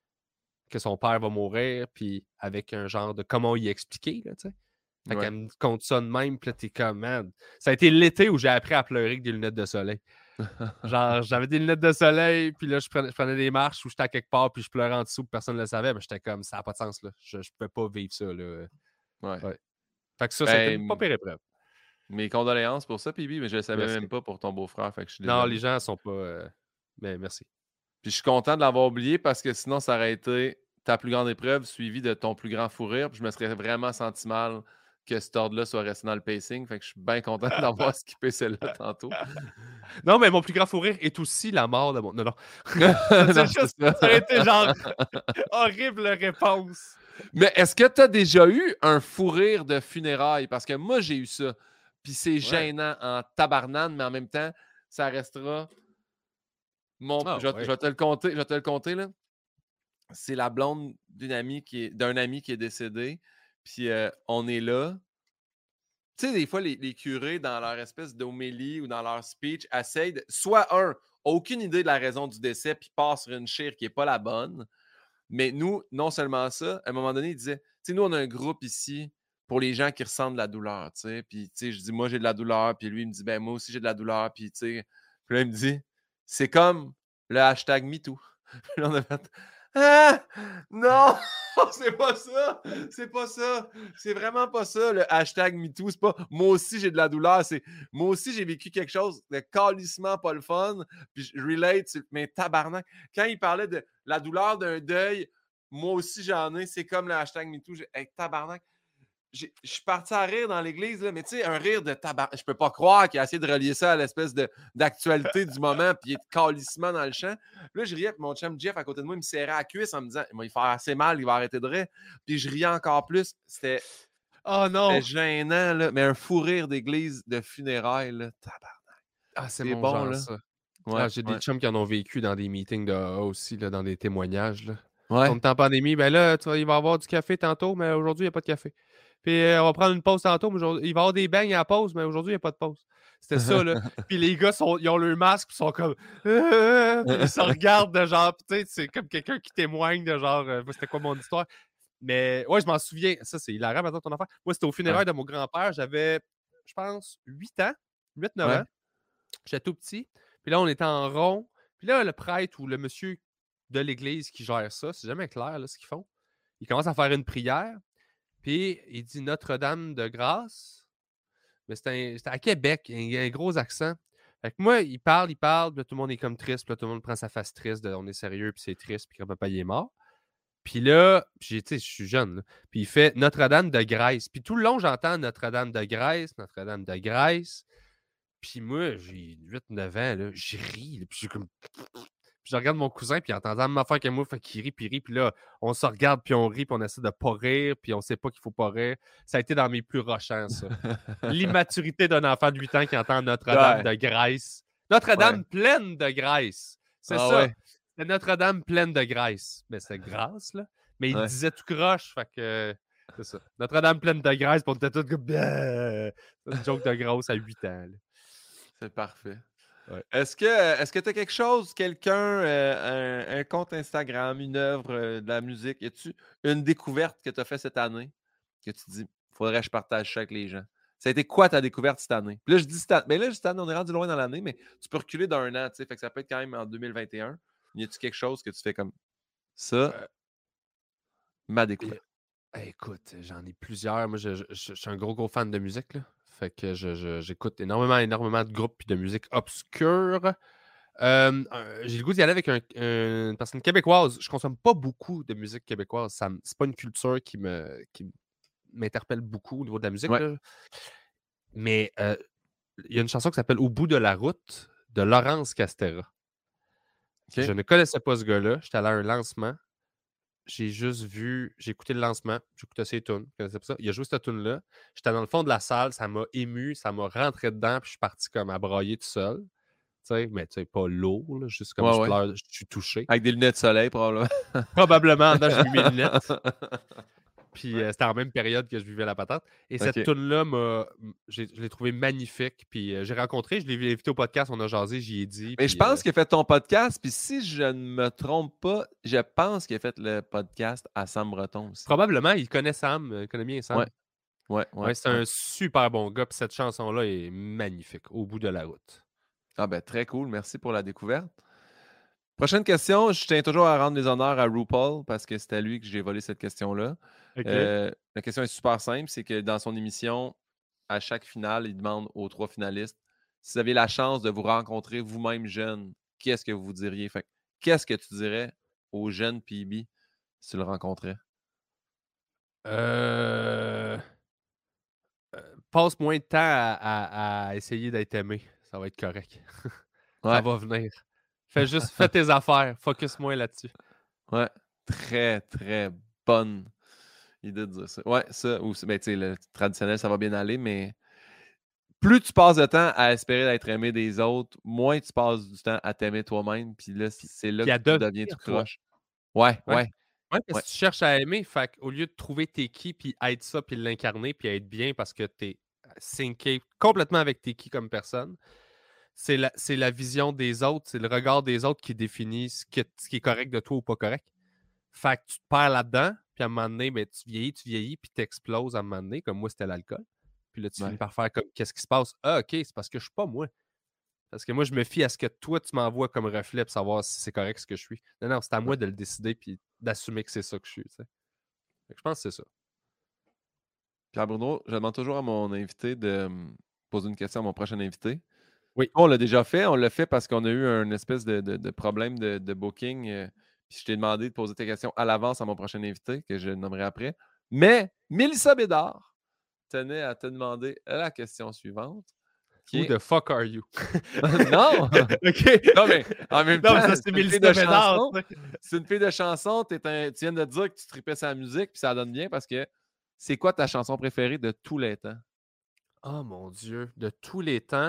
que son père va mourir, puis avec un genre de comment y expliquer, là, tu sais. Fait Ouais. qu'elle me compte ça de même, puis là, t'es comme, man. Ça a été l'été où j'ai appris à pleurer avec des lunettes de soleil. Genre, j'avais des lunettes de soleil, puis là, je prenais, je prenais des marches où j'étais à quelque part, puis je pleurais en dessous, puis personne ne le savait. Mais j'étais comme, ça n'a pas de sens, là. Je ne peux pas vivre ça, là. Ouais. Ouais. Fait que ça, ça a été une pas Ben, pire épreuve. mes condoléances pour ça, Pibi, mais je le savais même Merci. pas pour ton beau-frère, fait que je suis Non, les désolé. gens sont pas. euh, Mais merci. Puis je suis content de l'avoir oublié parce que sinon, ça aurait été ta plus grande épreuve suivie de ton plus grand fou rire. Puis je me serais vraiment senti mal que cet ordre-là soit resté dans le pacing. Fait que je suis bien content d'avoir skippé celle-là tantôt. Non, mais mon plus grand fou rire est aussi la mort de mon. Non, non. C'est Non, c'est juste, ça. ça aurait été genre horrible réponse. Mais est-ce que tu as déjà eu un fou rire de funérailles? Parce que moi, j'ai eu ça. Puis c'est Ouais. gênant en tabarnane, mais en même temps, ça restera mon. Ah, Je, vais- je ouais. vais te le compter, je vais te le compter, là. C'est la blonde d'une amie qui est d'un ami qui est décédé. Puis euh, on est là. Tu sais, des fois, les, les curés, dans leur espèce d'homélie ou dans leur speech, essayent de. Soit un, aucune idée de la raison du décès, puis passent sur une chire qui n'est pas la bonne. Mais nous, non seulement ça, à un moment donné, il disait, tu sais, nous, on a un groupe ici pour les gens qui ressentent de la douleur, tu sais. Puis, tu sais, je dis, moi, j'ai de la douleur. Puis lui, il me dit, ben, moi aussi, j'ai de la douleur. Puis, tu sais, puis là, il me dit, c'est comme le hashtag MeToo. Puis là, on a fait, ah, non, c'est pas ça. C'est pas ça. C'est vraiment pas ça, le hashtag MeToo. C'est pas, moi aussi, j'ai de la douleur. C'est, moi aussi, j'ai vécu quelque chose de calissement pas le fun. Puis je relate, mais tabarnak. Quand il parlait de la douleur d'un deuil, moi aussi j'en ai, c'est comme le hashtag MeToo. Hey, tabarnak. j'ai- je suis parti à rire dans l'église, là, mais tu sais, un rire de tabac. Je peux pas croire qu'il a essayé de relier ça à l'espèce de, d'actualité du moment, puis il est calissement dans le champ. Là, je riais, puis mon chum Jeff à côté de moi, il me serrait à la cuisse en me disant il va y faire assez mal, il va arrêter de rire. Puis je riais encore plus. C'était, Oh c'était non! gênant, là, mais un fou rire d'église de funérailles, là. Tabarnak. Ah, c'est C'est mon bon, genre, là. ça. Ouais, Ah, j'ai des ouais. chums qui en ont vécu dans des meetings de A A aussi, là, dans des témoignages. Là. On Ouais. est en pandémie, ben là, tu vois, il va y avoir du café tantôt, mais aujourd'hui, il n'y a pas de café. Puis euh, on va prendre une pause tantôt, mais aujourd'hui, il va y avoir des beignes à la pause, mais aujourd'hui, il n'y a pas de pause. C'était ça, là. Puis les gars, sont, ils ont le masque, puis ils sont comme. Euh, puis ils se regardent de genre, puis tu sais, c'est comme quelqu'un qui témoigne de genre, euh, c'était quoi mon histoire. Mais ouais, je m'en souviens. Ça, c'est hilarant maintenant ton affaire. Moi, c'était au Ouais. funéraire de mon grand-père. J'avais, je pense, huit ans, huit neuf Ouais. ans. J'étais tout petit. Puis là, on était en rond. Puis là, le prêtre ou le monsieur de l'église qui gère ça, c'est jamais clair là, ce qu'ils font. Il commence à faire une prière. Puis il dit Notre-Dame de grâce. Mais c'était à Québec. Il y a un gros accent. Fait que moi, il parle, il parle. Puis là, tout le monde est comme triste. Puis là, tout le monde prend sa face triste. De, on est sérieux. Puis c'est triste. Puis que papa, il est mort. Puis là, je suis jeune. Là. Puis il fait Notre-Dame de Grèce. Puis tout le long, j'entends Notre-Dame de Grèce, Notre-Dame de Grèce. Puis moi, j'ai huit neuf ans, là, je ris. Là, puis je comme. Puis je regarde mon cousin, puis il entend la même affaire que moi, fait qu'il rit, puis il rit. Puis là, on se regarde, puis on rit, puis on essaie de pas rire, puis on sait pas qu'il faut pas rire. Ça a été dans mes plus rochants, ça. L'immaturité d'un enfant de huit ans qui entend Notre-Dame Ouais. de Grèce. Notre-Dame Ouais. pleine de Grèce. C'est Ah ça. ouais. C'est Notre-Dame pleine de Grèce. Mais c'est grâce, là. Mais il Ouais. disait tout croche, fait que. C'est ça. Notre-Dame pleine de Grèce, puis on était tous comme. C'est une joke de grosse à huit ans, là. C'est parfait. Ouais. Est-ce que est-ce que tu as quelque chose, quelqu'un, euh, un, un compte Instagram, une œuvre, euh, de la musique? Y a-tu une découverte que tu as fait cette année que tu dis, faudrait que je partage ça avec les gens? Ça a été quoi ta découverte cette année? Puis là, je dis cette année, mais là, cette année, on est rendu loin dans l'année, mais tu peux reculer d'un an, tu sais, fait que ça peut être quand même en deux mille vingt et un. Y a-tu quelque chose que tu fais comme ça, Euh, ma et- découverte? eh, écoute, j'en ai plusieurs. Moi, je, je- je- je suis un gros, gros fan de musique, là. Fait que je- je- j'écoute énormément, énormément de groupes et de musique obscure. Euh, euh, j'ai le goût d'y aller avec un- un- une personne québécoise. Je consomme pas beaucoup de musique québécoise. Ça m- c'est pas une culture qui me qui m'interpelle beaucoup au niveau de la musique, Ouais. là. Mais euh, il y a une chanson qui s'appelle Au bout de la route de Laurence Castera. Je OK. ne connaissais pas ce gars-là. J'étais allé à un lancement. J'ai juste vu, j'ai écouté le lancement, j'ai écouté ses tunes, je connaissais pas ça. Il a joué cette tune-là. J'étais dans le fond de la salle, ça m'a ému, ça m'a rentré dedans, puis je suis parti comme à brailler tout seul. Tu sais, mais tu sais, pas lourd, là, juste comme Ouais, je ouais. pleure, je suis touché. Avec des lunettes de soleil, probablement. Probablement, en dedans, j'ai mis mes lunettes. Puis euh, c'était en même période que je vivais la patente. Et cette OK. tune-là, m'a, j'ai- je l'ai trouvée magnifique. Puis euh, j'ai rencontré, je l'ai invité au podcast, on a jasé, j'y ai dit. Mais je Puis euh, pense qu'il a fait ton podcast, puis si je ne me trompe pas, je pense qu'il a fait le podcast à Sam Breton aussi. probablement, il connaît Sam, euh, il connaît bien Ouais, Sam. ouais, ouais, Ouais, c'est ouais. un super bon gars. Puis cette chanson-là est magnifique, Au bout de la route. Ah ben très cool, merci pour la découverte. Prochaine question, je tiens toujours à rendre les honneurs à RuPaul parce que c'est à lui que j'ai volé cette question-là. OK. Euh, la question est super simple, c'est que dans son émission, à chaque finale, il demande aux trois finalistes si vous avez la chance de vous rencontrer vous-même jeune, qu'est-ce que vous diriez? Fait que, qu'est-ce que tu dirais au jeune P B si tu le rencontrais? Euh... euh, Passe moins de temps à, à- à essayer d'être aimé. Ça va être correct. Ça Ouais, va venir. Fais juste, fais tes affaires. Focus moins là-dessus. ouais. Très, très bonne idée de dire ça. Ouais, ça, ou ben, tu sais, le traditionnel, ça va bien aller, mais plus tu passes de temps à espérer d'être aimé des autres, moins tu passes du temps à t'aimer toi-même. Puis là, Puis, c'est là puis que à tout devient tout devenir toi. croche. Ouais, Ouais. ouais, Ouais, parce ouais, que tu cherches à aimer. Fait au lieu de trouver t'es qui, puis être ça, puis l'incarner, puis être bien parce que t'es syncé complètement avec t'es qui comme personne, c'est la, c'est la vision des autres, c'est le regard des autres qui définit ce, que- ce qui est correct de toi ou pas correct. Fait que tu te perds là-dedans, puis à un moment donné, ben, tu vieillis, tu vieillis, puis t'exploses à un moment donné, comme moi, c'était l'alcool. Puis là, tu finis ouais. par faire comme qu'est-ce qui se passe? Ah, ok, c'est parce que je suis pas moi. Parce que moi, je me fie à ce que toi, tu m'envoies comme reflet pour savoir si c'est correct ce que je suis. Non, non, c'est à Ouais. moi de le décider puis d'assumer que c'est ça que je suis. Tu sais. Fait que je pense que c'est ça. Pierre Bruno, je demande toujours à mon invité de me poser une question à mon prochain invité. Oui. On l'a déjà fait. On l'a fait parce qu'on a eu un espèce de, de- de problème de, de booking. euh, puis je t'ai demandé de poser tes questions à l'avance à mon prochain invité, que je nommerai après. Mais Mélissa Bédard tenais à te demander la question suivante. Who Est... the fuck are you? Non! OK. Non, mais en même non, temps, ça, c'est, c'est une fille de chanson. Médard, C'est une fille de chanson. T'es un... Tu viens de dire que tu tripais sa musique, puis ça donne bien parce que c'est quoi ta chanson préférée de tous les temps? Oh mon Dieu, de tous les temps.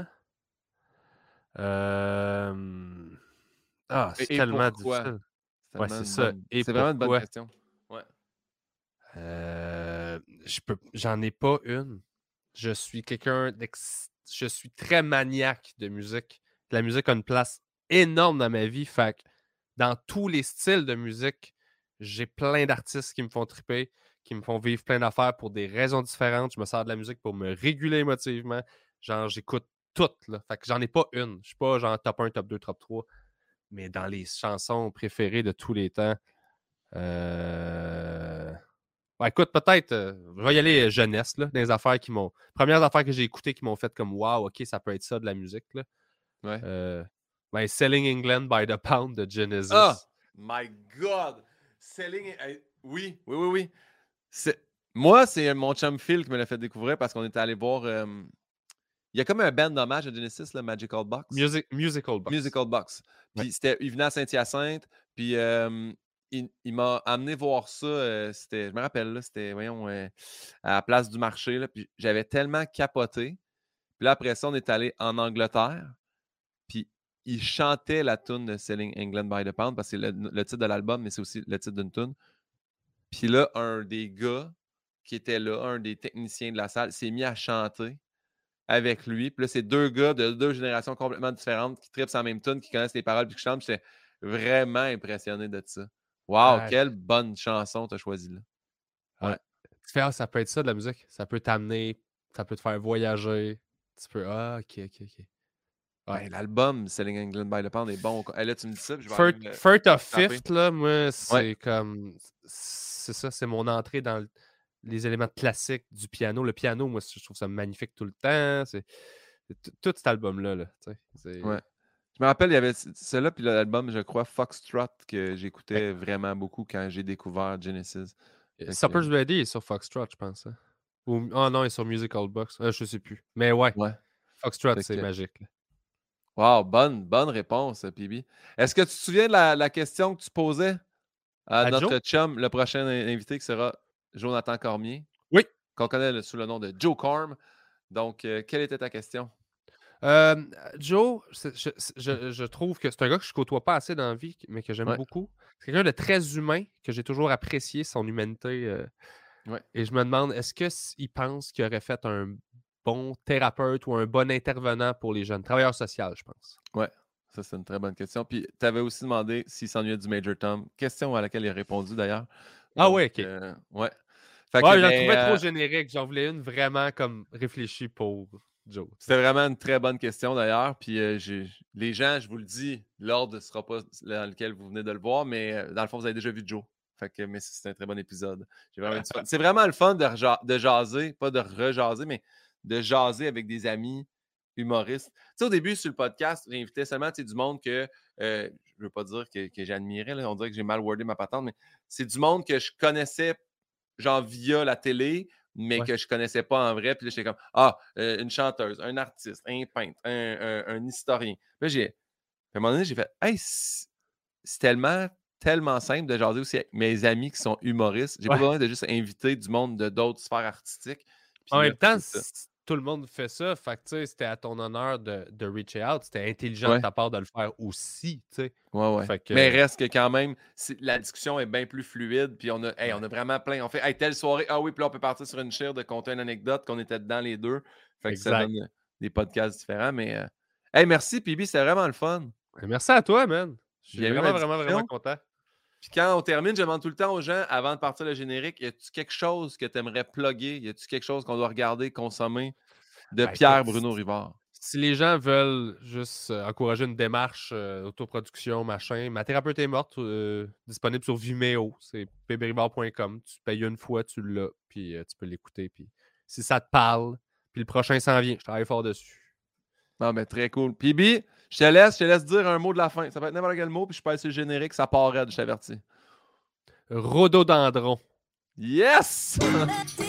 Euh... Ah, c'est Et, et tellement pourquoi? difficile. C'est, Ouais, c'est ça. bonne... Et c'est vraiment une bonne pourquoi? question. Ouais. Euh... Je peux... J'en ai pas une. Je suis quelqu'un d'ex... Je suis très maniaque de musique. La musique a une place énorme dans ma vie. Fait que dans tous les styles de musique, j'ai plein d'artistes qui me font triper, qui me font vivre plein d'affaires pour des raisons différentes. Je me sers de la musique pour me réguler émotivement. Genre, j'écoute toutes. Là. Fait que j'en ai pas une. Je suis pas genre top un, top deux, top trois. Mais dans les chansons préférées de tous les temps, euh... ouais, écoute, peut-être, euh, je vais y aller jeunesse, là, des affaires qui m'ont... Premières affaires que j'ai écoutées qui m'ont fait comme « Wow, OK, ça peut être ça de la musique. » là. Ouais. Euh, ben, Selling England by the Pound de Genesis. Ah! My God! Selling... Oui, oui, oui, oui. C'est... Moi, c'est mon chum Phil qui me l'a fait découvrir parce qu'on était allé voir... Euh... Il y a comme un band d'hommage à Genesis, le Magical Box. Music, musical Box. Musical Box. Puis ouais. c'était, il venait à Saint-Hyacinthe, puis euh, il, il m'a amené voir ça. Euh, c'était, je me rappelle, là, c'était, voyons, euh, à la place du marché. Là, puis j'avais tellement capoté. Puis là, après ça, on est allé en Angleterre. Puis il chantait la tune de Selling England by the Pound parce que c'est le, le titre de l'album, mais c'est aussi le titre d'une tune. Puis là, un des gars qui était là, un des techniciens de la salle, s'est mis à chanter avec lui. Puis là, c'est deux gars de deux générations complètement différentes qui trippent sur la même tune, qui connaissent les paroles puis qui chantent. J'étais vraiment impressionné de ça. Wow, Ouais. quelle bonne chanson tu as choisie là. Ouais. ouais. Tu fais, ah, ça peut être ça de la musique. Ça peut t'amener, ça peut te faire voyager. Tu peux, ah, ok, ok, ok. Ouais. Ben, l'album Selling England by the Pound est bon. Hey, là, tu me dis ça, puis je vais First, aller me... First of Fifth, là, moi, c'est ouais. comme... C'est ça, c'est mon entrée dans le... les éléments classiques du piano. Le piano, moi, je trouve ça magnifique tout le temps. C'est tout cet album-là. Là, c'est... Ouais. Je me rappelle, il y avait celui-là, puis l'album, je crois, Foxtrot, que j'écoutais ouais. vraiment beaucoup quand j'ai découvert Genesis. Supper's Ready est sur Foxtrot, je pense. Hein. Ou... Oh non, il est sur Musical Box. Euh, je sais plus. Mais ouais, ouais. Foxtrot, c'est que... magique. Là. Wow, bonne, bonne réponse, P B. Est-ce que tu te souviens de la, la question que tu posais à, à notre Joe? Chum, le prochain invité qui sera Jonathan Cormier? Oui. Qu'on connaît le, sous le nom de Joe Corm. Donc, euh, quelle était ta question? Euh, Joe, je, je, je trouve que c'est un gars que je ne côtoie pas assez dans la vie, mais que j'aime ouais. beaucoup. C'est quelqu'un de très humain, que j'ai toujours apprécié son humanité. Euh, ouais. Et je me demande, est-ce qu'il pense qu'il aurait fait un bon thérapeute ou un bon intervenant pour les jeunes? Travailleur social, je pense. Ouais, ça c'est une très bonne question. Puis, tu avais aussi demandé s'il s'ennuyait du Major Tom. Question à laquelle il a répondu d'ailleurs. Ah Donc, ouais, ok. Euh, ouais. Fait ouais, que, j'en ben, trouvais euh... trop générique. J'en voulais une vraiment comme réfléchie pour Joe. C'était vraiment une très bonne question d'ailleurs. Puis euh, j'ai... les gens, je vous le dis, l'ordre ne sera pas dans lequel vous venez de le voir, mais euh, dans le fond, vous avez déjà vu Joe. Fait que, mais c'est un très bon épisode. J'ai vraiment du fun. C'est vraiment le fun de, reja- de jaser, pas de rejaser, mais de jaser avec des amis humoristes. Tu sais, au début, sur le podcast, j'invitais seulement du monde que, euh, je ne veux pas dire que, que j'admirais, là, on dirait que j'ai mal wordé ma patente, mais c'est du monde que je connaissais genre via la télé, mais ouais. que je ne connaissais pas en vrai. Puis là, j'étais comme, ah, euh, une chanteuse, un artiste, un peintre, un, un, un historien. Là, j'ai, à un moment donné, j'ai fait, hey, c'est, c'est tellement, tellement simple de jaser aussi avec mes amis qui sont humoristes. J'ai ouais. pas besoin de juste inviter du monde de d'autres sphères artistiques. Puis en là, même temps, tout le monde fait ça. Fait que, tu sais, c'était à ton honneur de, de reach out. C'était intelligent ouais. de ta part de le faire aussi, tu sais. Ouais, ouais. Fait que... Mais reste que quand même, la discussion est bien plus fluide. Puis on a, hey, on a vraiment plein. On fait, hey, telle soirée, ah oui, puis là, on peut partir sur une chire de conter une anecdote qu'on était dedans les deux. Fait que exact. Ça donne des podcasts différents. Mais, euh... hey, merci, P B, c'était vraiment le fun. Merci à toi, man. Je suis vraiment, vraiment, vraiment content. Puis quand on termine, je demande tout le temps aux gens, avant de partir le générique, y a-tu quelque chose que tu aimerais plugger? Y a-tu quelque chose qu'on doit regarder, consommer de ben, Pierre écoute, Bruno Rivard? Si les gens veulent juste euh, encourager une démarche euh, autoproduction, machin, ma thérapeute est morte, euh, disponible sur Vimeo. C'est p b rivard point com. Tu payes une fois, tu l'as, puis euh, tu peux l'écouter. Puis si ça te parle, puis le prochain s'en vient, je travaille fort dessus. Non, mais très cool. P B, je te laisse, je te laisse dire un mot de la fin. Ça peut être n'importe quel mot, puis je passe sur le générique, ça part raide, je t'avertis. Rhododendron. Yes!